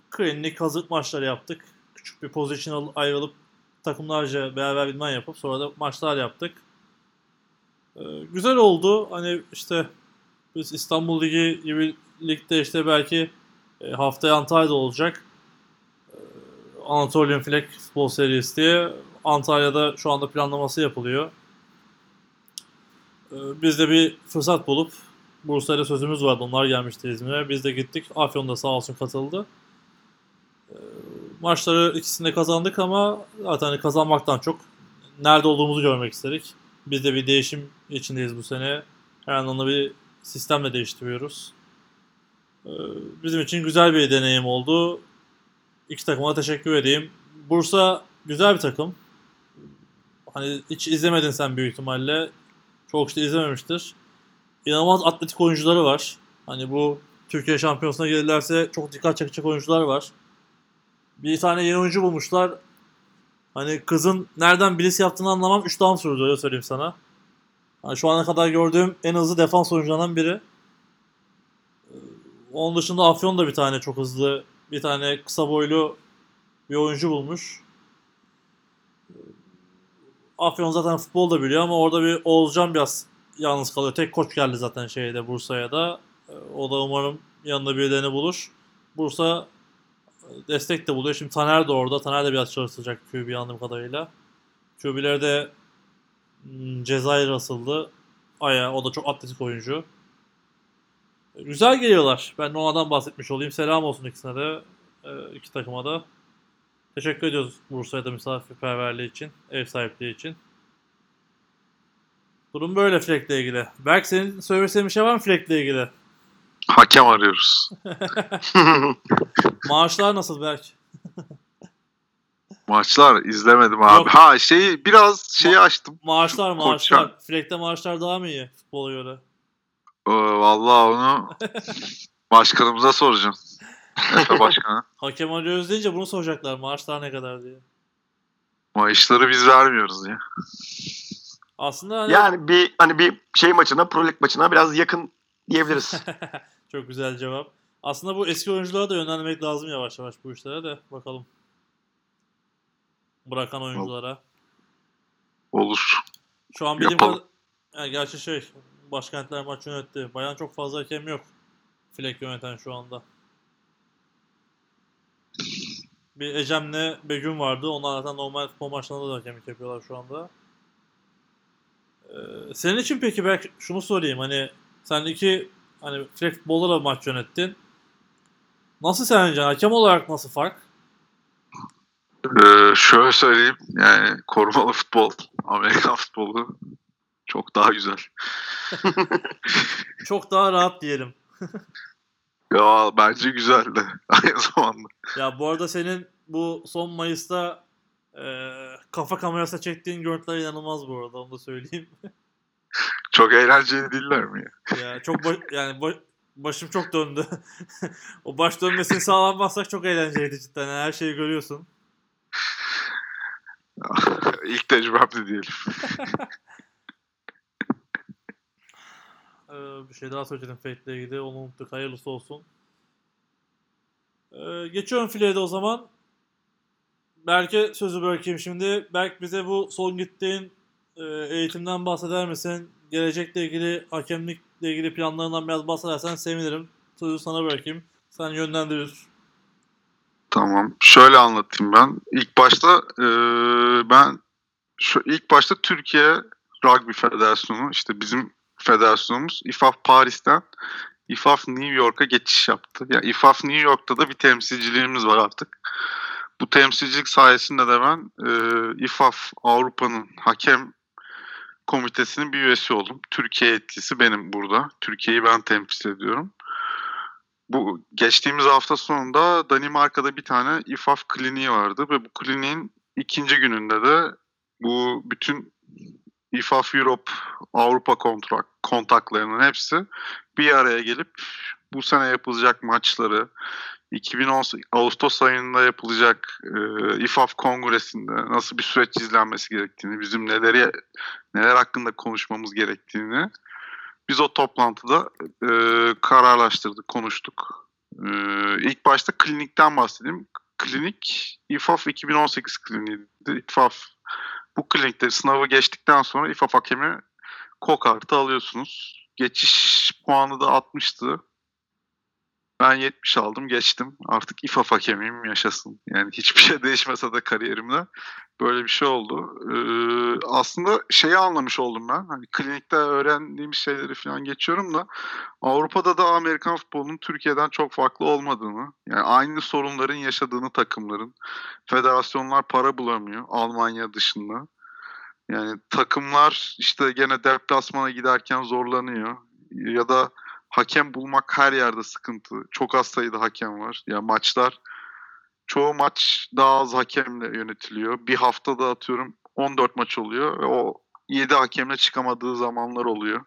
klinik hazırlık maçları yaptık. Küçük bir positional ayrılıp takımlarca beraber idman yapıp sonra da maçlar yaptık. Ee, güzel oldu. Hani işte biz İstanbul Ligi gibi ligde işte belki e, haftaya Antalya'da olacak. Ee, Anatolian Flag Futbol Serisi diye. Antalya'da şu anda planlaması yapılıyor. Ee, biz de bir fırsat bulup Bursa'yla sözümüz vardı. Onlar gelmişti İzmir'e. Biz de gittik. Afyon'da sağ olsun katıldı. Ee, maçları ikisini de kazandık ama zaten hani kazanmaktan çok nerede olduğumuzu görmek istedik. Biz de bir değişim içindeyiz bu sene. Her anlamda bir sistemle değiştiriyoruz. Ee, bizim için güzel bir deneyim oldu. İki takıma teşekkür edeyim. Bursa güzel bir takım. Hani hiç izlemedin sen büyük ihtimalle. Çok işte izlememiştir. İnanılmaz atletik oyuncuları var. Hani bu Türkiye Şampiyonası'na gelirlerse çok dikkat çekecek oyuncular var. Bir tane yeni oyuncu bulmuşlar. Hani kızın nereden bilis yaptığını anlamam üç down sürdü öyle söyleyeyim sana. Yani şu ana kadar gördüğüm en hızlı defans oyuncularından biri. Onun dışında Afyon da bir tane çok hızlı, bir tane kısa boylu bir oyuncu bulmuş. Afyon zaten futbol da biliyor ama orada bir Oğuzcan biraz yalnız kalıyor. Tek koç geldi zaten şeyde Bursa'ya da. O da umarım yanında birilerini bulur. Bursa destek de buluyor. Şimdi Taner de orada. Taner de biraz çalışacak Q B anladığım kadarıyla. Q B'leri de hmm, Cezayir asıldı. Aya o da çok atletik oyuncu. Güzel geliyorlar. Ben de onlardan bahsetmiş olayım. Selam olsun ikisine de. iki takıma da. Teşekkür ediyoruz Bursa'ya da misafirperverliği için. Ev sahipliği için. Durum böyle Fleck'le ilgili. Berk senin söylemek istediğin bir şey var mı Fleck'le ilgili? Hakem arıyoruz. Maaşlar nasıl Berk? Maçlar izlemedim abi. Yok. Ha şeyi biraz şeyi açtım. Maaşlar Şu maaşlar. koça. Fleck'te maaşlar daha mı iyi futbola göre? Ee, vallahi onu başkanımıza soracağım. Efe başkanı. Hakem arıyoruz deyince bunu soracaklar. Maaşlar ne kadar diye. Maaşları biz vermiyoruz ya. Aslında hani... Yani bir hani bir şey maçına, Pro Lig maçına biraz yakın diyebiliriz. Çok güzel cevap. Aslında bu eski oyunculara da yönlendirmek lazım yavaş yavaş bu işlere de. Bakalım. Bırakan oyunculara. Olur. Şu an bildiğim Yapalım. kadar... Yani gerçi şey, başkentler maç yönetti. Bayan çok fazla hakem yok. Fleck yöneten şu anda. Bir Ecem'le Begüm vardı. Onlar zaten normal futbol maçlarında da hakemlik yapıyorlar şu anda. Ee, senin için peki belki şunu sorayım. Hani sen iki hani Fleck futbolda da maç yönettin. Nasıl sence? Hakem olarak nasıl fark? Ee, şöyle söyleyeyim. Yani korumalı futbol, Amerikan futbolu çok daha güzel. Çok daha rahat diyelim. Ya bence güzeldi aynı zamanda. Ya bu arada senin bu son Mayıs'ta e, kafa kamerasına çektiğin görüntüler inanılmaz bu arada, onu da söyleyeyim. Çok eğlenceli değiller mi ya? Ya çok ba- yani ba- başım çok döndü. O baş dönmesini sağlamazsak çok eğlenceliydi cidden. Yani her şeyi görüyorsun. İlk tecrübemdi diyelim. Ee, bir şey daha söyleyeceğim Fate'le ilgili. Onu unuttuk. Hayırlısı olsun. Ee, geçiyorum fileye de o zaman. Berk'e sözü bırakayım şimdi. Berk, bize bu son gittiğin e, eğitimden bahseder misin? Gelecekle ilgili, hakemlikle ilgili planlarından biraz bahsedersen sevinirim. Sözü sana bırakayım. Sen yönlendirir. Tamam. Şöyle anlatayım ben. İlk başta e, ben şu ilk başta Türkiye Rugby Federasyonu, işte bizim federasyonumuz İ F A F Paris'ten İ F A F New York'a geçiş yaptı. Yani İ F A F New York'ta da bir temsilciliğimiz var artık. Bu temsilcilik sayesinde de ben e, İ F A F Avrupa'nın hakem komitesinin bir üyesi oldum. Türkiye etkisi benim burada. Türkiye'yi ben temsil ediyorum. Bu geçtiğimiz hafta sonunda Danimarka'da bir tane İ F A F kliniği vardı ve bu kliniğin ikinci gününde de bu bütün İ F A F Europe, Avrupa kontrak, kontaklarının hepsi bir araya gelip bu sene yapılacak maçları, iki bin on Ağustos ayında yapılacak e, İ F A F kongresinde nasıl bir süreç izlenmesi gerektiğini, bizim neleri neler hakkında konuşmamız gerektiğini biz o toplantıda e, kararlaştırdık, konuştuk. Ee, ilk başta klinikten bahsedeyim. Klinik İFAF iki bin on sekiz kliniğiydi. İFAF bu klinikte sınavı geçtikten sonra İFAF hakemi kokartı alıyorsunuz. Geçiş puanı da altmıştı. Ben yetmiş aldım, geçtim. Artık İFAF hakemiyim, yaşasın. Yani hiçbir şey değişmese de kariyerimde böyle bir şey oldu. Ee, aslında şeyi anlamış oldum ben. Hani klinikte öğrendiğim şeyleri falan geçiyorum da Avrupa'da da Amerikan futbolunun Türkiye'den çok farklı olmadığını, yani aynı sorunların yaşadığını takımların, federasyonlar para bulamıyor Almanya dışında. Yani takımlar işte gene deplasmana giderken zorlanıyor. Ya da hakem bulmak her yerde sıkıntı. Çok az sayıda hakem var. Ya maçlar, çoğu maç daha az hakemle yönetiliyor. Bir haftada atıyorum on dört maç oluyor ve o yedi hakemle çıkamadığı zamanlar oluyor.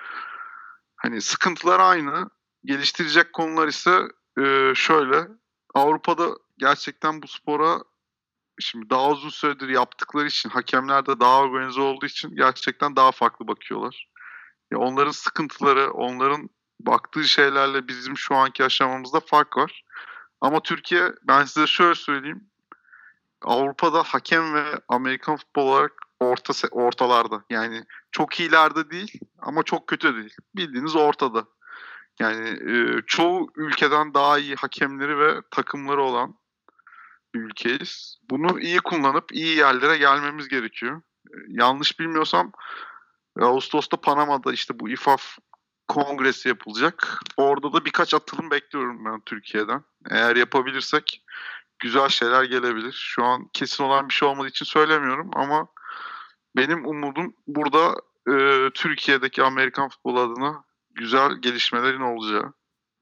Hani sıkıntılar aynı. Geliştirecek konular ise e, şöyle. Avrupa'da gerçekten bu spora şimdi daha uzun süredir yaptıkları için, hakemler de daha organize olduğu için gerçekten daha farklı bakıyorlar. Ya onların sıkıntıları, onların baktığı şeylerle bizim şu anki aşamamızda fark var. Ama Türkiye, ben size şöyle söyleyeyim. Avrupa'da hakem ve Amerikan futbol olarak orta ortalarda. Yani çok iyilerde değil ama çok kötü değil. Bildiğiniz ortada. Yani e, çoğu ülkeden daha iyi hakemleri ve takımları olan bir ülkeyiz. Bunu iyi kullanıp iyi yerlere gelmemiz gerekiyor. E, yanlış bilmiyorsam Ağustos'ta Panama'da işte bu İFAF kongresi yapılacak. Orada da birkaç atılım bekliyorum ben Türkiye'den. Eğer yapabilirsek güzel şeyler gelebilir. Şu an kesin olan bir şey olmadığı için söylemiyorum ama benim umudum burada e, Türkiye'deki Amerikan futbolu adına güzel gelişmelerin olacağı.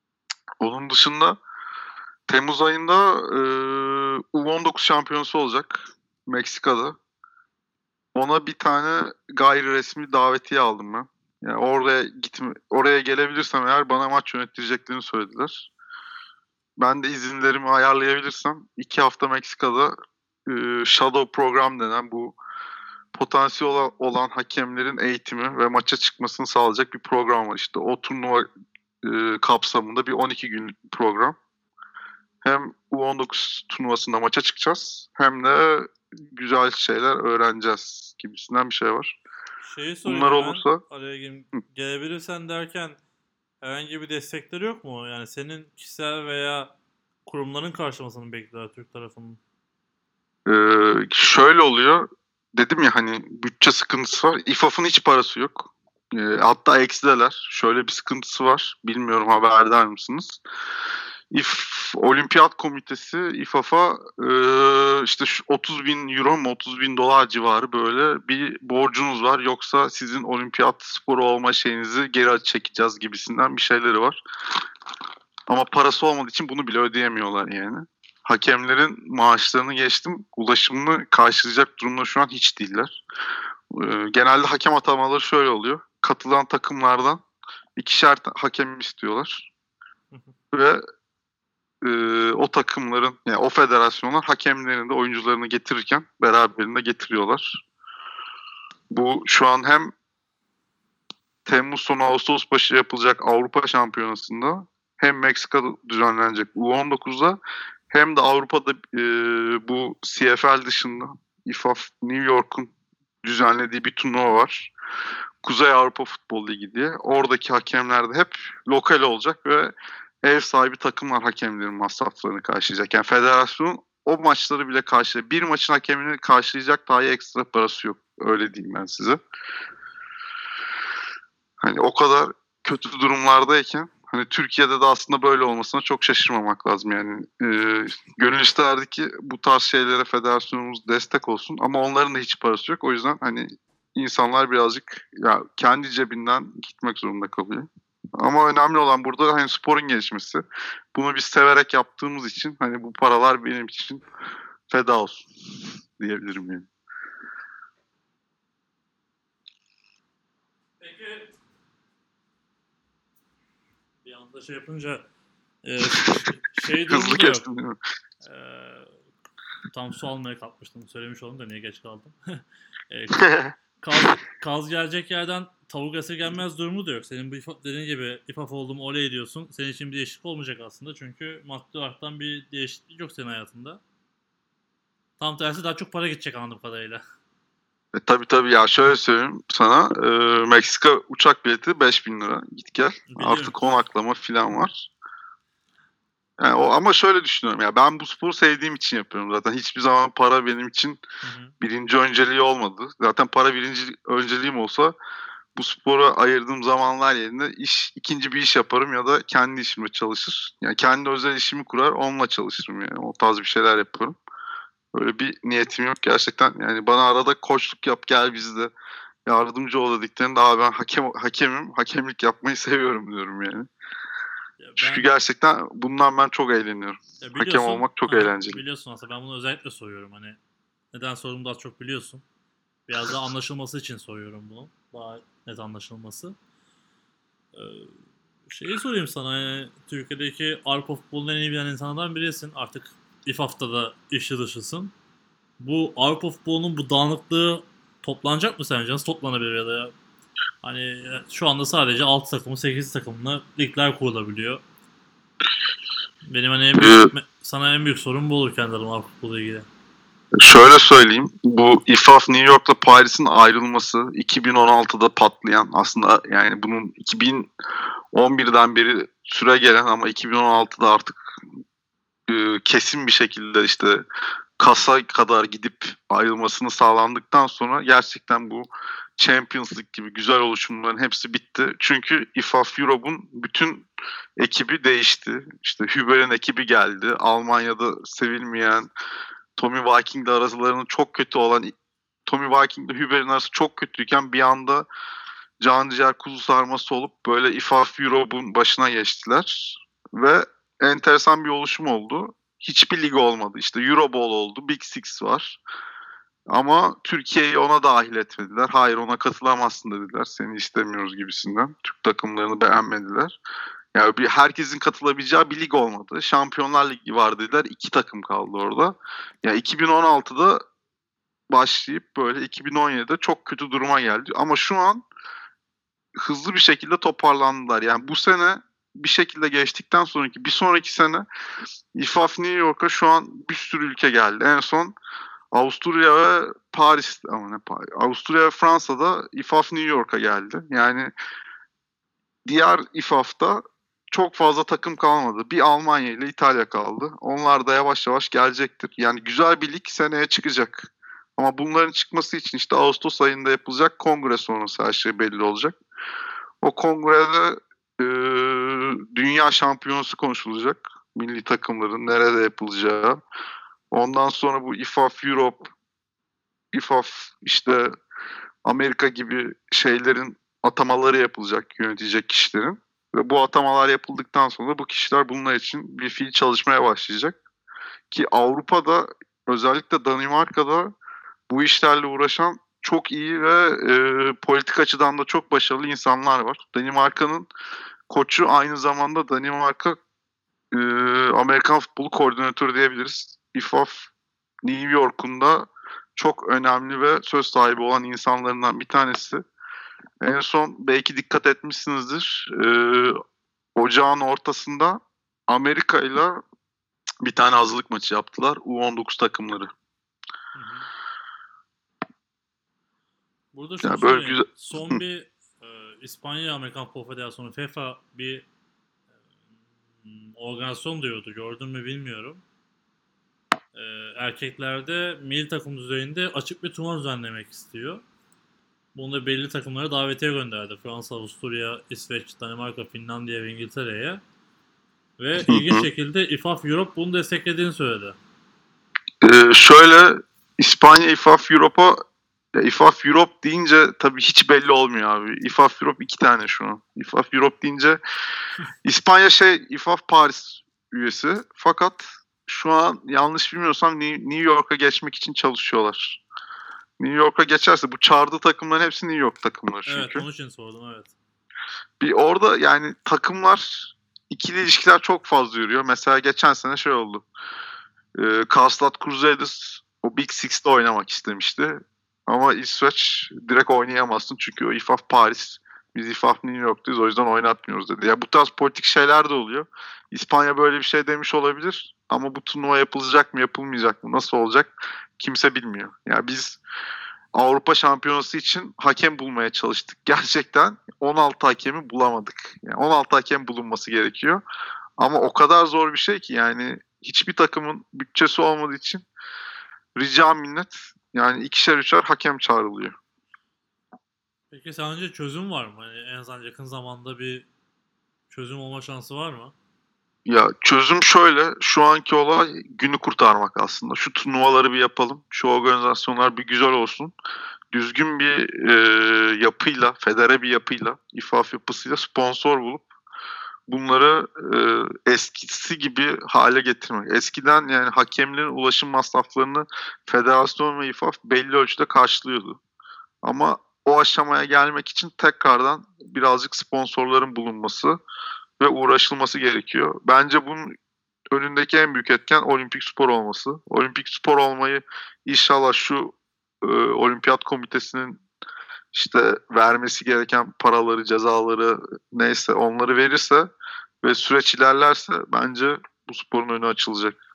Onun dışında Temmuz ayında e, U on dokuz şampiyonası olacak Meksika'da. Ona bir tane gayri resmi davetiye aldım ben. Yani oraya gitme, oraya gelebilirsem eğer bana maç yönettireceklerini söylediler. Ben de izinlerimi ayarlayabilirsem iki hafta Meksika'da e, Shadow program denen bu potansiyel olan, olan hakemlerin eğitimi ve maça çıkmasını sağlayacak bir program var. İşte o turnuva e, kapsamında bir on iki günlük program. Hem U on dokuz turnuvasında maça çıkacağız hem de güzel şeyler öğreneceğiz gibisinden bir şey var. Şeyi sorayım Bunlar ben, olursa araya gireyim. Gelebilirsen derken herhangi bir destekleri yok mu? Yani senin kişisel veya kurumların karşılamasını bekliyorlar Türk tarafının. e, şöyle oluyor. Dedim ya hani bütçe sıkıntısı var. İFAF'ın hiç parası yok. E, hatta eksideler. Şöyle bir sıkıntısı var. Bilmiyorum, haberdar mısınız? İF Olimpiyat Komitesi İFAF'a e, işte şu otuz bin euro mu otuz bin dolar civarı böyle bir borcunuz var. Yoksa sizin olimpiyat sporu olma şeyinizi geri çekeceğiz gibisinden bir şeyleri var. Ama parası olmadığı için bunu bile ödeyemiyorlar yani. Hakemlerin maaşlarını geçtim, ulaşımını karşılayacak durumda şu an hiç değiller. Ee, genelde hakem atamaları şöyle oluyor. Katılan takımlardan ikişer hakem istiyorlar. Ve e, o takımların, yani o federasyonlar hakemlerini de oyuncularını getirirken beraberinde getiriyorlar. Bu şu an hem Temmuz sonu Ağustos başı yapılacak Avrupa Şampiyonası'nda hem Meksika'da düzenlenecek U on dokuzda hem de Avrupa'da e, bu C F L dışında İFAF New York'un düzenlediği bir turnuva var. Kuzey Avrupa Futbol Ligi diye. Oradaki hakemler de hep lokal olacak ve ev sahibi takımlar hakemlerin masraflarını karşılayacak. Yani federasyon o maçları bile karşılayacak. Bir maçın hakemini karşılayacak dahi ekstra parası yok. Öyle diyeyim ben size. Hani o kadar kötü durumlardayken hani Türkiye'de de aslında böyle olmasına çok şaşırmamak lazım yani. E, gönül isterdi ki bu tarz şeylere federasyonumuz destek olsun ama onların da hiç parası yok. O yüzden hani insanlar birazcık ya kendi cebinden gitmek zorunda kalıyor. Ama önemli olan burada hani sporun gelişmesi. Bunu biz severek yaptığımız için hani bu paralar benim için feda olsun diyebilirim yani. Peki bir anda şey yapınca e, şey Hızlı durumu da yok. kestim değil mi? E, tam su almaya kalkmıştım. Söylemiş oldum da niye geç kaldım. e, kaz, kaz gelecek yerden tavuk esirgenmez durumu da yok. Senin bu İFA- dediğin gibi İFAF oldum oley diyorsun. Senin için bir değişiklik olmayacak aslında. Çünkü maddi olaraktan bir değişiklik yok senin hayatında. Tam tersi daha çok para gidecek anladığım kadarıyla. E, tabii tabii ya şöyle söyleyeyim sana. E, Meksika uçak bileti beş bin lira git gel. Biliyorum. Artı konaklama filan var. Yani o, ama şöyle düşünüyorum ya ben bu sporu sevdiğim için yapıyorum zaten. Hiçbir zaman para benim için Hı hı. birinci önceliği olmadı. Zaten para birinci önceliğim olsa bu spora ayırdığım zamanlar yerine iş ikinci bir iş yaparım ya da kendi işimle çalışır. Yani kendi özel işimi kurar onunla çalışırım yani. O tarz bir şeyler yaparım. Böyle bir niyetim yok gerçekten. Yani bana arada koçluk yap gel bizde yardımcı ol dediklerinde daha ben hakem hakemim. Hakemlik yapmayı seviyorum diyorum yani. Ya Çünkü ben gerçekten bundan ben çok eğleniyorum. ya Hakem biliyorsun, olmak çok aha, eğlenceli. biliyorsun aslında ben bunu özellikle soruyorum. Hani neden sorduğumu daha çok biliyorsun. Biraz daha anlaşılması için soruyorum bunu. Daha net anlaşılması. Ee, şeyi sorayım sana. Yani Türkiye'deki Avrupa futbolunu en iyi bilen insanlardan birisin. Artık İFAF'ta da işi dışısın. Bu Avrupa futbolunun bu dağınıklığı toplanacak mı sence? Nasıl toplanabilir ya da hani şu anda sadece altı takımı sekiz takımlı ligler kurulabiliyor. Benim hani en Ee, büyük sana en büyük sorun bu olur kendi adıma Avrupa futbolu ilgili. Şöyle söyleyeyim. Bu İFAF New York'la Paris'in ayrılması iki bin on altıda patlayan aslında yani bunun iki bin on birden beri süre gelen ama iki bin on altıda artık e, kesin bir şekilde işte kasa kadar gidip ayrılmasını sağlandıktan sonra gerçekten bu Champions League gibi güzel oluşumların hepsi bitti. Çünkü İFAF Europe'un bütün ekibi değişti. İşte Hüber'in ekibi geldi. Almanya'da sevilmeyen Tommy Viking'le aralarının çok kötü olan Tommy Viking'le Hüber'in arası çok kötüyken bir anda can ciğer kuzu sarması olup böyle İFAF Europe'un başına geçtiler. Ve enteresan bir oluşum oldu. Hiçbir lig olmadı. İşte Euroball oldu. Big Six var. Ama Türkiye'yi ona dahil etmediler. Hayır ona katılamazsın dediler. Seni istemiyoruz gibisinden. Türk takımlarını beğenmediler. Yani bir herkesin katılabileceği bir lig olmadı. Şampiyonlar Ligi var dediler. İki takım kaldı orada. Yani iki bin on altıda başlayıp böyle iki bin on yedide çok kötü duruma geldi. Ama şu an hızlı bir şekilde toparlandılar. Yani bu sene bir şekilde geçtikten sonraki bir sonraki sene İFAF New York'a şu an bir sürü ülke geldi. En son Avusturya ve Paris ama ne Paris, Avusturya ve Fransa'da İFAF New York'a geldi. Yani diğer İFAF'ta çok fazla takım kalmadı. Bir Almanya ile İtalya kaldı. Onlar da yavaş yavaş gelecektir. Yani güzel bir lig seneye çıkacak. Ama bunların çıkması için işte Ağustos ayında yapılacak kongre sonrası her şey belli olacak. O kongrede e, dünya şampiyonası konuşulacak. Milli takımların nerede yapılacağı. Ondan sonra bu İFAF Europe, İFAF işte Amerika gibi şeylerin atamaları yapılacak yönetecek kişilerin. Ve bu atamalar yapıldıktan sonra bu kişiler bunlar için bir fiil çalışmaya başlayacak. Ki Avrupa'da özellikle Danimarka'da bu işlerle uğraşan çok iyi ve e, politik açıdan da çok başarılı insanlar var. Danimarka'nın koçu aynı zamanda Danimarka e, Amerikan futbolu koordinatörü diyebiliriz. İFAF New York'un da çok önemli ve söz sahibi olan insanlarından bir tanesi. En son belki dikkat etmişsinizdir. E, ocağın ortasında Amerika ile bir tane hazırlık maçı yaptılar. U on dokuz takımları. Hı hı. Burada şunu Yani böyle söyleyeyim. güzel. Son bir e, İspanya Amerikan Futbol Federasyonu FIFA bir e, organizasyon diyordu. Gördün mü bilmiyorum. E, erkeklerde milli takım düzeyinde açık bir turnuva düzenlemek istiyor. Bunu da belli takımlara davetiye gönderdi. Fransa, Avusturya, İsveç, Danimarka, Finlandiya ve İngiltere'ye. Ve ilginç şekilde İFAF Europe bunu desteklediğini söyledi. Ee, şöyle İspanya İFAF Europa İFAF Europe deyince tabii hiç belli olmuyor abi. İFAF Europe iki tane şu an. İFAF Europe deyince İspanya şey İFAF Paris üyesi. Fakat şu an yanlış bilmiyorsam New York'a geçmek için çalışıyorlar. New York'a geçerse bu çağırdığı takımların hepsi New York takımları çünkü. Evet, onun için sordum, evet. Bir orada yani takımlar ikili ilişkiler çok fazla yürüyor. Mesela geçen sene şey oldu. E, Karlstad Crusaders o Big Six'te oynamak istemişti. Ama İsveç direkt oynayamazsın çünkü o İFAF Paris. Biz İFAF New York'tayız o yüzden oynatmıyoruz dedi. Ya bu tarz politik şeyler de oluyor. İspanya böyle bir şey demiş olabilir ama bu turnuva yapılacak mı yapılmayacak mı nasıl olacak kimse bilmiyor. Ya biz Avrupa Şampiyonası için hakem bulmaya çalıştık. Gerçekten on altı hakemi bulamadık. Yani on altı hakem bulunması gerekiyor. Ama o kadar zor bir şey ki yani hiçbir takımın bütçesi olmadığı için rica minnet yani ikişer üçer hakem çağrılıyor. Peki sence çözüm var mı? Hani en azından yakın zamanda bir çözüm olma şansı var mı? Ya çözüm şöyle, şu anki olay günü kurtarmak aslında. Şu turnuvaları bir yapalım, şu organizasyonlar bir güzel olsun. Düzgün bir e, yapıyla, federe bir yapıyla, İFAF yapısıyla sponsor bulup bunları e, eskisi gibi hale getirmek. Eskiden yani hakemlerin ulaşım masraflarını federasyon ve İFAF belli ölçüde karşılıyordu. Ama o aşamaya gelmek için tekrardan birazcık sponsorların bulunması ve uğraşılması gerekiyor. Bence bunun önündeki en büyük etken olimpik spor olması. Olimpik spor olmayı inşallah şu e, olimpiyat komitesinin işte vermesi gereken paraları, cezaları neyse onları verirse ve süreç ilerlerse bence bu sporun önü açılacak.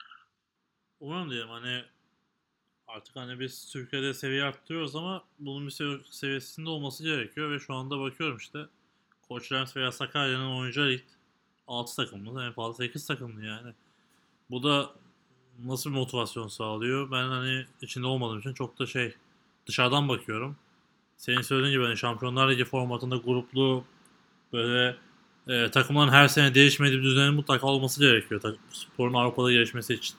Umarım diyelim hani artık hani biz Türkiye'de seviye arttırıyoruz ama bunun bir sev- seviyesinde olması gerekiyor ve şu anda bakıyorum işte Koç Rams veya Sakarya'nın oyuncuları lig altı takımlı en fazla sekiz takımlı yani. Bu da nasıl bir motivasyon sağlıyor? Ben hani içinde olmadığım için çok da şey dışarıdan bakıyorum. Senin söylediğin gibi hani Şampiyonlar Ligi formatında gruplu böyle e, takımların her sene değişmediği bir düzenin mutlaka olması gerekiyor tak- sporun Avrupa'da gelişmesi için.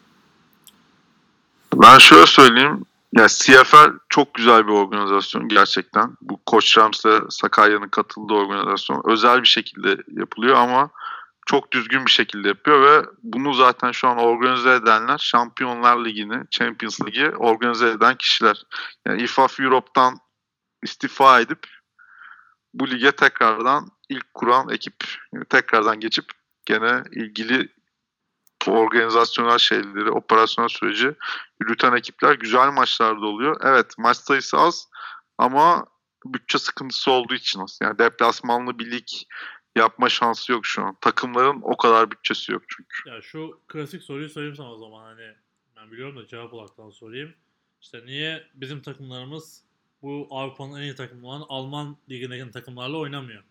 Ben şöyle söyleyeyim. Ya C F L çok güzel bir organizasyon gerçekten. Bu Koç Rams'le Sakarya'nın katıldığı organizasyon özel bir şekilde yapılıyor ama çok düzgün bir şekilde yapıyor ve bunu zaten şu an organize edenler Şampiyonlar Ligi'ni, Champions Ligi organize eden kişiler. Yani İFAF Europe'dan istifa edip bu lige tekrardan ilk kuran ekip, yani tekrardan geçip gene ilgili organizasyonel şeyleri, operasyonel süreci yürüten ekipler güzel maçlarda oluyor. Evet, maç sayısı az ama bütçe sıkıntısı olduğu için az. Yani deplasmanlı bir lig yapma şansı yok şu an. Takımların o kadar bütçesi yok çünkü. Ya şu klasik soruyu sorayım sana o zaman hani ben biliyorum da cevap olaraktan sorayım. İşte niye bizim takımlarımız bu Avrupa'nın en iyi takımı olan Alman ligindeki takımlarla oynamıyor?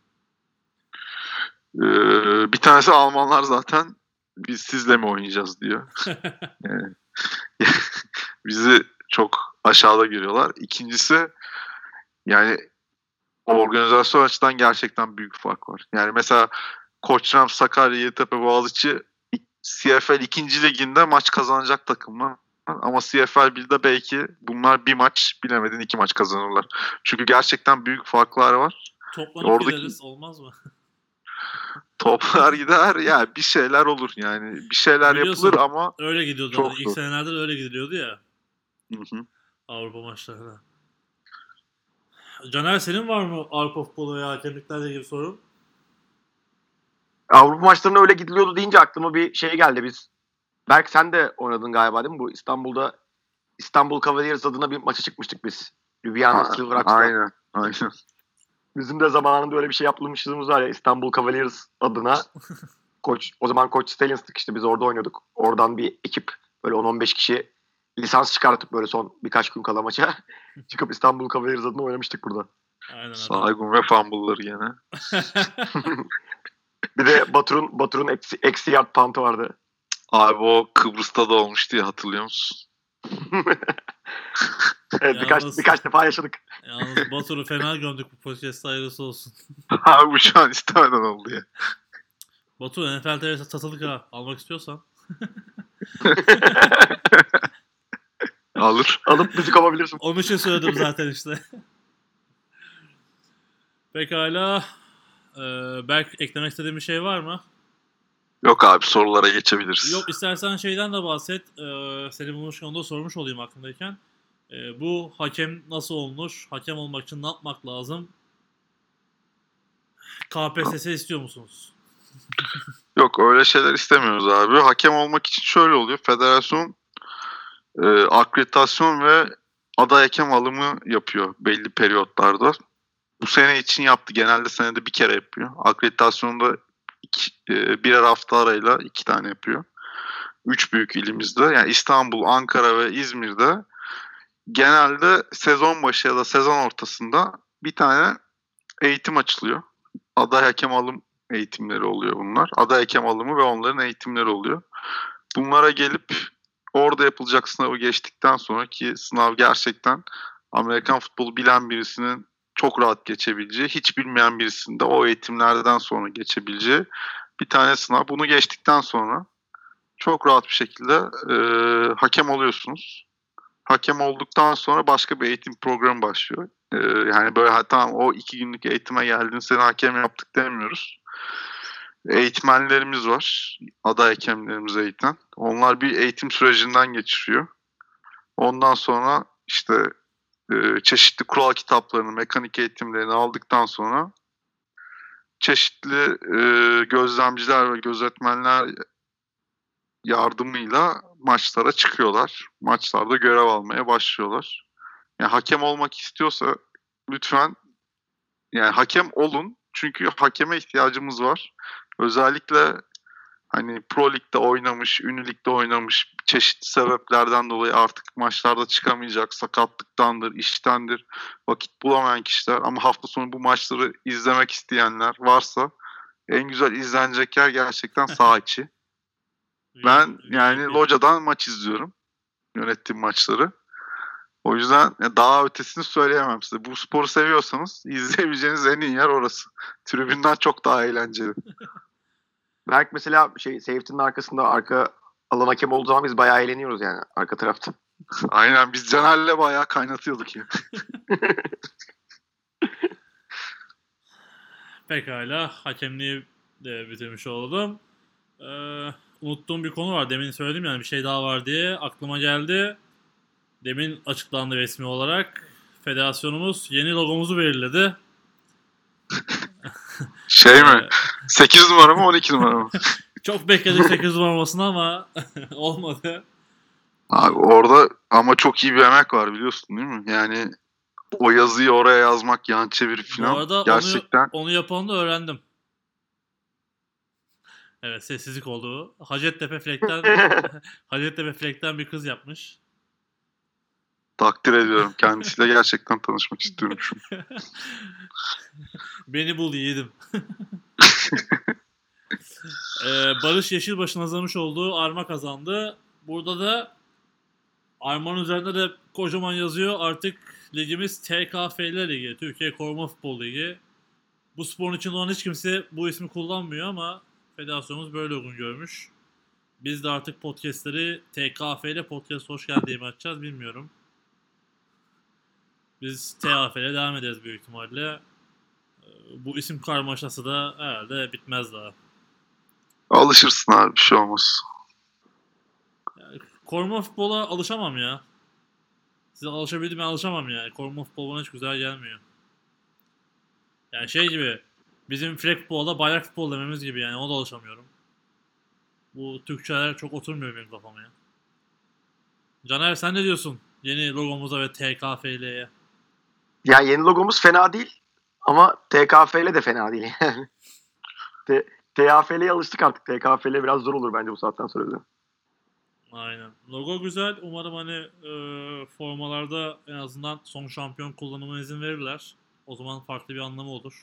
Ee, bir tanesi Almanlar zaten biz sizle mi oynayacağız diyor. Yani, bizi çok aşağıda görüyorlar. İkincisi yani organizasyon açıdan gerçekten büyük fark var. Yani mesela Koçrams, Sakarya, Yeditepe, Boğaziçi C F L ikinci liginde maç kazanacak takımlar. Ama C F L birde belki bunlar bir maç bilemedin iki maç kazanırlar. Çünkü gerçekten büyük farklar var. Toplanıp Oradaki gideriz olmaz mı? toplar gider ya bir şeyler olur yani. Bir şeyler Biliyorsun, yapılır ama öyle gidiyordu. çok Hani ilk zor. senelerde de öyle gidiliyordu ya Hı hı. Avrupa maçlarına. Caner senin var mı Avrupa futbolu veya hakemliklerle ilgili sorun? Avrupa maçlarına öyle gidiliyordu deyince aklıma bir şey geldi. Biz Berk sen de oynadın galiba değil mi? Bu İstanbul'da İstanbul Cavaliers adına bir maça çıkmıştık biz. Ljubljana A- Silver Hawks'la. Aynen. Aynen. Bizim de zamanında öyle bir şey yapmışlığımız var ya İstanbul Cavaliers adına. Koç, o zaman Koç Stalions'tık işte biz orada oynuyorduk. Oradan bir ekip böyle on on beş kişi lisans çıkartıp böyle son birkaç gün kala maça çıkıp İstanbul Cavaliers adına oynamıştık burada. Aynen. Saygun ve fumble'ları gene. Bir de Batur'un Batur'un eksi, eksi yard punt'ı vardı. Abi o Kıbrıs'ta da olmuştu ya hatırlıyor musun? Evet birkaç, Yalnız- birkaç defa yaşadık. Yalnız Batur'u fena gömdük bu podcast'ta hayırlısı olsun. Abi bu şu an istemeden oldu ya. Batur N F L T V'de satılık ha. Almak istiyorsan. Alır. Alıp müzik alabilirsin. Onun için söyledim zaten işte. Pekala. Ee, Berk eklemek istediğin bir şey var mı? Yok abi sorulara geçebiliriz. Yok istersen şeyden de bahset. Ee, seni bulmuşken onu da sormuş olayım aklımdayken. Ee, bu hakem nasıl olunur? Hakem olmak için ne yapmak lazım? K P S S istiyor musunuz? Yok öyle şeyler istemiyoruz abi. Hakem olmak için şöyle oluyor. Federasyon e, akreditasyon ve aday hakem alımı yapıyor belli periyotlarda. Bu sene için yaptı. Genelde senede bir kere yapıyor. Akreditasyonda iki, e, birer hafta arayla iki tane yapıyor. Üç büyük ilimizde, yani İstanbul, Ankara ve İzmir'de genelde sezon başı ya da sezon ortasında bir tane eğitim açılıyor. Aday hakem alım eğitimleri oluyor bunlar. Aday hakem alımı ve onların eğitimleri oluyor. Bunlara gelip orada yapılacak sınavı geçtikten sonra, ki sınav gerçekten Amerikan futbolu bilen birisinin çok rahat geçebileceği, hiç bilmeyen birisinin de o eğitimlerden sonra geçebileceği bir tane sınav. Bunu geçtikten sonra çok rahat bir şekilde e, hakem oluyorsunuz. Hakem olduktan sonra başka bir eğitim programı başlıyor. E, yani böyle ha, tamam o iki günlük eğitime geldin, seni hakem yaptık demiyoruz. Eğitmenlerimiz var. Aday hakemlerimiz eğiten. Onlar bir eğitim sürecinden geçiriyor. Ondan sonra işte e, çeşitli kural kitaplarını, mekanik eğitimlerini aldıktan sonra çeşitli e, gözlemciler ve gözetmenler yardımıyla maçlara çıkıyorlar. Maçlarda görev almaya başlıyorlar. Yani hakem olmak istiyorsa lütfen yani hakem olun. Çünkü hakeme ihtiyacımız var. Özellikle hani Pro Lig'de oynamış, Ünlü Lig'de oynamış, çeşitli sebeplerden dolayı artık maçlarda çıkamayacak, sakatlıktandır, iştendir, vakit bulamayan kişiler ama hafta sonu bu maçları izlemek isteyenler varsa en güzel izlenecek yer gerçekten saha içi. Ben yani locadan maç izliyorum. Yönettiğim maçları. O yüzden daha ötesini söyleyemem size. Bu sporu seviyorsanız izleyebileceğiniz en iyi yer orası. Tribünden çok daha eğlenceli. Berk mesela şey safety'nin arkasında arka alan hakem olduğu zaman biz bayağı eğleniyoruz yani arka tarafta. Aynen, biz Caner'le bayağı kaynatıyorduk ya. Pekala, hakemliği de bitirmiş oldum. Ee, unuttuğum bir konu var. Demin söyledim yani bir şey daha var diye. Aklıma geldi. Demin açıklandı resmi olarak. Federasyonumuz yeni logomuzu belirledi. Şey mi? sekiz numara mı on iki numara mı? Çok bekledik sekiz numara olmasını ama olmadı. Abi orada ama çok iyi bir emek var biliyorsun değil mi? Yani o yazıyı oraya yazmak, yan çeviri Bu falan arada gerçekten. onu, onu yapanı da öğrendim. Evet, sessizlik oldu. Hacettepe Flek'ten Hacettepe Flek'ten bir kız yapmış. Takdir ediyorum. Kendisiyle gerçekten tanışmak istiyorum şu an. Beni bul yiğidim. ee, Barış Yeşilbaş'ın hazırlamış olduğu arma kazandı. Burada da armanın üzerinde de kocaman yazıyor. Artık ligimiz T K F L Ligi. Türkiye Koruma Futbol Ligi. Bu sporun içinde olan hiç kimse bu ismi kullanmıyor ama federasyonumuz böyle uygun görmüş. Biz de artık podcastleri T K F L Podcast Hoş Geldin diye mi açacağız bilmiyorum. Biz T A F L'ye devam ederiz büyük ihtimalle. Bu isim karmaşası da herhalde bitmez daha. Alışırsın abi, bir şey olmaz. Yani, koruma futbola alışamam ya. Size alışabildim, ben alışamam yani. Koruma futbol bana hiç güzel gelmiyor. Yani şey gibi, bizim flag futbolda bayrak futbol dememiz gibi yani, ona da alışamıyorum. Bu Türkçeler çok oturmuyor benim kafama ya. Caner sen ne diyorsun yeni logomuza ve T K F L'ye? Ya yeni logomuz fena değil ama T K F L de fena değil yani. T- TAFL'ye alıştık artık. T K F L biraz zor olur bence bu saatten sonra bize. Aynen. Logo güzel. Umarım hani e, formalarda en azından son şampiyon kullanımına izin verirler. O zaman farklı bir anlamı olur.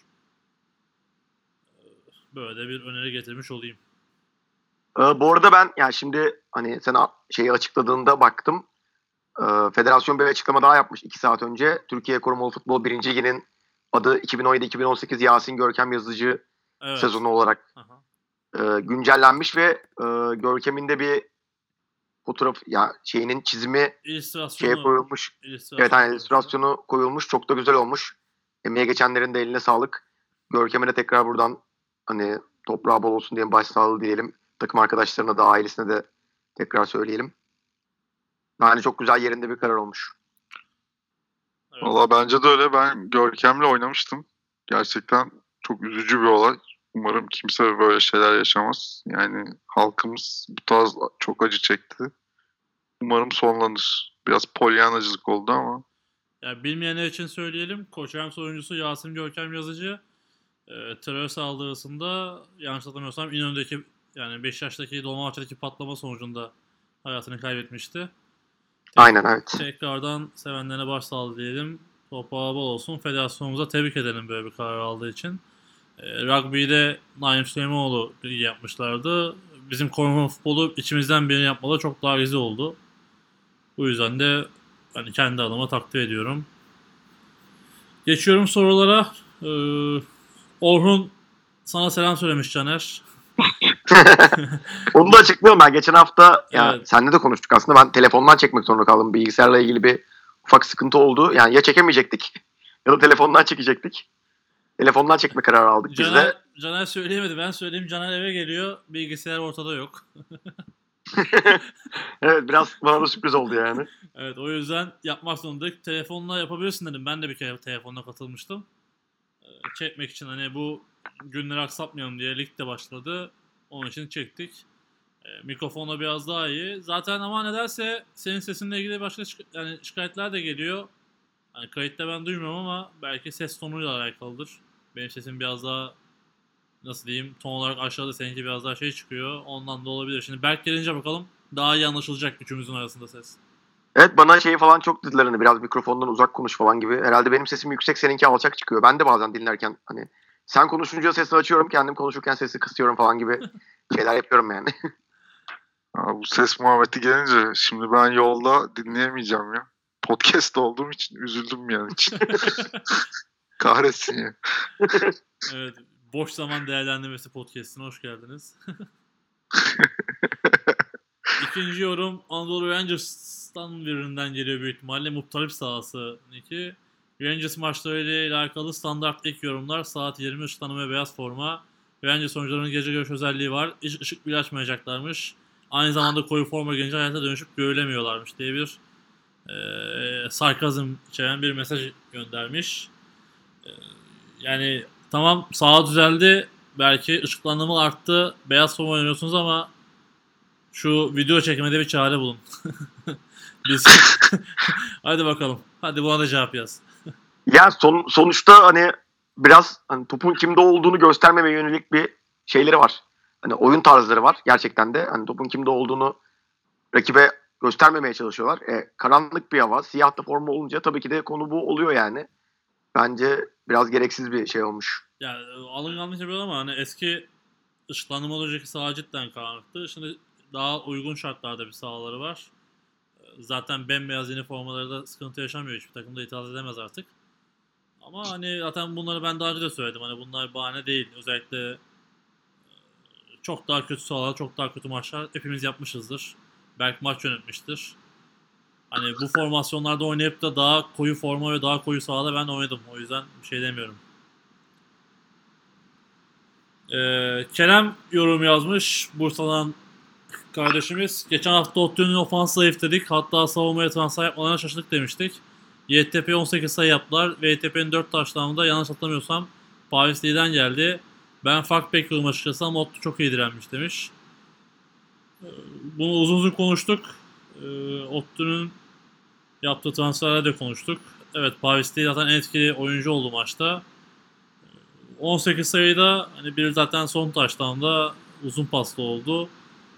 Böyle bir öneri getirmiş olayım. Ee, bu arada ben yani şimdi hani sen a- şeyi açıkladığında baktım. Ee, federasyon bir açıklama daha yapmış iki saat önce. Türkiye Korumalı Futbol birinci Ligi'nin adı iki bin on yedi iki bin on sekiz Yasin Görkem Yazıcı Evet. sezonu olarak Aha. e, güncellenmiş ve e, Görkem'in de bir fotoğraf ya şeyinin çizimi İllüstrasyonu. şeye koyulmuş. illüstrasyonu Evet, hani koymuşlar. illüstrasyonu koyulmuş. Çok da güzel olmuş. Emeğe geçenlerin de eline sağlık. Görkem'e de tekrar buradan hani toprağı bol olsun diye başsağlığı diyelim. Takım arkadaşlarına da ailesine de tekrar söyleyelim. Yani çok güzel yerinde bir karar olmuş. Evet. Valla bence de öyle. Ben Görkem'le oynamıştım. Gerçekten çok üzücü bir olay. Umarım kimse böyle şeyler yaşamaz. Yani halkımız bu tarz çok acı çekti. Umarım sonlanır. Biraz polyanacılık oldu ama. Yani bilmeyenler için söyleyelim. Koç Rams oyuncusu Yasin Görkem Yazıcı e, terör saldırısında yanlış hatırlamıyorsam İnönü'ndeki yani Beşiktaş'taki Dolmabahçe'deki patlama sonucunda hayatını kaybetmişti. Tek, Aynen evet. Tekrardan sevenlerine başsağlığı diyelim. Toprağı bol olsun. Federasyonumuza tebrik edelim böyle bir karar aldığı için. E, rugby'de Naim Süleymanoğlu yapmışlardı. Bizim koruma futbolu içimizden birini yapmaları çok daha güzel oldu. Bu yüzden de hani kendi adıma takdir ediyorum. Geçiyorum sorulara. Ee, Orhun sana selam söylemiş Caner. Onu da açıklıyorum ben. Geçen hafta ya Evet. seninle de konuştuk aslında. Ben telefondan çekmek zorunda kaldım. Bilgisayarla ilgili bir ufak sıkıntı oldu. Yani ya çekemeyecektik ya da telefondan çekecektik. Telefondan çekme kararı aldık biz Caner, de. Caner söyleyemedi. Ben söyleyeyim. Caner eve geliyor. Bilgisayar ortada yok. Evet biraz bana da sürpriz oldu yani. Evet, o yüzden yapmak zorundaydık. Telefonla yapabilirsin dedim. Ben de bir kere telefonla katılmıştım. Ee, çekmek için hani bu günleri aksatmayalım diye lig de başladı. Onun için çektik. Ee, mikrofonla biraz daha iyi. Zaten ama nedense senin sesinle ilgili başka şik- yani şikayetler de geliyor. Hani kayıtta ben duymuyorum ama belki ses tonuyla alakalıdır. Benim sesim biraz daha nasıl diyeyim ton olarak aşağıda, seninki biraz daha şey çıkıyor. Ondan da olabilir. Şimdi Berk gelince bakalım daha iyi anlaşılacak üçümüzün arasında ses. Evet bana şeyi falan çok dediler hani biraz mikrofondan uzak konuş falan gibi. Herhalde benim sesim yüksek seninki alçak çıkıyor. Ben de bazen dinlerken hani sen konuşunca sesi açıyorum kendim konuşurken sesi kısıyorum falan gibi şeyler yapıyorum yani. Ya bu ses muhabbeti gelince şimdi ben yolda dinleyemeyeceğim ya. Podcast olduğum için üzüldüm yani. Kahretsin ya. Evet. Boş zaman değerlendirmesi podcast'ine hoş geldiniz. İkinci yorum Anadolu Rangers'tan birinden geliyor büyük ihtimalle. Muhtarip sahası iki. Rangers maçları ile alakalı standart ilk yorumlar. Saat yirmi ışıklanma ve beyaz forma. Rangers oyuncularının gece görüş özelliği var. Hiç ışık bile açmayacaklarmış. Aynı zamanda koyu forma gelince hayata dönüşüp görülemiyorlarmış diye bir e, sarkazm içeren bir mesaj göndermiş. E, yani tamam saha düzeldi. Belki ışıklandırma arttı. Beyaz forma oynuyorsunuz ama şu video çekmede bir çare bulun. Biz hadi bakalım. Hadi buna da cevap yaz. Ya son, sonuçta hani biraz hani topun kimde olduğunu göstermemeye yönelik bir şeyleri var. Hani oyun tarzları var gerçekten de. Hani topun kimde olduğunu rakibe göstermemeye çalışıyorlar. E, karanlık bir hava, siyah da forma olunca tabii ki de konu bu oluyor yani. Bence biraz gereksiz bir şey olmuş. Ya alınganlık yapıyor ama hani eski ışıklandırma önceki saha cidden karanlıktı. Şimdi daha uygun şartlarda bir sahaları var. Zaten bembeyaz üniformaları da sıkıntı yaşamıyor. Hiçbir takım da itiraz edemez artık. Ama hani zaten bunları ben daha önce de söyledim. Hani bunlar bahane değil. Özellikle çok daha kötü sahalar, çok daha kötü maçlar hepimiz yapmışızdır. Belki maç yönetmiştir. Hani bu formasyonlarda oynayıp da daha koyu forma ve daha koyu sahada ben oynadım. O yüzden bir şey demiyorum. Ee, Kerem yorum yazmış. Bursa'dan kardeşimiz. Geçen hafta Ottu'nun ofans zayıf dedik. Hatta savunmaya transfer yapmalarına şaşırdık demiştik. Y T P on sekiz sayı yaptılar. Ve Y T P'nin dört taşlarında yanlış hatırlamıyorsam Paris Lee'den geldi. Ben fark bekliyorum açıkçası ama Ottu çok iyi direnmiş demiş. Ee, Bunu uzun uzun konuştuk. Ee, Ottu'nun yaptığı transferlerle de konuştuk. Evet Paris Lee zaten en etkili oyuncu oldu maçta. on sekiz sayıda hani bir zaten son taştan uzun paslı oldu.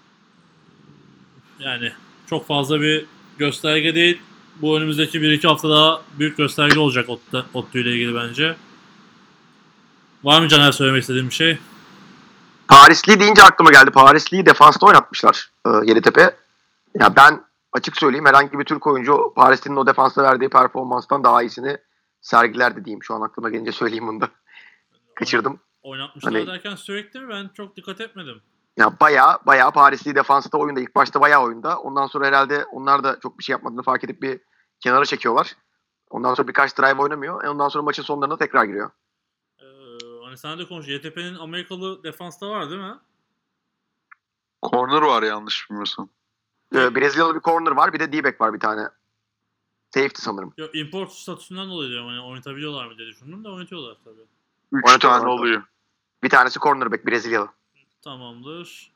Yani çok fazla bir gösterge değil. Bu önümüzdeki bir iki hafta daha büyük gösterge olacak Ottu, Ottu ile ilgili bence. Var mı Caner söylemek istediğin bir şey? Parisli deyince aklıma geldi. Parisli'yi defansta oynatmışlar e, Yeditepe. Ya ben açık söyleyeyim herhangi bir Türk oyuncu Parisli'nin o defansta verdiği performanstan daha iyisini sergilerdi diyeyim. Şu an aklıma gelince söyleyeyim bunu da. Kaçırdım. Oynatmışlar Hani, derken sürekli mi? Ben çok dikkat etmedim. ya bayağı bayağı Parisli defansta oyunda. İlk başta bayağı oyunda. Ondan sonra herhalde onlar da çok bir şey yapmadığını fark edip bir kenara çekiyorlar. Ondan sonra birkaç drive oynamıyor. E ondan sonra maçın sonlarına tekrar giriyor. Ee, hani sen de konuş. Y T P'nin Amerikalı defansta var değil mi? Corner var yanlış bilmiyorsam. Ee, Brezilyalı bir corner var. Bir de D-back var bir tane. Safety sanırım. Yok import statüsünden dolayı diyorum. Hani oynatabiliyorlar mı diye düşündüm de oynatıyorlar tabii. Üç Oynatıyorlar, tane oluyor. Bir tanesi cornerback Brezilyalı. Tamamdır.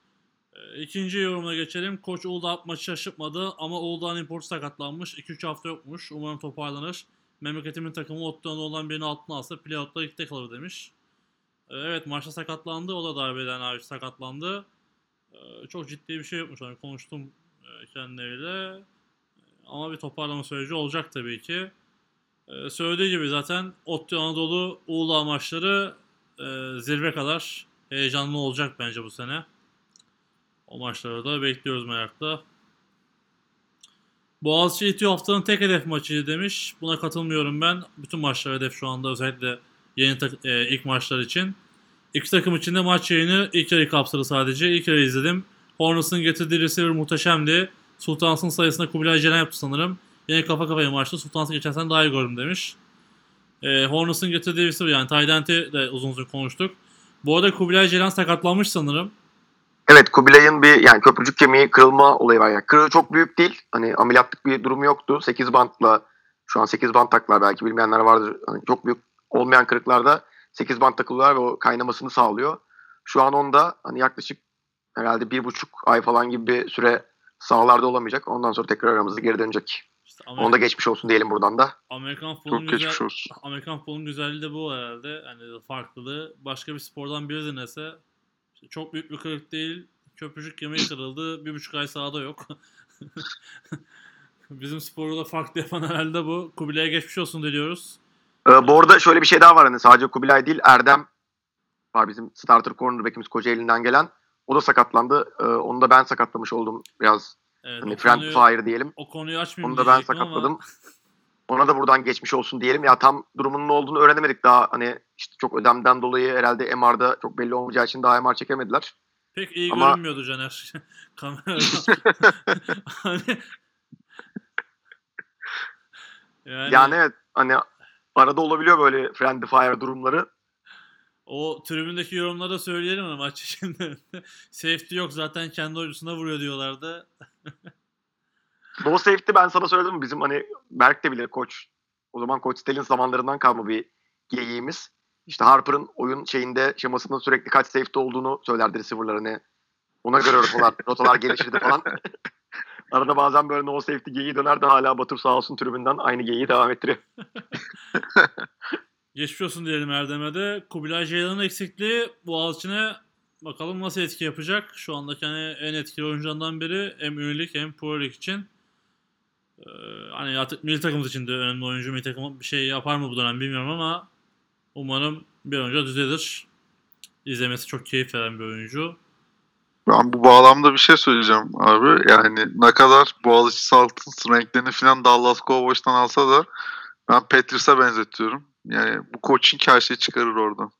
E, ikinci yorumuna geçelim. Koç Uludağ maçı şaşırtmadı ama Uludağ'ın importu sakatlanmış. iki üç hafta yokmuş. Umarım toparlanır. Memleketimin takımı Ottu'dan olan birini altına alsa playoff'ta ligde kalır demiş. E, evet maçta sakatlandı. O da darbeden hariç sakatlandı. E, çok ciddi bir şey yokmuş. Hani konuştum e, kendileriyle. Ama bir toparlama süreci olacak tabii ki. Ee, söylediği gibi zaten ODTÜ Anadolu Uludağ maçları e, zirve kadar heyecanlı olacak bence bu sene. O maçları da bekliyoruz merakla. Boğaziçi İTÜ haftanın tek hedef maçıydı demiş. Buna katılmıyorum ben. Bütün maçlar hedef şu anda özellikle yeni tak- e, ilk maçlar için. İki takım için de maç yayını ilk yarıyı kapsadı sadece. İlk yarıyı izledim. Hornets'ın getirdiği receiver muhteşemdi. Sultans'ın sayısında Kubilay Ceren yaptı sanırım. Yine kafa kafaya maçtı. Sultans'ı geçen sene daha iyi gördüm demiş. E, Hornets'ın getirdiği receiver yani tight end'i de uzun uzun konuştuk. Bu arada Kubilay Ceren sakatlanmış sanırım. Evet, Kubilay'ın bir yani köprücük kemiği kırılma olayı var. Yani kırığı çok büyük değil. Hani ameliyatlık bir durumu yoktu. sekiz bantla şu an sekiz bant taklar, belki bilmeyenler vardır. Hani çok büyük olmayan kırıklarda sekiz bant takılıyorlar ve o kaynamasını sağlıyor. Şu an onda hani yaklaşık herhalde bir buçuk ay falan gibi bir süre sahalarda olamayacak. Ondan sonra tekrar aramızda geri dönecek. İşte Onu da Amerika, geçmiş olsun diyelim buradan da. Amerikan futbolunun Çok güzel, geçmiş olsun. Amerikan futbolunun güzelliği de bu herhalde. Hani farklılığı. Başka bir spordan biri dinlese işte çok büyük bir kırık değil. Köprücük kemiği kırıldı. Bir buçuk ay sahada yok. Bizim sporu da farklı yapan herhalde bu. Kubilay'a geçmiş olsun diliyoruz. Ee, bu arada şöyle bir şey daha var, hani sadece Kubilay değil, Erdem var, bizim starter cornerback'imiz Kocaeli'nden gelen. O da sakatlandı. Ee, onu da ben sakatlamış oldum biraz. Evet, Hani o friend konuyu, fire diyelim. o konuyu açmayayım Onu da ben diyecektim sakatladım. ama Ona da buradan geçmiş olsun diyelim. Ya tam durumunun ne olduğunu öğrenemedik daha. Hani işte çok ödemden dolayı herhalde M R'da çok belli olmayacağı için daha M R çekemediler. pek iyi Ama görünmüyordu Caner kamerada. Hani yani yani evet, hani arada olabiliyor böyle friendly fire durumları. o tribündeki yorumlara söyleyelim ama maç içinde. Safety yok zaten kendi oyuncusuna vuruyor diyorlardı. No safety, ben sana söyledim, bizim hani Berk de bilir, koç. O zaman Koç Stel'in zamanlarından kalma bir geyiğimiz. İşte Harper'ın oyun şeyinde, şemasında sürekli kaç safety olduğunu söylerdi receiver'lar, hani ona göre rotalar, rotalar gelişirdi falan. Arada bazen böyle no safety geyiği dönerdi, hala Batur sağ olsun tribünden aynı geyiği devam ettiriyor. Geçmiş olsun diyelim Erdem'e de. Kubilay Ceylan'ın eksikliği Boğaziçi'ne bakalım nasıl etki yapacak. Şu andaki hani en etkili oyuncularından biri hem ünlülük hem Pro Lig için. Ee, hani artık milli takımımız için de önemli oyuncu, milli takım bir şey yapar mı bu dönem bilmiyorum ama umarım bir an önce düzelir. İzlemesi çok keyif veren bir oyuncu. Ben bu bağlamda bir şey söyleyeceğim abi. Yani ne kadar Boğaziçi Salt'ın renklerini falan Dallas Cowboys'tan alsa da ben Patriots'a benzetiyorum. Yani bu coaching her şeyi çıkarır oradan.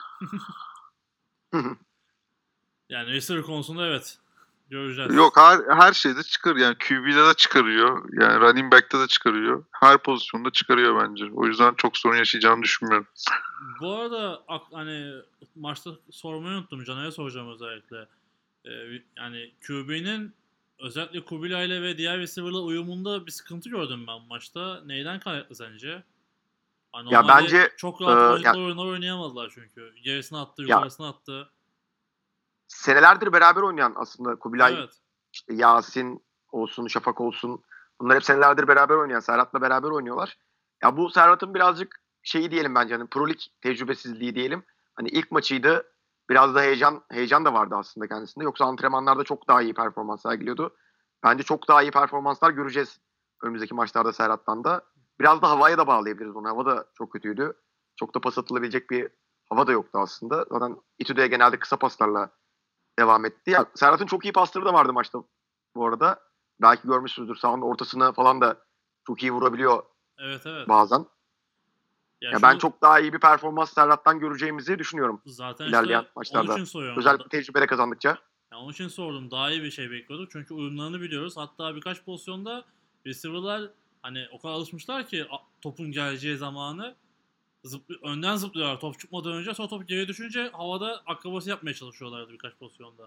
Yani receiver konusunda evet. Göreceğiz. Yok, her her şeyde çıkar. Yani Q B'de de çıkarıyor. Yani running back'te de çıkarıyor. Her pozisyonda çıkarıyor bence. O yüzden çok sorun yaşayacağını düşünmüyorum. Bu arada ak- hani maçta sormayı unuttum. Caner'e soracağım özellikle. Ee, yani Q B'nin özellikle Kubilay'la ve diğer receiver'la uyumunda bir sıkıntı gördüm ben maçta. Neyden kaynaklı sence? Hani Ya normalde bence çok e, rahat oynadıkları ya, oyunlar oynayamadılar çünkü. Gerisine attı, ya yukarısına attı. senelerdir beraber oynayan aslında Kubilay, Evet. işte Yasin olsun, Şafak olsun. Bunlar hep senelerdir beraber oynayan. Serhat'la beraber oynuyorlar. Ya bu Serhat'ın birazcık şeyi diyelim bence, hani Pro Lig tecrübesizliği diyelim. Hani ilk maçıydı. Biraz da heyecan heyecan da vardı aslında kendisinde. Yoksa antrenmanlarda çok daha iyi performans sergiliyordu. Bence çok daha iyi performanslar göreceğiz önümüzdeki maçlarda Serhat'tan da. Biraz da havaya da bağlayabiliriz bunu. Hava da çok kötüydü. Çok da pas atılabilecek bir hava da yoktu aslında. Zaten İTÜ'de genelde kısa paslarla devam etti. Ya, Serhat'ın çok iyi pasları da vardı maçta bu arada. Belki görmüşsünüzdür. Sahanın ortasına falan da çok iyi vurabiliyor Evet evet. bazen. Ya Ya ben şunu çok daha iyi bir performans Serhat'tan göreceğimizi düşünüyorum zaten ilerleyen işte onun maçlarda. için soruyorum. Özellikle tecrübede kazandıkça. Ya onun için sordum. Daha iyi bir şey bekliyorduk. Çünkü uyumlarını biliyoruz. Hatta birkaç pozisyonda receiver'lar hani o kadar alışmışlar ki a- topun geleceği zamanı zıplı, önden zıplıyorlar top çıkmadan önce. Sonra top geri düşünce havada akrobasi yapmaya çalışıyorlardı birkaç pozisyonda.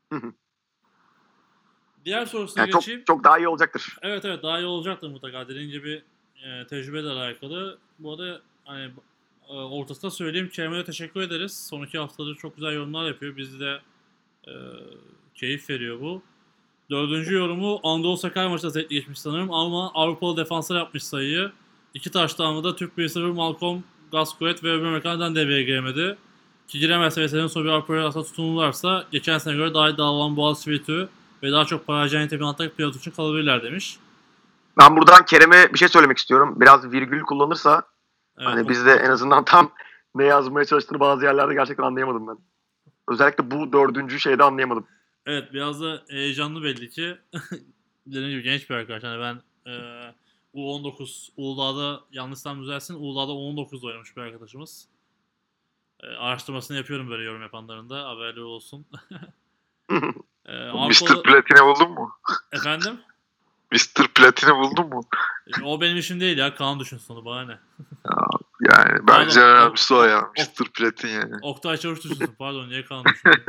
Diğer sorusuna Yani çok geçeyim. çok daha iyi olacaktır. Evet evet daha iyi olacaktır mutlaka. Dediğin gibi e, tecrübeyle alakalı. Bu arada hani e, ortasında söyleyeyim Kerem'e de teşekkür ederiz. Sonraki haftadır çok güzel yorumlar yapıyor. Biz de e, keyif veriyor bu. Dördüncü yorumu Anadolu Sakarya maçında zevkli geçmiş sanırım ama Avrupalı defanslar yapmış sayıyı. İki taştanlı da Türk bir sıfır Malcolm Gascoigne ve Ömer Mekan'dan devreye giremedi. Ki giremezse ve sezon sonu bir Avrupa Rüyası'na tutunurlarsa geçen sene göre daha iyi dağılan Boğaziçi Virtü ve daha çok para harcayan tepe atak pilot için kalabilirler demiş. Ben buradan Kerem'e bir şey söylemek istiyorum. Biraz virgül kullanırsa Evet, hani o- biz de en azından tam ne yazmaya çalıştığını bazı yerlerde gerçekten anlayamadım ben. Özellikle bu dördüncü şeyde anlayamadım. Evet, biraz da heyecanlı belli ki. Dediğim gibi genç bir arkadaş. Hani ben e, U on dokuz Uludağ'da yanlışsam düzelsin Uludağ'da U on dokuzda oynamış bir arkadaşımız. E, araştırmasını yapıyorum böyle yorum yapanların da haberleri olsun. e, mister Avrupalı... Platini buldun mu? Efendim? mister Platini buldun mu? E, o benim işim değil ya. Kaan düşünsün onu, bana ne. Yani bence Pardon, önemlisi o ya. o- mister Platini yani. Oktay Çavuş düşünsün. Pardon, niye Kaan düşünüyor?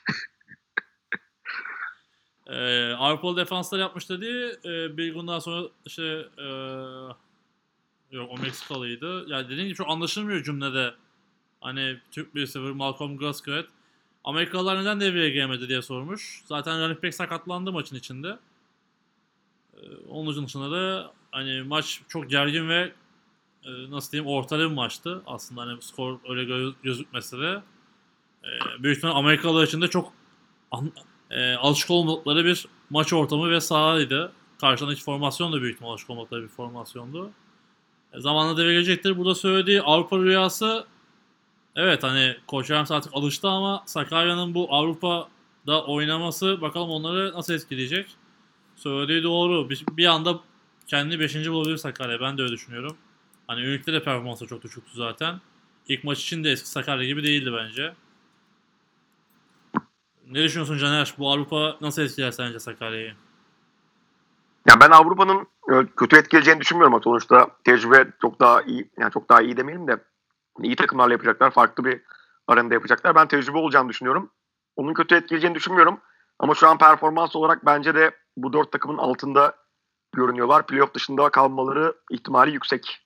Ee, Avrupalı defanslar yapmış dediği e, bir gün daha sonra işte e, yok o Meksikalıydı. Yani dediğim gibi çok anlaşılmıyor cümlede. Hani Türk bir sıfır Malcolm Gascoigne. Amerikalılar neden devreye giremedi diye sormuş. Zaten running back sakatlandı maçın içinde. Ee, onun dışında da hani maç çok gergin ve e, nasıl diyeyim ortada bir maçtı. Aslında hani skor öyle gö- gözükmese de. E, büyük ihtimal Amerikalılar için de çok an, e, alışık olmadıkları bir maç ortamı ve sahaydı. Karşıdaki formasyon da büyük ihtimal alışık olmadıkları bir formasyondu. E, zamanla devre gelecektir. Burada söylediği Avrupa rüyası, evet hani Koç Rams artık alıştı ama Sakarya'nın bu Avrupa'da oynaması bakalım onları nasıl etkileyecek. Söylediği doğru. Bir, bir anda kendini beşinci bulabilir Sakarya. Ben de öyle düşünüyorum. Hani Ünik'te de performansı çok düşüktü zaten. İlk maç için de eski Sakarya gibi değildi bence. Ne düşünüyorsun Caner? Bu Avrupa nasıl etkiler sence Sakarya'yı? Ya ben Avrupa'nın e, kötü etkileyeceğini düşünmüyorum. Sonuçta tecrübe çok daha iyi, yani çok daha iyi demeyelim de iyi takımlarla yapacaklar, farklı bir aranda yapacaklar. Ben tecrübe olacağını düşünüyorum. Onun kötü etkileyeceğini düşünmüyorum. Ama şu an performans olarak bence de bu dört takımın altında görünüyorlar. Playoff dışında kalmaları ihtimali yüksek.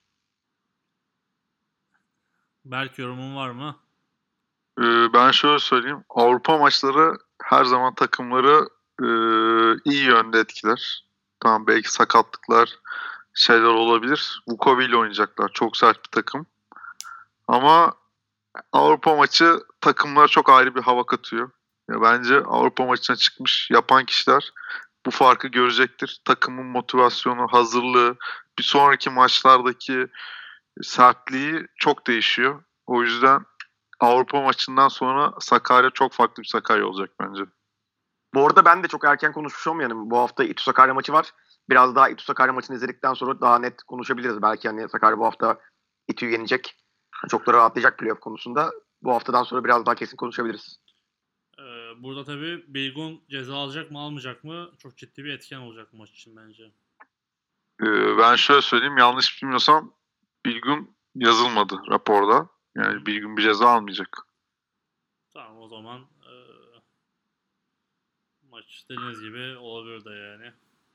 Berk, yorumun var mı? Ee, ben şöyle söyleyeyim. Avrupa maçları her zaman takımları e, iyi yönde etkiler. Tamam, belki sakatlıklar şeyler olabilir. Vukovi ile oynayacaklar. Çok sert bir takım. Ama Avrupa maçı takımlara çok ayrı bir hava katıyor. Ya bence Avrupa maçına çıkmış yapan kişiler bu farkı görecektir. Takımın motivasyonu, hazırlığı, bir sonraki maçlardaki sertliği çok değişiyor. O yüzden Avrupa maçından sonra Sakarya çok farklı bir Sakarya olacak bence. Bu arada ben de çok erken konuşmuş olmayalım. Bu hafta İTÜ Sakarya maçı var. Biraz daha İTÜ Sakarya maçını izledikten sonra daha net konuşabiliriz. Belki hani Sakarya bu hafta İTÜ'yü yenecek. Çok da rahatlayacak playoff konusunda. Bu haftadan sonra biraz daha kesin konuşabiliriz. Ee, burada tabii Bilgun ceza alacak mı almayacak mı çok ciddi bir etken olacak bu maç için bence. Ee, ben şöyle söyleyeyim, yanlış bilmiyorsam Bilgun yazılmadı raporda. Yani Bilgun bir ceza almayacak. Tamam, o zaman e, maç dediğiniz gibi olabilir de yani.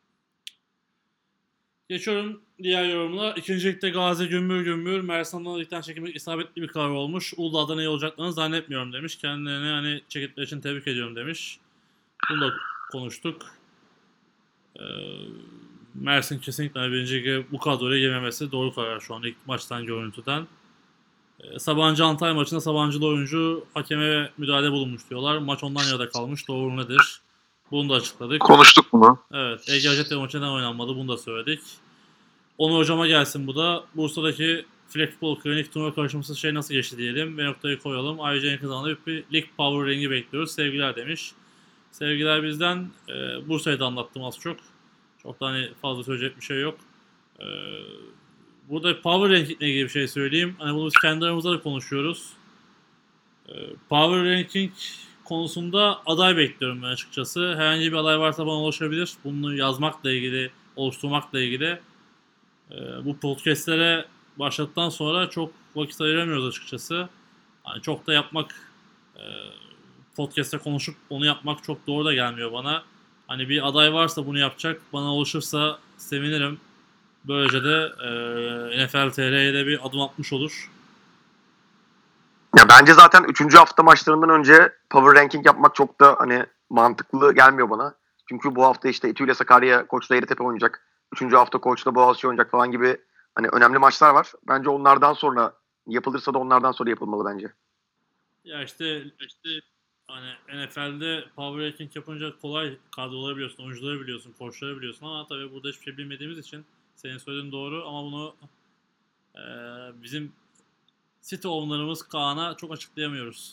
Geçiyorum diğer yorumuna. İkinci ligde Gazi Gümbür Gümbür Mersin'den ligden çekilmek isabetli bir karar olmuş. Uludağ'da ne olacaklarını zannetmiyorum demiş. Kendilerini hani çekitleri için tebrik ediyorum demiş. Bunu da konuştuk. Ee, Mersin kesinlikle birinci lige bu kadroya girmemesi doğru karar şu an ilk maçtan görüntüden. Ee, Sabancı Antalya maçında Sabancılı oyuncu hakeme müdahale bulunmuş diyorlar. Maç ondan yarıda kalmış. Doğru nedir? Bunu da açıkladık. Konuştuk bunu. Evet. Ege Hacettepe maçı neden oynanmadı? Bunu da söyledik. Onur hocama gelsin bu da. Bursa'daki Flag Football Klinik turnuva karşılaşması şey nasıl geçti diyelim ve noktayı koyalım. Ayrıca en yakın zamanda bir lig power rengi bekliyoruz. Sevgiler demiş. Sevgiler bizden. Ee, Bursa'yı da anlattım az çok. Çok da hani fazla söyleyecek bir şey yok. Ee, burada power ranking ile ilgili bir şey söyleyeyim. Hani bunu biz kendi aramızda da konuşuyoruz. Ee, power ranking konusunda aday bekliyorum ben açıkçası. Herhangi bir aday varsa bana ulaşabilir. Bunu yazmakla ilgili, oluşturmakla ilgili. Ee, bu podcastlere başladıktan sonra çok vakit ayıramıyoruz açıkçası. Yani çok da yapmak, e, podcast'te konuşup onu yapmak çok doğru da gelmiyor bana. Hani bir aday varsa bunu yapacak, bana ulaşırsa sevinirim. Böylece de e, N F L T R'ye de bir adım atmış olur. Ya bence zaten üçüncü hafta maçlarından önce power ranking yapmak çok da hani mantıklı gelmiyor bana. Çünkü bu hafta işte İTÜ ile Sakarya, Koç'la Yeditepe oynayacak. Üçüncü hafta Koç'la Boğaziçi oynayacak falan gibi hani önemli maçlar var. Bence onlardan sonra yapılırsa da onlardan sonra yapılmalı bence. Ya işte işte hani N F L'de power ranking yapınca kolay kadroları biliyorsun, oyuncuları biliyorsun, koçları biliyorsun ama tabii burada hiçbir şey bilmediğimiz için senin söylediğin doğru ama bunu e, bizim site owner'ımız Kaan'a çok açıklayamıyoruz.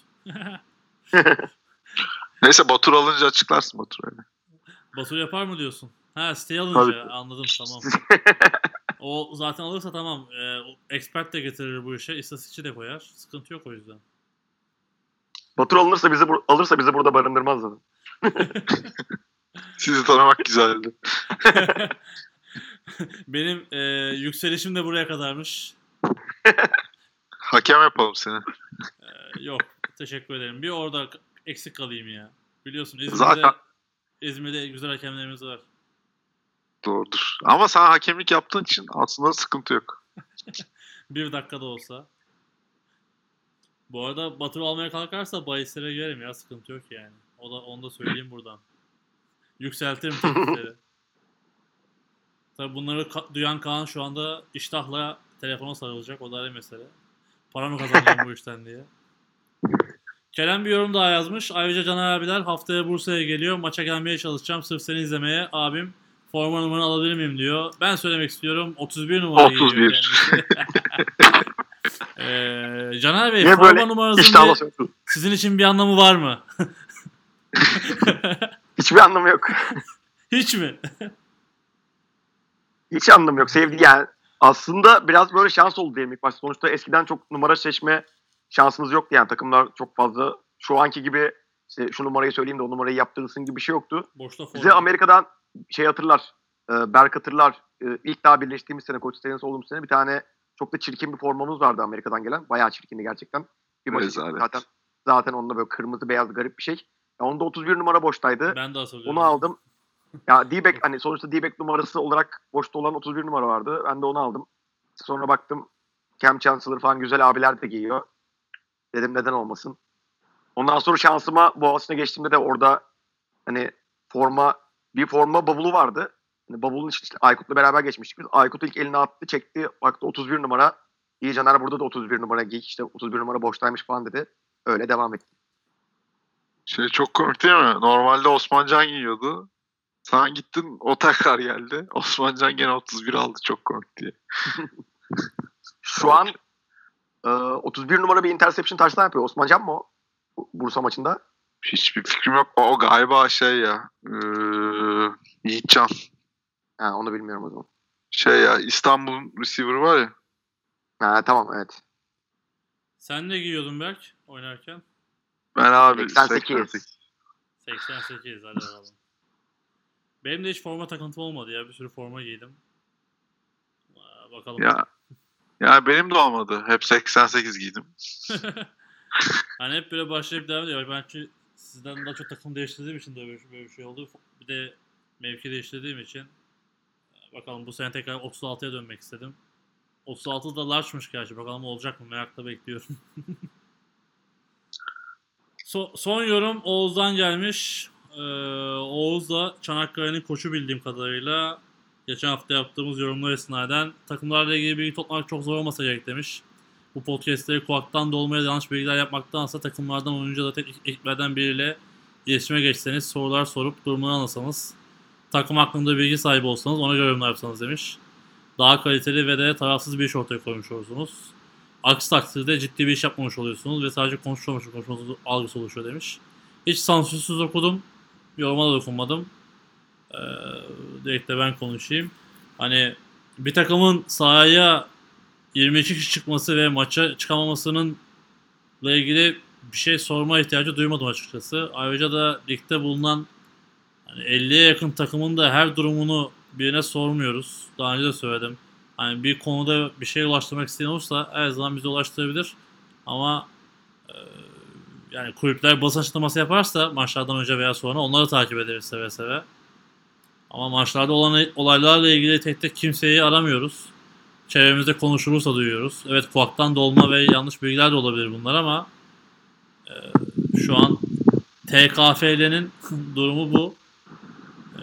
Neyse Batur alınca açıklarsın Batur öyle. Batur yapar mı diyorsun? Ha siteyi alınca Tabii. anladım tamam. O zaten alırsa tamam. E, expert de getirir bu işe. İstatistikçi de koyar. Sıkıntı yok o yüzden. Batur alınırsa bizi bur- alırsa bizi burada barındırmaz zaten. Sizi tanımak güzeldi. Benim e, yükselişim de buraya kadarmış. Hakem yapalım seni. E, yok. Teşekkür ederim. Bir orada k- eksik kalayım ya. Biliyorsun İzmir'de Zaten- İzmir'de güzel hakemlerimiz var. Doğrudur. Ama sen hakemlik yaptığın için aslında sıkıntı yok. Bir dakikada olsa. Bu arada Batur almaya kalkarsa bahislere girerim ya. Sıkıntı yok yani. O da, onu da söyleyeyim buradan. Yükseltirim teklifleri. Tabii bunları ka- duyan Kaan şu anda iştahla telefona sarılacak. O da ayrı mesele. Para mı kazanıyorum bu işten diye. Kerem bir yorum daha yazmış. Ayrıca Caner abiler haftaya Bursa'ya geliyor. Maça gelmeye çalışacağım. Sırf seni izlemeye. Abim forma numaranı alabilir miyim diyor. Ben söylemek istiyorum. otuz bir numara otuz bir. giyiyor kendisi. ee, Caner Bey Niye forma böyle numaranızın İştahla bir- söylüyorsun. sizin için bir anlamı var mı? Hiçbir anlamı yok. Hiç mi? Hiç anlamı yok. Sevdi yani. Aslında biraz böyle şans oldu diyelim ilk başta. Sonuçta eskiden çok numara seçme şansımız yoktu yani. Takımlar çok fazla şu anki gibi işte şu numarayı söyleyeyim de o numarayı yaptırırsın gibi bir şey yoktu. Boşta Bize forma. Amerika'dan şey hatırlar. E, Berk hatırlar. E, ilk daha birleştiğimiz sene, Koç Site'nin olduğumuz sene bir tane çok da çirkin bir formamız vardı Amerika'dan gelen. Bayağı çirkindi gerçekten. Bir maçı Rezalet. zaten zaten onunla böyle kırmızı beyaz garip bir şey. Ya onda otuz bir numara boştaydı. Ben de hatırlıyorum. Onu aldım. Ya D-back hani sonuçta D-back numarası olarak boşta olan otuz bir numara vardı. Ben de onu aldım. Sonra baktım Cam Chancellor falan güzel abiler de giyiyor. Dedim neden olmasın. Ondan sonra şansıma Boğaziçi'ne geçtiğimde de orada hani forma bir forma bavulu vardı. Hani bavulun içi işte Aykut'la beraber geçmiştik biz. Aykut ilk eline attı, çekti. Baktı otuz bir numara. İyi Caner burada da otuz bir numara giy. İşte otuz bir numara boştaymış falan dedi. Öyle devam etti. Şey çok komik değil mi? Normalde Osmancan giyiyordu. Sen gittin o tekrar geldi. Osmancan gene otuz bir aldı. Çok komik diye. Şu an e, otuz bir numara bir interception taştan yapıyor. Osman Can mı o? Bu- Bursa maçında. Hiçbir fikrim yok. O, o galiba şey ya. Ee, Yiğitcan. Ha, onu bilmiyorum o zaman. Şey ya İstanbul'un receiver var ya. Ha, tamam evet. Sen ne giyiyordun Berk oynarken? Ben abi seksen sekiz. seksen sekiz. seksen sekiz hadi bakalım. Benim de hiç forma takıntım olmadı ya. Bir sürü forma giydim. Aa, bakalım. Ya, ya benim de olmadı. Hep seksen sekiz giydim. Hani hep böyle başlayıp devam ediyor. Ben çünkü sizden daha çok takım değiştirdiğim için de böyle, böyle bir şey oldu. Bir de mevki değiştirdiğim için bakalım bu sene tekrar otuz altıya dönmek istedim. otuz altı da large'mış gerçi. Bakalım olacak mı? Merakla bekliyorum. So- son yorum Oğuz'dan gelmiş. Ee, Oğuz da Çanakkale'nin koçu bildiğim kadarıyla. Geçen hafta yaptığımız yorumlar esnaden takımlarla ilgili bilgi toplamak çok zor olmasa gerek demiş. Bu podcastleri kulaktan dolmaya yanlış bilgiler yapmaktansa takımlardan oyuncu da tek ekiplerden biriyle iletişime geçseniz, sorular sorup durumunu anlasanız, takım hakkında bilgi sahibi olsanız ona göre yorumlar yapsanız demiş. Daha kaliteli ve de tarafsız bir iş ortaya koymuş olursunuz. Aksi takdirde ciddi bir iş yapmamış oluyorsunuz ve sadece konuşuyormuş konuşmanız algısı oluşuyor demiş. Hiç sansürsüz okudum. Yoruma da dokunmadım. Ee, direkt de ben konuşayım. Hani bir takımın sahaya yirmi iki kişi çıkması ve maça çıkamamasının ile ilgili bir şey sorma ihtiyacı duymadım açıkçası. Ayrıca da ligde bulunan hani elliye yakın takımın da her durumunu birine sormuyoruz. Daha önce de söyledim. Hani bir konuda bir şey ulaştırmak isteyen olursa her zaman bize ulaştırabilir. Ama e, yani kulüpler basın açıklaması yaparsa maçlardan önce veya sonra onları takip ederiz seve seve. Ama maçlarda olan olaylarla ilgili tek tek kimseyi aramıyoruz. Çevremizde konuşulursa duyuyoruz. Evet kulaktan dolma ve yanlış bilgiler de olabilir bunlar ama Ee, şu an T K F L'nin durumu bu. Ee,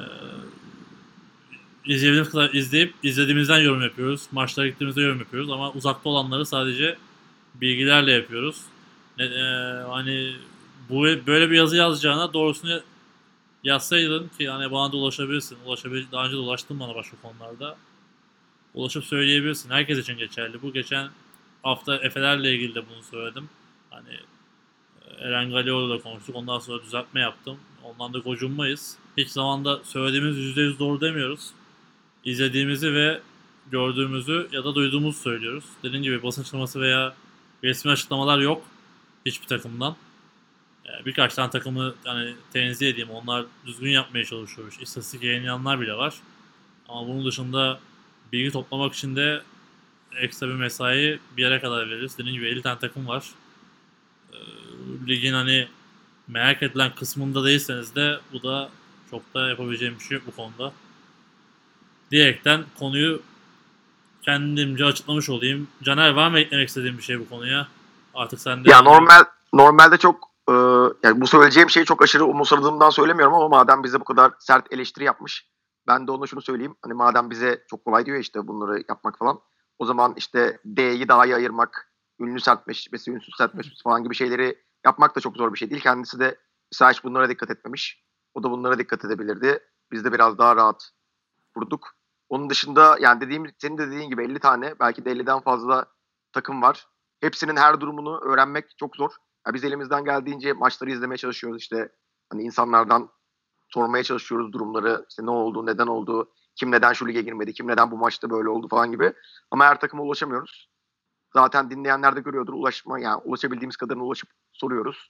izlediğimiz kadar izleyip izlediğimizden yorum yapıyoruz. Maçlara gittiğimizde yorum yapıyoruz ama uzakta olanları sadece bilgilerle yapıyoruz. E, e, hani bu böyle bir yazı yazacağına doğrusunu yazsaydın ki hani bana da ulaşabilirsin. Ulaşabil daha önce de ulaştın bana başka konularda. Ulaşıp söyleyebilirsin. Herkes için geçerli. Bu geçen hafta Efe'lerle ilgili de bunu söyledim. Hani Eren Galioğlu'yla konuştuk. Ondan sonra düzeltme yaptım. Ondan da gocunmayız. Hiç zamanda söylediğimiz yüzde yüz doğru demiyoruz. İzlediğimizi ve gördüğümüzü ya da duyduğumuzu söylüyoruz. Dediğim gibi basın açıklaması veya resmi açıklamalar yok hiçbir takımdan. Yani birkaç tane takımı yani tenzih edeyim. Onlar düzgün yapmaya çalışıyor. İstatistik yayınlayanlar bile var. Ama bunun dışında bilgi toplamak için de ekstra bir mesai bir yere kadar veririz. Dediğim gibi elli tane takım var. Ee, ligin hani merak edilen kısmında değilseniz de bu da çok da yapabileceğim bir şey yok bu konuda. Diyerekten konuyu kendimce açıklamış olayım. Caner, var mı eklemek istediğin bir şey bu konuya? Artık sen de... Ya normal normalde çok e, yani bu söyleyeceğim şeyi çok aşırı umursadığımdan söylemiyorum ama madem bize bu kadar sert eleştiri yapmış, ben de ona şunu söyleyeyim. Hani madem bize çok kolay diyor işte bunları yapmak falan. O zaman işte D'yi daha iyi ayırmak, ünlü sertleşmesi, ünsüz sertleşmesi falan gibi şeyleri yapmak da çok zor bir şey değil. Kendisi de mesela hiç bunlara dikkat etmemiş. O da bunlara dikkat edebilirdi. Biz de biraz daha rahat vurduk. Onun dışında yani dediğim, senin de dediğin gibi elli tane belki de elliden fazla takım var. Hepsinin her durumunu öğrenmek çok zor. Ya biz elimizden geldiğince maçları izlemeye çalışıyoruz işte. Hani insanlardan sormaya çalışıyoruz durumları. İşte ne oldu, neden oldu, kim neden şu lige girmedi, kim neden bu maçta böyle oldu falan gibi. Ama her takıma ulaşamıyoruz. Zaten dinleyenler de görüyordur. Ulaşma yani ulaşabildiğimiz kadarına ulaşıp soruyoruz.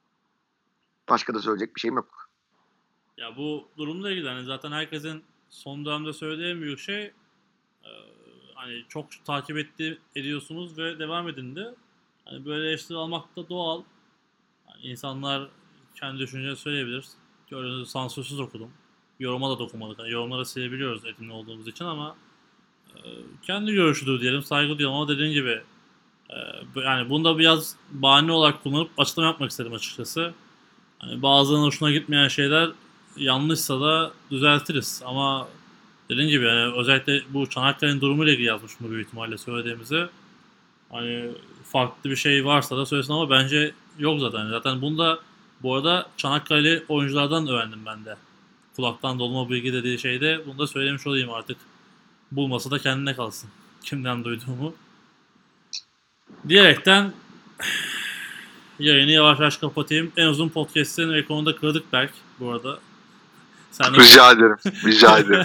Başka da söyleyecek bir şeyim yok. Ya bu durumla ilgili hani zaten herkesin son dönemde söylediği en büyük şey e, hani çok takip etti, ediyorsunuz ve devam edin de. Hani böyle eleştiri almak da doğal. Yani insanlar kendi düşüncelerini söyleyebilir. Gördüğünüz sansürsüz okudum. Yoruma da dokunmadık. Yani yorumları silebiliyoruz etimli olduğumuz için ama e, kendi görüşüdür diyelim. Saygı duyuyorum ama dediğim gibi e, yani bunu da biraz bahane olarak kullanıp açıklama yapmak istedim açıkçası. Hani bazılarının hoşuna gitmeyen şeyler yanlışsa da düzeltiriz. Ama dediğim gibi yani özellikle bu Çanakkale'nin durumuyla ilgili yazmış bu büyük ihtimalle söylediğimizi. Hani farklı bir şey varsa da söylesin ama bence yok zaten. Zaten bunda bu arada Çanakkale oyunculardan öğrendim ben de. Kulaktan dolma bilgi dediği şeyde bunu da söylemiş olayım artık. Bulmasa da kendine kalsın. Kimden duyduğumu. Diyerekten yayını yavaş yavaş kapatayım. En uzun podcast'in rekorunu da kırdık Berk bu arada. Sen de... Rica ederim. Rica ederim.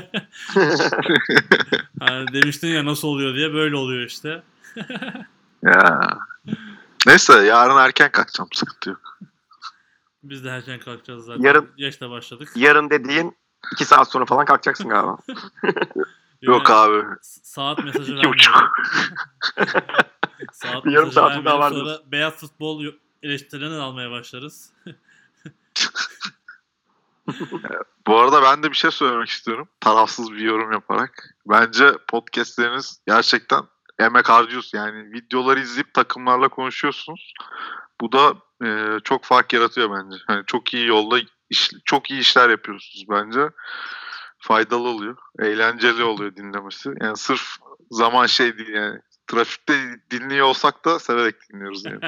Hani demiştin ya nasıl oluyor diye, böyle oluyor işte. Ya. Neyse yarın erken kalkacağım, sıkıntı yok. Biz de erken kalkacağız zaten. Yarın, Yaşta başladık. Yarın dediğin iki saat sonra falan kalkacaksın galiba. Yok abi. Saat mesajı İki buçuk. Saat Bir yarım mesajı saatin daha vermeyelim, vardır. sonra beyaz futbol eleştirilerini almaya başlarız. Bu arada ben de bir şey söylemek istiyorum. Tarafsız bir yorum yaparak. Bence podcastleriniz gerçekten emek harcıyorsunuz. Yani videoları izleyip takımlarla konuşuyorsunuz. Bu da e, çok fark yaratıyor bence. Yani çok iyi yolda iş, çok iyi işler yapıyorsunuz bence. Faydalı oluyor. Eğlenceli oluyor dinlemesi. Yani sırf zaman şey değil yani. Trafikte dinliyor olsak da severek dinliyoruz yani.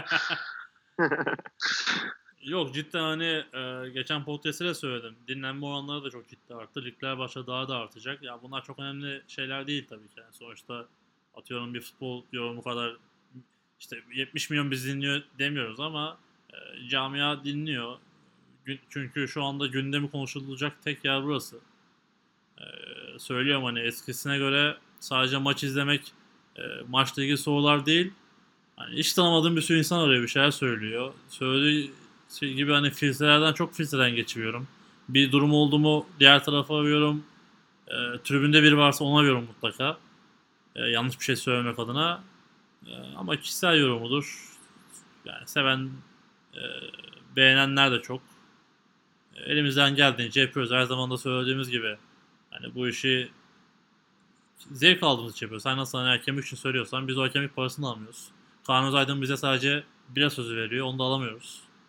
Yok cidden hani e, geçen podcast'te de söyledim. Dinlenme oranları da çok ciddi arttı. Ligler başta daha da artacak. Ya bunlar çok önemli şeyler değil tabii ki. Yani sonuçta atıyorum bir futbol yorumu kadar işte yetmiş milyon biz dinliyor demiyoruz ama e, camia dinliyor. Gün, çünkü şu anda gündemi konuşulacak tek yer burası. E, söylüyorum hani eskisine göre sadece maç izlemek, e, maçla ilgili sorular değil. Hani hiç tanımadığım bir sürü insan arıyor, bir şeyler söylüyor. Söylediği şey gibi hani filtrelerden çok filtreden geçiyorum. Bir durum oldu mu diğer tarafa arıyorum. E, tribünde biri varsa ona arıyorum mutlaka. E, yanlış bir şey söylemek adına. E, ama kişisel yorumudur. Yani seven, e, beğenenler de çok. E, elimizden geldiğince yapıyoruz. Her zaman da söylediğimiz gibi. Hani bu işi zevk aldığımız için yapıyoruz. Sen nasıl hani hakem için söylüyorsan biz o hakemin parasını almıyoruz. Kaan Özaydın bize sadece bira sözü veriyor. Onu da alamıyoruz.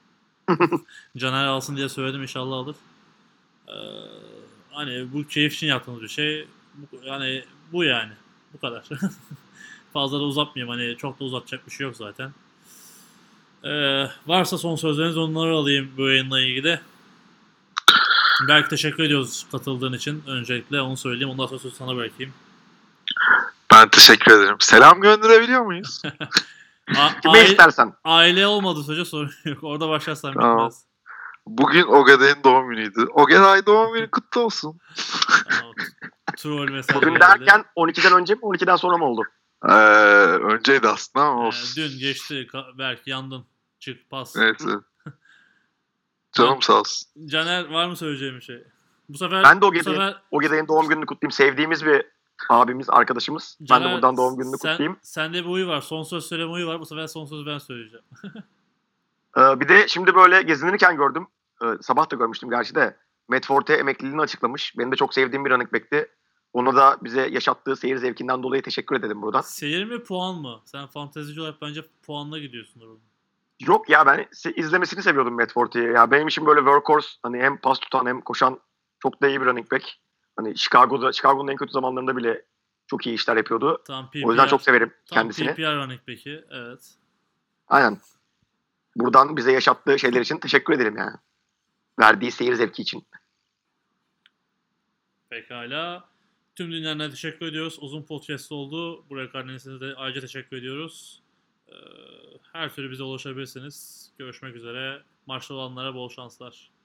Caner alsın diye söyledim, inşallah alır. Ee, hani bu keyif için yaptığımız bir şey. Bu, yani bu yani. Bu kadar. Fazla da uzatmayayım. Hani çok da uzatacak bir şey yok zaten. Ee, varsa son sözleriniz, onları alayım bu yayınla ilgili. Belki teşekkür ediyoruz katıldığın için. Öncelikle onu söyleyeyim. Ondan sonra sözü sana bırakayım. Ben teşekkür ederim. Selam gönderebiliyor muyuz? A- Kime aile, istersen. aile olmadığı sürece sorun yok. Orada başlarsan Tamam. bitmez. Bugün Ogeday'ın doğum günüydü. Ogeday doğum günü kutlu olsun. Tamam. Troll mesaj Bugün geldi. derken on ikiden önce mi on ikiden sonra mı oldu? Ee, önceydi aslında ama Ee, olsun. dün geçti. Ka- Belki yandın. Çık pas. Evet. Canım sağ olsun. Caner, var mı söyleyeceğim bir şey? Bu sefer Ben de bu Ogeday'ın sefer Ogeday'ın doğum gününü kutlayayım. Sevdiğimiz bir abimiz, arkadaşımız. ben Caner, de buradan doğum gününü sen, kutlayayım. Sende bir uyu var. Son söz söyleme uyu var. Bu sefer son sözü ben söyleyeceğim. Ee, bir de şimdi böyle gezinirken gördüm. Ee, sabah da görmüştüm gerçi de. Matt Forte emekliliğini açıklamış. Benim de çok sevdiğim bir running back'ti. Ona da bize yaşattığı seyir zevkinden dolayı teşekkür edelim buradan. Seyir mi, puan mı? Sen fantezici olarak bence puanla gidiyorsundur onu. Yok ya, ben se- izlemesini seviyordum Matt Forte'yi. Ya benim için böyle workhorse, hani hem pas tutan hem koşan çok da iyi bir running back. Hani Chicago'da Chicago'nun en kötü zamanlarında bile çok iyi işler yapıyordu. Tam P P R, O yüzden çok severim tam kendisini. P P R running peki. Evet. Aynen. Buradan bize yaşattığı şeyler için teşekkür ederim yani. Verdiği seyir zevki için. Pekala. Tüm dinleyenlere teşekkür ediyoruz. Uzun podcast oldu. Buraya kardeşinize de ayrıca teşekkür ediyoruz. Ee, her türlü bize ulaşabilirsiniz. Görüşmek üzere. Maçta olanlara bol şanslar.